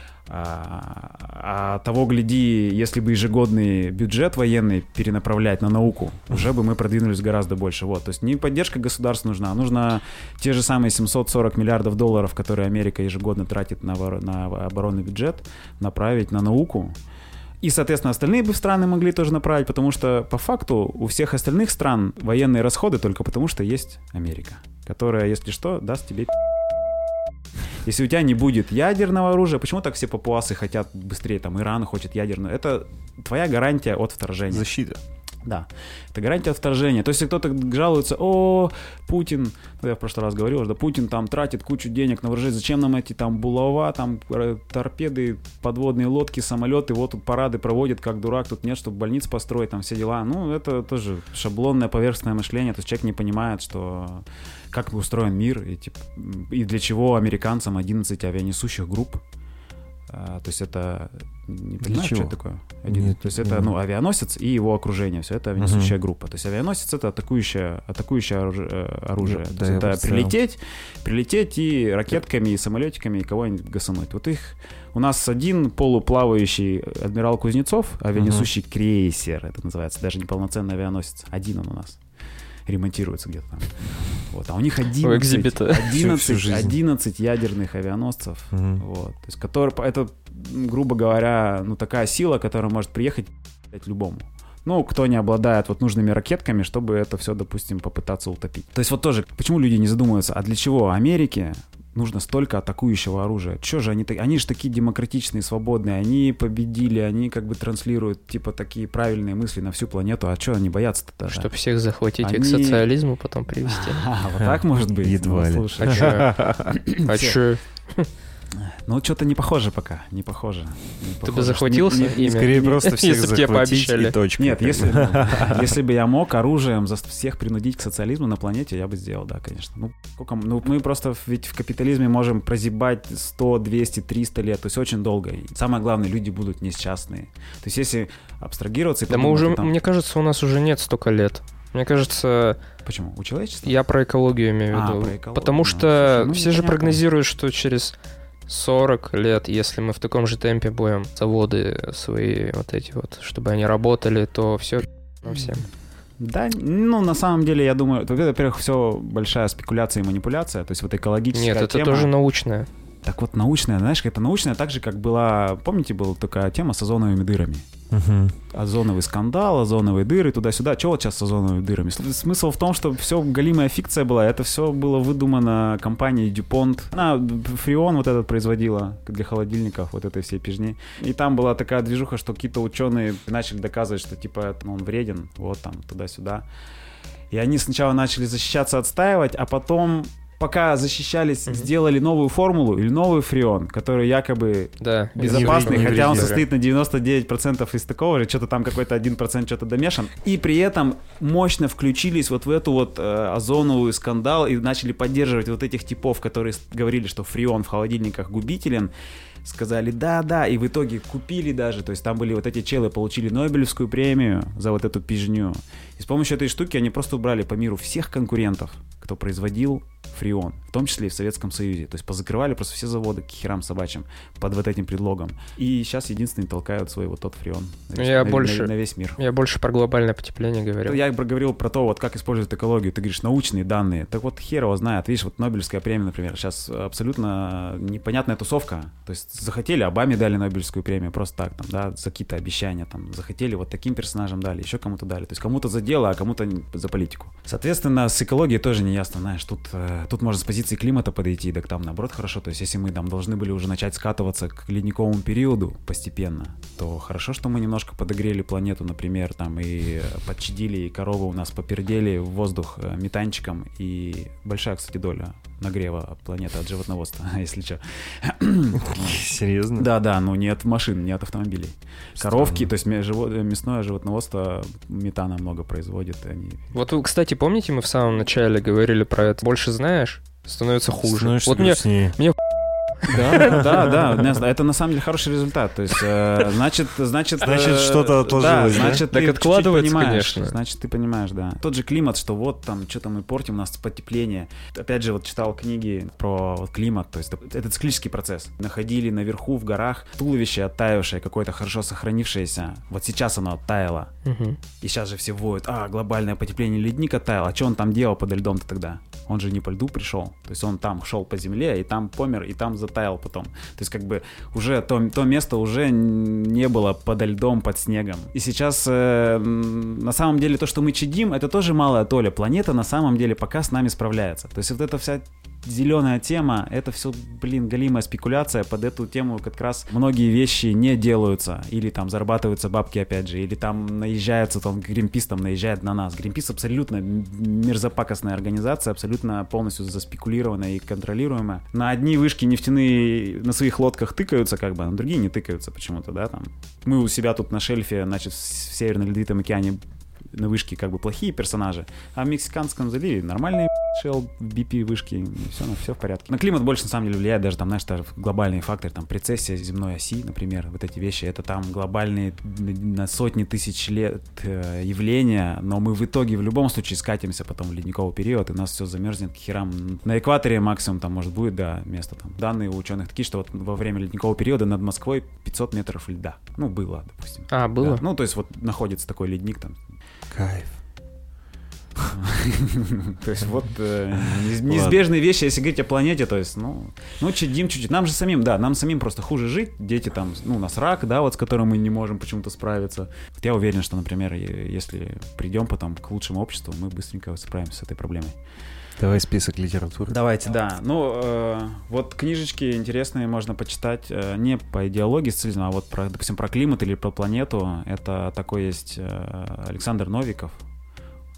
B: А, а того, гляди, если бы ежегодный бюджет военный перенаправлять на науку, уже бы мы продвинулись гораздо больше. Вот. То есть не поддержка государства нужна, а нужно те же самые семьсот сорок миллиардов долларов, которые Америка ежегодно тратит на, на оборонный бюджет, направить на науку. И, соответственно, остальные бы страны могли тоже направить, потому что по факту у всех остальных стран военные расходы только потому, что есть Америка, которая, если что, даст тебе... Если у тебя не будет ядерного оружия, почему так все папуасы хотят быстрее, там Иран хочет ядерную, это твоя гарантия от вторжения.
A: Защита.
B: Да, это гарантия от вторжения. То есть, если кто-то жалуется, о, Путин, ну, я в прошлый раз говорил, что Путин там тратит кучу денег на вооружение, зачем нам эти там булава, там торпеды, подводные лодки, самолеты, вот тут парады проводят, как дурак, тут нет, чтобы больниц построить, там все дела. Ну, это тоже шаблонное поверхностное мышление, то есть человек не понимает, что как устроен мир, и, типа, и для чего американцам одиннадцать авианесущих групп. А, то есть это... Не понимаешь, что это такое? Один, нет, то есть это ну, авианосец и его окружение. Все это авианесущая uh-huh. группа. То есть авианосец — это атакующее, атакующее оружие. оружие.
A: Да,
B: то есть это прилететь, прилететь и ракетками, и самолетиками, и кого-нибудь гасануть. Вот их... У нас один полуплавающий адмирал Кузнецов, авианесущий uh-huh. крейсер, это называется, даже не полноценный авианосец. Один он у нас. Ремонтируется где-то там. Вот. А у них одиннадцать, одиннадцать, одиннадцать ядерных авианосцев. Uh-huh. Вот. То есть, который, это, грубо говоря, ну, такая сила, которая может приехать любому. Ну, кто не обладает вот нужными ракетками, чтобы это все, допустим, попытаться утопить. То есть вот тоже, почему люди не задумываются, а для чего Америке нужно столько атакующего оружия? Че же они, они же такие демократичные, свободные, они победили, они как бы транслируют типа такие правильные мысли на всю планету, а что они боятся-то?
C: Чтобы всех захватить они... и к социализму потом привести.
B: А, вот так может быть?
A: Едва ли.
C: А че? А че?
B: Ну, что-то не похоже пока, не похоже. Не
C: Ты
B: похоже.
C: бы захватился
B: Не- не-
C: ими?
A: Скорее просто всех
C: Если бы тебе
A: захватить
C: пообещали.
A: и точка.
B: Нет, если, если бы я мог оружием за всех принудить к социализму на планете, я бы сделал, да, конечно. Ну, сколько, ну мы просто ведь в капитализме можем прозябать сто, двести, триста лет, то есть очень долго. И самое главное, люди будут несчастные. То есть если абстрагироваться... и
C: Да мы
B: подумать,
C: уже,
B: ну, там-
C: мне кажется, у нас уже нет столько лет. Мне кажется,
B: Почему? У человечества?
C: я про экологию имею в
B: А,
C: виду.
B: про экологию,
C: Потому
B: ну,
C: что
B: слушай, ну,
C: все же
B: непонятно.
C: прогнозируют, что через сорок лет, если мы в таком же темпе будем заводы свои вот эти вот, чтобы они работали, то все всем.
B: Да, ну, на самом деле, я думаю, это, во-первых, все большая спекуляция и манипуляция, то есть вот экологическая
C: Нет, это
B: тема...
C: тоже научное.
B: Так вот, научная, знаешь, это научная так же, как была, помните, была такая тема с озоновыми дырами?
A: Мгм.
B: Озоновый скандал, озоновые дыры, туда-сюда. Чего вот сейчас с озоновыми дырами? Смысл в том, что все галимая фикция была, это все было выдумано компанией DuPont. Она фреон вот этот производила для холодильников, вот этой всей пижни. И там была такая движуха, что какие-то ученые начали доказывать, что типа ну, он вреден, вот там, туда-сюда. И они сначала начали защищаться, отстаивать, а потом... Пока защищались,
C: Мгм.
B: сделали новую формулу или новый фреон, который якобы
C: Да.
B: безопасный,
A: не
B: хотя он
A: вредит.
B: состоит на девяносто девять процентов из такого же, что-то там какой-то один процент что-то домешан. И при этом мощно включились вот в эту вот э, озоновую скандал и начали поддерживать вот этих типов, которые с- говорили, что фреон в холодильниках губителен. Сказали да-да, и в итоге купили даже, то есть там были вот эти челы, получили Нобелевскую премию за вот эту пижню. И с помощью этой штуки они просто убрали по миру всех конкурентов, кто производил фреон, в том числе и в Советском Союзе. То есть позакрывали просто все заводы к херам собачьим под вот этим предлогом. И сейчас единственные толкают свой вот тот фреон на весь,
C: Я
B: на-
C: больше-
B: на- на весь мир.
C: Я больше про глобальное потепление говорил.
B: Я говорил про то, вот как используют экологию. Ты говоришь, научные данные. Так вот, хер его знает. Видишь, вот Нобелевская премия, например, сейчас абсолютно непонятная тусовка. То есть захотели, Обаме дали Нобелевскую премию просто так, там, да, за какие-то обещания. Там, захотели, вот таким персонажам дали, еще кому-то дали. То есть кому-то за дело, а кому-то за политику. Соответственно, с экологией тоже не ясно, знаешь. Тут, э, тут можно с позиции климата подойти, так там наоборот хорошо. То есть если мы там должны были уже начать скатываться к ледниковому периоду постепенно, то хорошо, что мы немножко подогрели планету, например, там и подчадили, и коровы у нас попердели в воздух э, метанчиком, и большая, кстати, доля нагрева планеты от животноводства, если что.
A: Серьезно?
B: Да, да, но не от машин, не от автомобилей. Коровки, то есть ме- живо- мясное животноводство метана много производит. Они...
C: Вот вы, кстати, помните, мы в самом начале говорили про это? Больше знаешь, становится хуже.
A: Становишься
C: Вот мне,
A: грустнее.
B: Да, да, да, да, это на самом деле хороший результат. То есть, э, значит, значит,
A: Значит,
B: э,
A: что-то отложилось, да?
B: значит,
C: Так
B: ты чуть-чуть
C: откладывается,
B: понимаешь,
C: конечно.
B: Значит, ты понимаешь, да. Тот же климат, что вот там что-то мы портим, у нас потепление. Опять же, вот читал книги про вот климат, то есть это циклический процесс. Находили наверху в горах туловище оттаившее, какое-то хорошо сохранившееся. Вот сейчас оно оттаяло.
C: Мгм.
B: И сейчас же все воют, а, глобальное потепление, ледник оттаял. А что он там делал подо льдом-то тогда? Он же не по льду пришел. То есть он там шел по земле, и там помер, и там затаял потом. То есть как бы уже то, то место уже не было подо льдом, под снегом. И сейчас э, на самом деле то, что мы чадим, это тоже малая доля. Планета на самом деле пока с нами справляется. То есть вот эта вся зеленая тема, это все, блин, галимая спекуляция. Под эту тему как раз многие вещи не делаются. Или там зарабатываются бабки, опять же, или там наезжаются, там Greenpeace там наезжает на нас. Greenpeace абсолютно мерзопакостная организация, абсолютно полностью заспекулированная и контролируемая. На одни вышки нефтяные на своих лодках тыкаются, как бы, а на другие не тыкаются почему-то, да, там. Мы у себя тут на шельфе, значит, в Северном Ледовитом океане на вышке как бы плохие персонажи, а в Мексиканском заливе нормальные Shell, би пи вышки, все, ну, все в порядке. На климат больше на самом деле влияет даже там, знаешь, даже глобальные факторы, там прецессия земной оси, например, вот эти вещи, это там глобальные на сотни тысяч лет э, явления, но мы в итоге в любом случае скатимся потом в ледниковый период, и у нас все замерзнет к херам. На экваторе максимум там может будет, да, место там. Данные у ученых такие, что вот во время ледникового периода над Москвой пятьсот метров льда. Ну, было, допустим.
C: А, было?
B: Да. Ну, то есть вот находится такой ледник там.
A: Кайф.
B: То есть вот э, неизбежные вещи, если говорить о планете, то есть, ну, ну, чадим чуть-чуть. Нам же самим, да, нам самим просто хуже жить. Дети там, ну, у нас рак, да, вот с которым мы не можем почему-то справиться. Вот я уверен, что, например, если придем потом к лучшему обществу, мы быстренько справимся с этой проблемой.
A: Давай список литературы.
B: Давайте, да. Ну, э, вот книжечки интересные можно почитать э, не по идеологии социализма, а вот, про, допустим, про климат или про планету. Это такой есть э, Александр Новиков.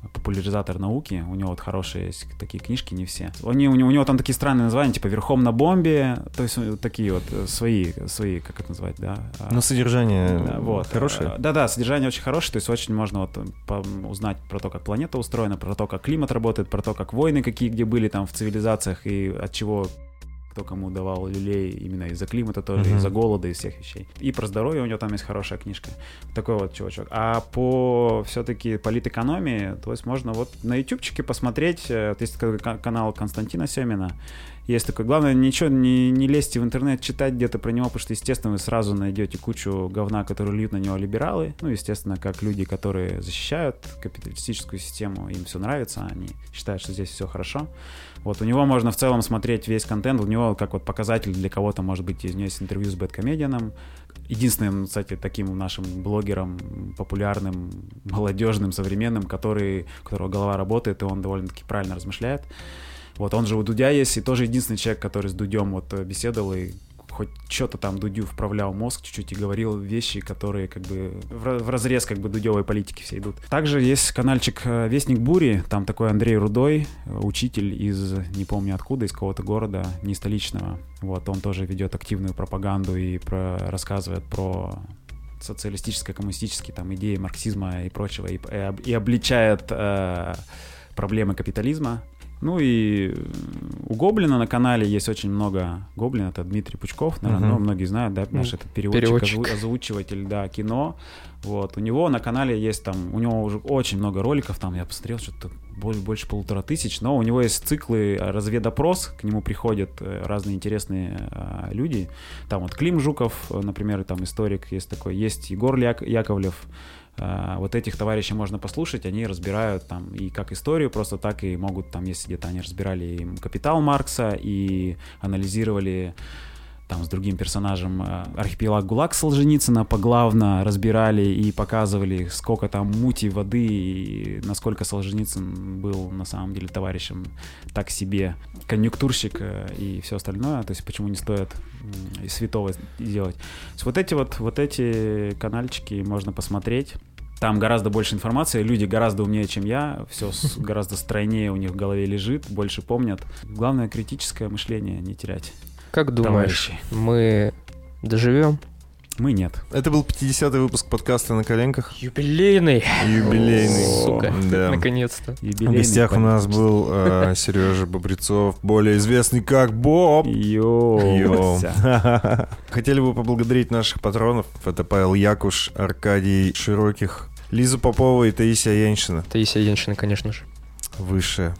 B: популяризатор науки, у него вот хорошие есть такие книжки, не все. Они, у, него, у него там такие странные названия, типа «Верхом на бомбе», то есть такие вот свои, свои, как это назвать, да.
A: Но содержание
B: да, вот.
A: хорошее?
B: Да-да, содержание очень хорошее, то есть очень можно вот по- узнать про то, как планета устроена, про то, как климат работает, про то, как войны какие где были там в цивилизациях и от чего кто кому давал люлей именно из-за климата тоже, mm-hmm. из-за голода и всех вещей. И про здоровье у него там есть хорошая книжка. Такой вот чувачок. А по все-таки политэкономии, то есть можно вот на ютубчике посмотреть, есть такой канал Константина Семина, есть такой, главное, ничего не, не лезьте в интернет читать где-то про него, потому что, естественно, вы сразу найдете кучу говна, которые льют на него либералы. Ну, естественно, как люди, которые защищают капиталистическую систему, им все нравится, они считают, что здесь все хорошо. Вот у него можно в целом смотреть весь контент, у него как вот показатель для кого-то, может быть, из него есть интервью с Бэдкомедианом. Единственным, кстати, таким нашим блогером, популярным, молодежным, современным, который, у которого голова работает, и он довольно-таки правильно размышляет. Вот он же у Дудя есть, и тоже единственный человек, который с Дудем вот беседовал и хоть что-то там Дудю вправлял мозг чуть-чуть и говорил вещи, которые как бы в разрез как бы дудевой политики все идут. Также есть канальчик «Вестник бури», там такой Андрей Рудой, учитель из, не помню откуда, из какого-то города, не столичного. Вот, он тоже ведет активную пропаганду и про, рассказывает про социалистические, коммунистические там идеи марксизма и прочего, и, и обличает э, проблемы капитализма. Ну и у Гоблина на канале есть очень много. Гоблин — это Дмитрий Пучков, наверное, uh-huh. ну, многие знают, да, наш этот переводчик, переводчик. Озву- озвучиватель, да, кино. Вот, у него на канале есть там, у него уже очень много роликов, там, я посмотрел, что-то больше, больше полутора тысяч, но у него есть циклы разведопрос, к нему приходят разные интересные а, люди. Там вот Клим Жуков, например, там историк есть такой, есть Егор Як- Яковлев. Uh, вот этих товарищей можно послушать, они разбирают там и как историю просто, так и могут там, если где-то они разбирали и «Капитал» Маркса и анализировали там с другим персонажем «Архипелаг ГУЛАГ» Солженицына, поглавно разбирали и показывали, сколько там мути, воды и насколько Солженицын был на самом деле товарищем так себе, конъюнктурщик и все остальное, то есть почему не стоит и святого делать. То есть вот эти вот, вот эти канальчики можно посмотреть. Там гораздо больше информации, люди гораздо умнее, чем я, все гораздо стройнее у них в голове лежит, больше помнят. Главное, критическое мышление не терять.
C: Как думаешь, товарищи, мы доживем?
B: Мы нет.
A: Это был пятидесятый выпуск подкаста «На коленках».
C: Юбилейный.
A: Юбилейный.
C: Сука,
A: да.
C: Наконец-то.
A: Юбилейный. В гостях у нас был э, Сережа Бобрецов, более известный как Боб.
B: Йоу.
A: Йоу. Хотели бы поблагодарить наших патронов. Это Павел Якуш, Аркадий Широких, Лиза Попова и Таисия Яньшина.
C: Таисия Яньшина, конечно же.
A: Высшая.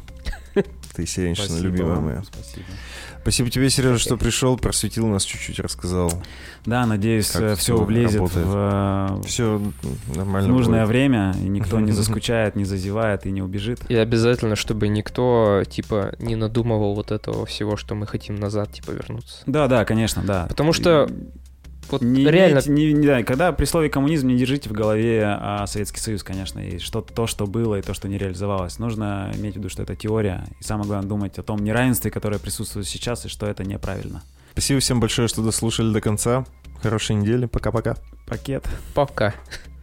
A: Таисия Яньшина, любимая моя.
B: Спасибо.
A: Спасибо тебе, Сережа, что пришел, просветил нас чуть-чуть, рассказал.
B: Да, надеюсь, как все влезет работает. в
A: все нормально
B: нужное
A: будет.
B: время, и никто не заскучает, не зазевает и не убежит.
C: И обязательно, чтобы никто, типа, не надумывал вот этого всего, что мы хотим назад, типа, вернуться.
B: Да, да, конечно, да.
C: Потому что... Вот
B: не
C: реально...
B: Имейте, не, не, да, когда при слове коммунизм не держите в голове а, Советский Союз, конечно, и что, то, что было, и то, что не реализовалось. Нужно иметь в виду, что это теория, и самое главное думать о том неравенстве, которое присутствует сейчас, и что это неправильно.
A: Спасибо всем большое, что дослушали до конца. Хорошей недели. Пока-пока.
B: Пакет.
C: Пока.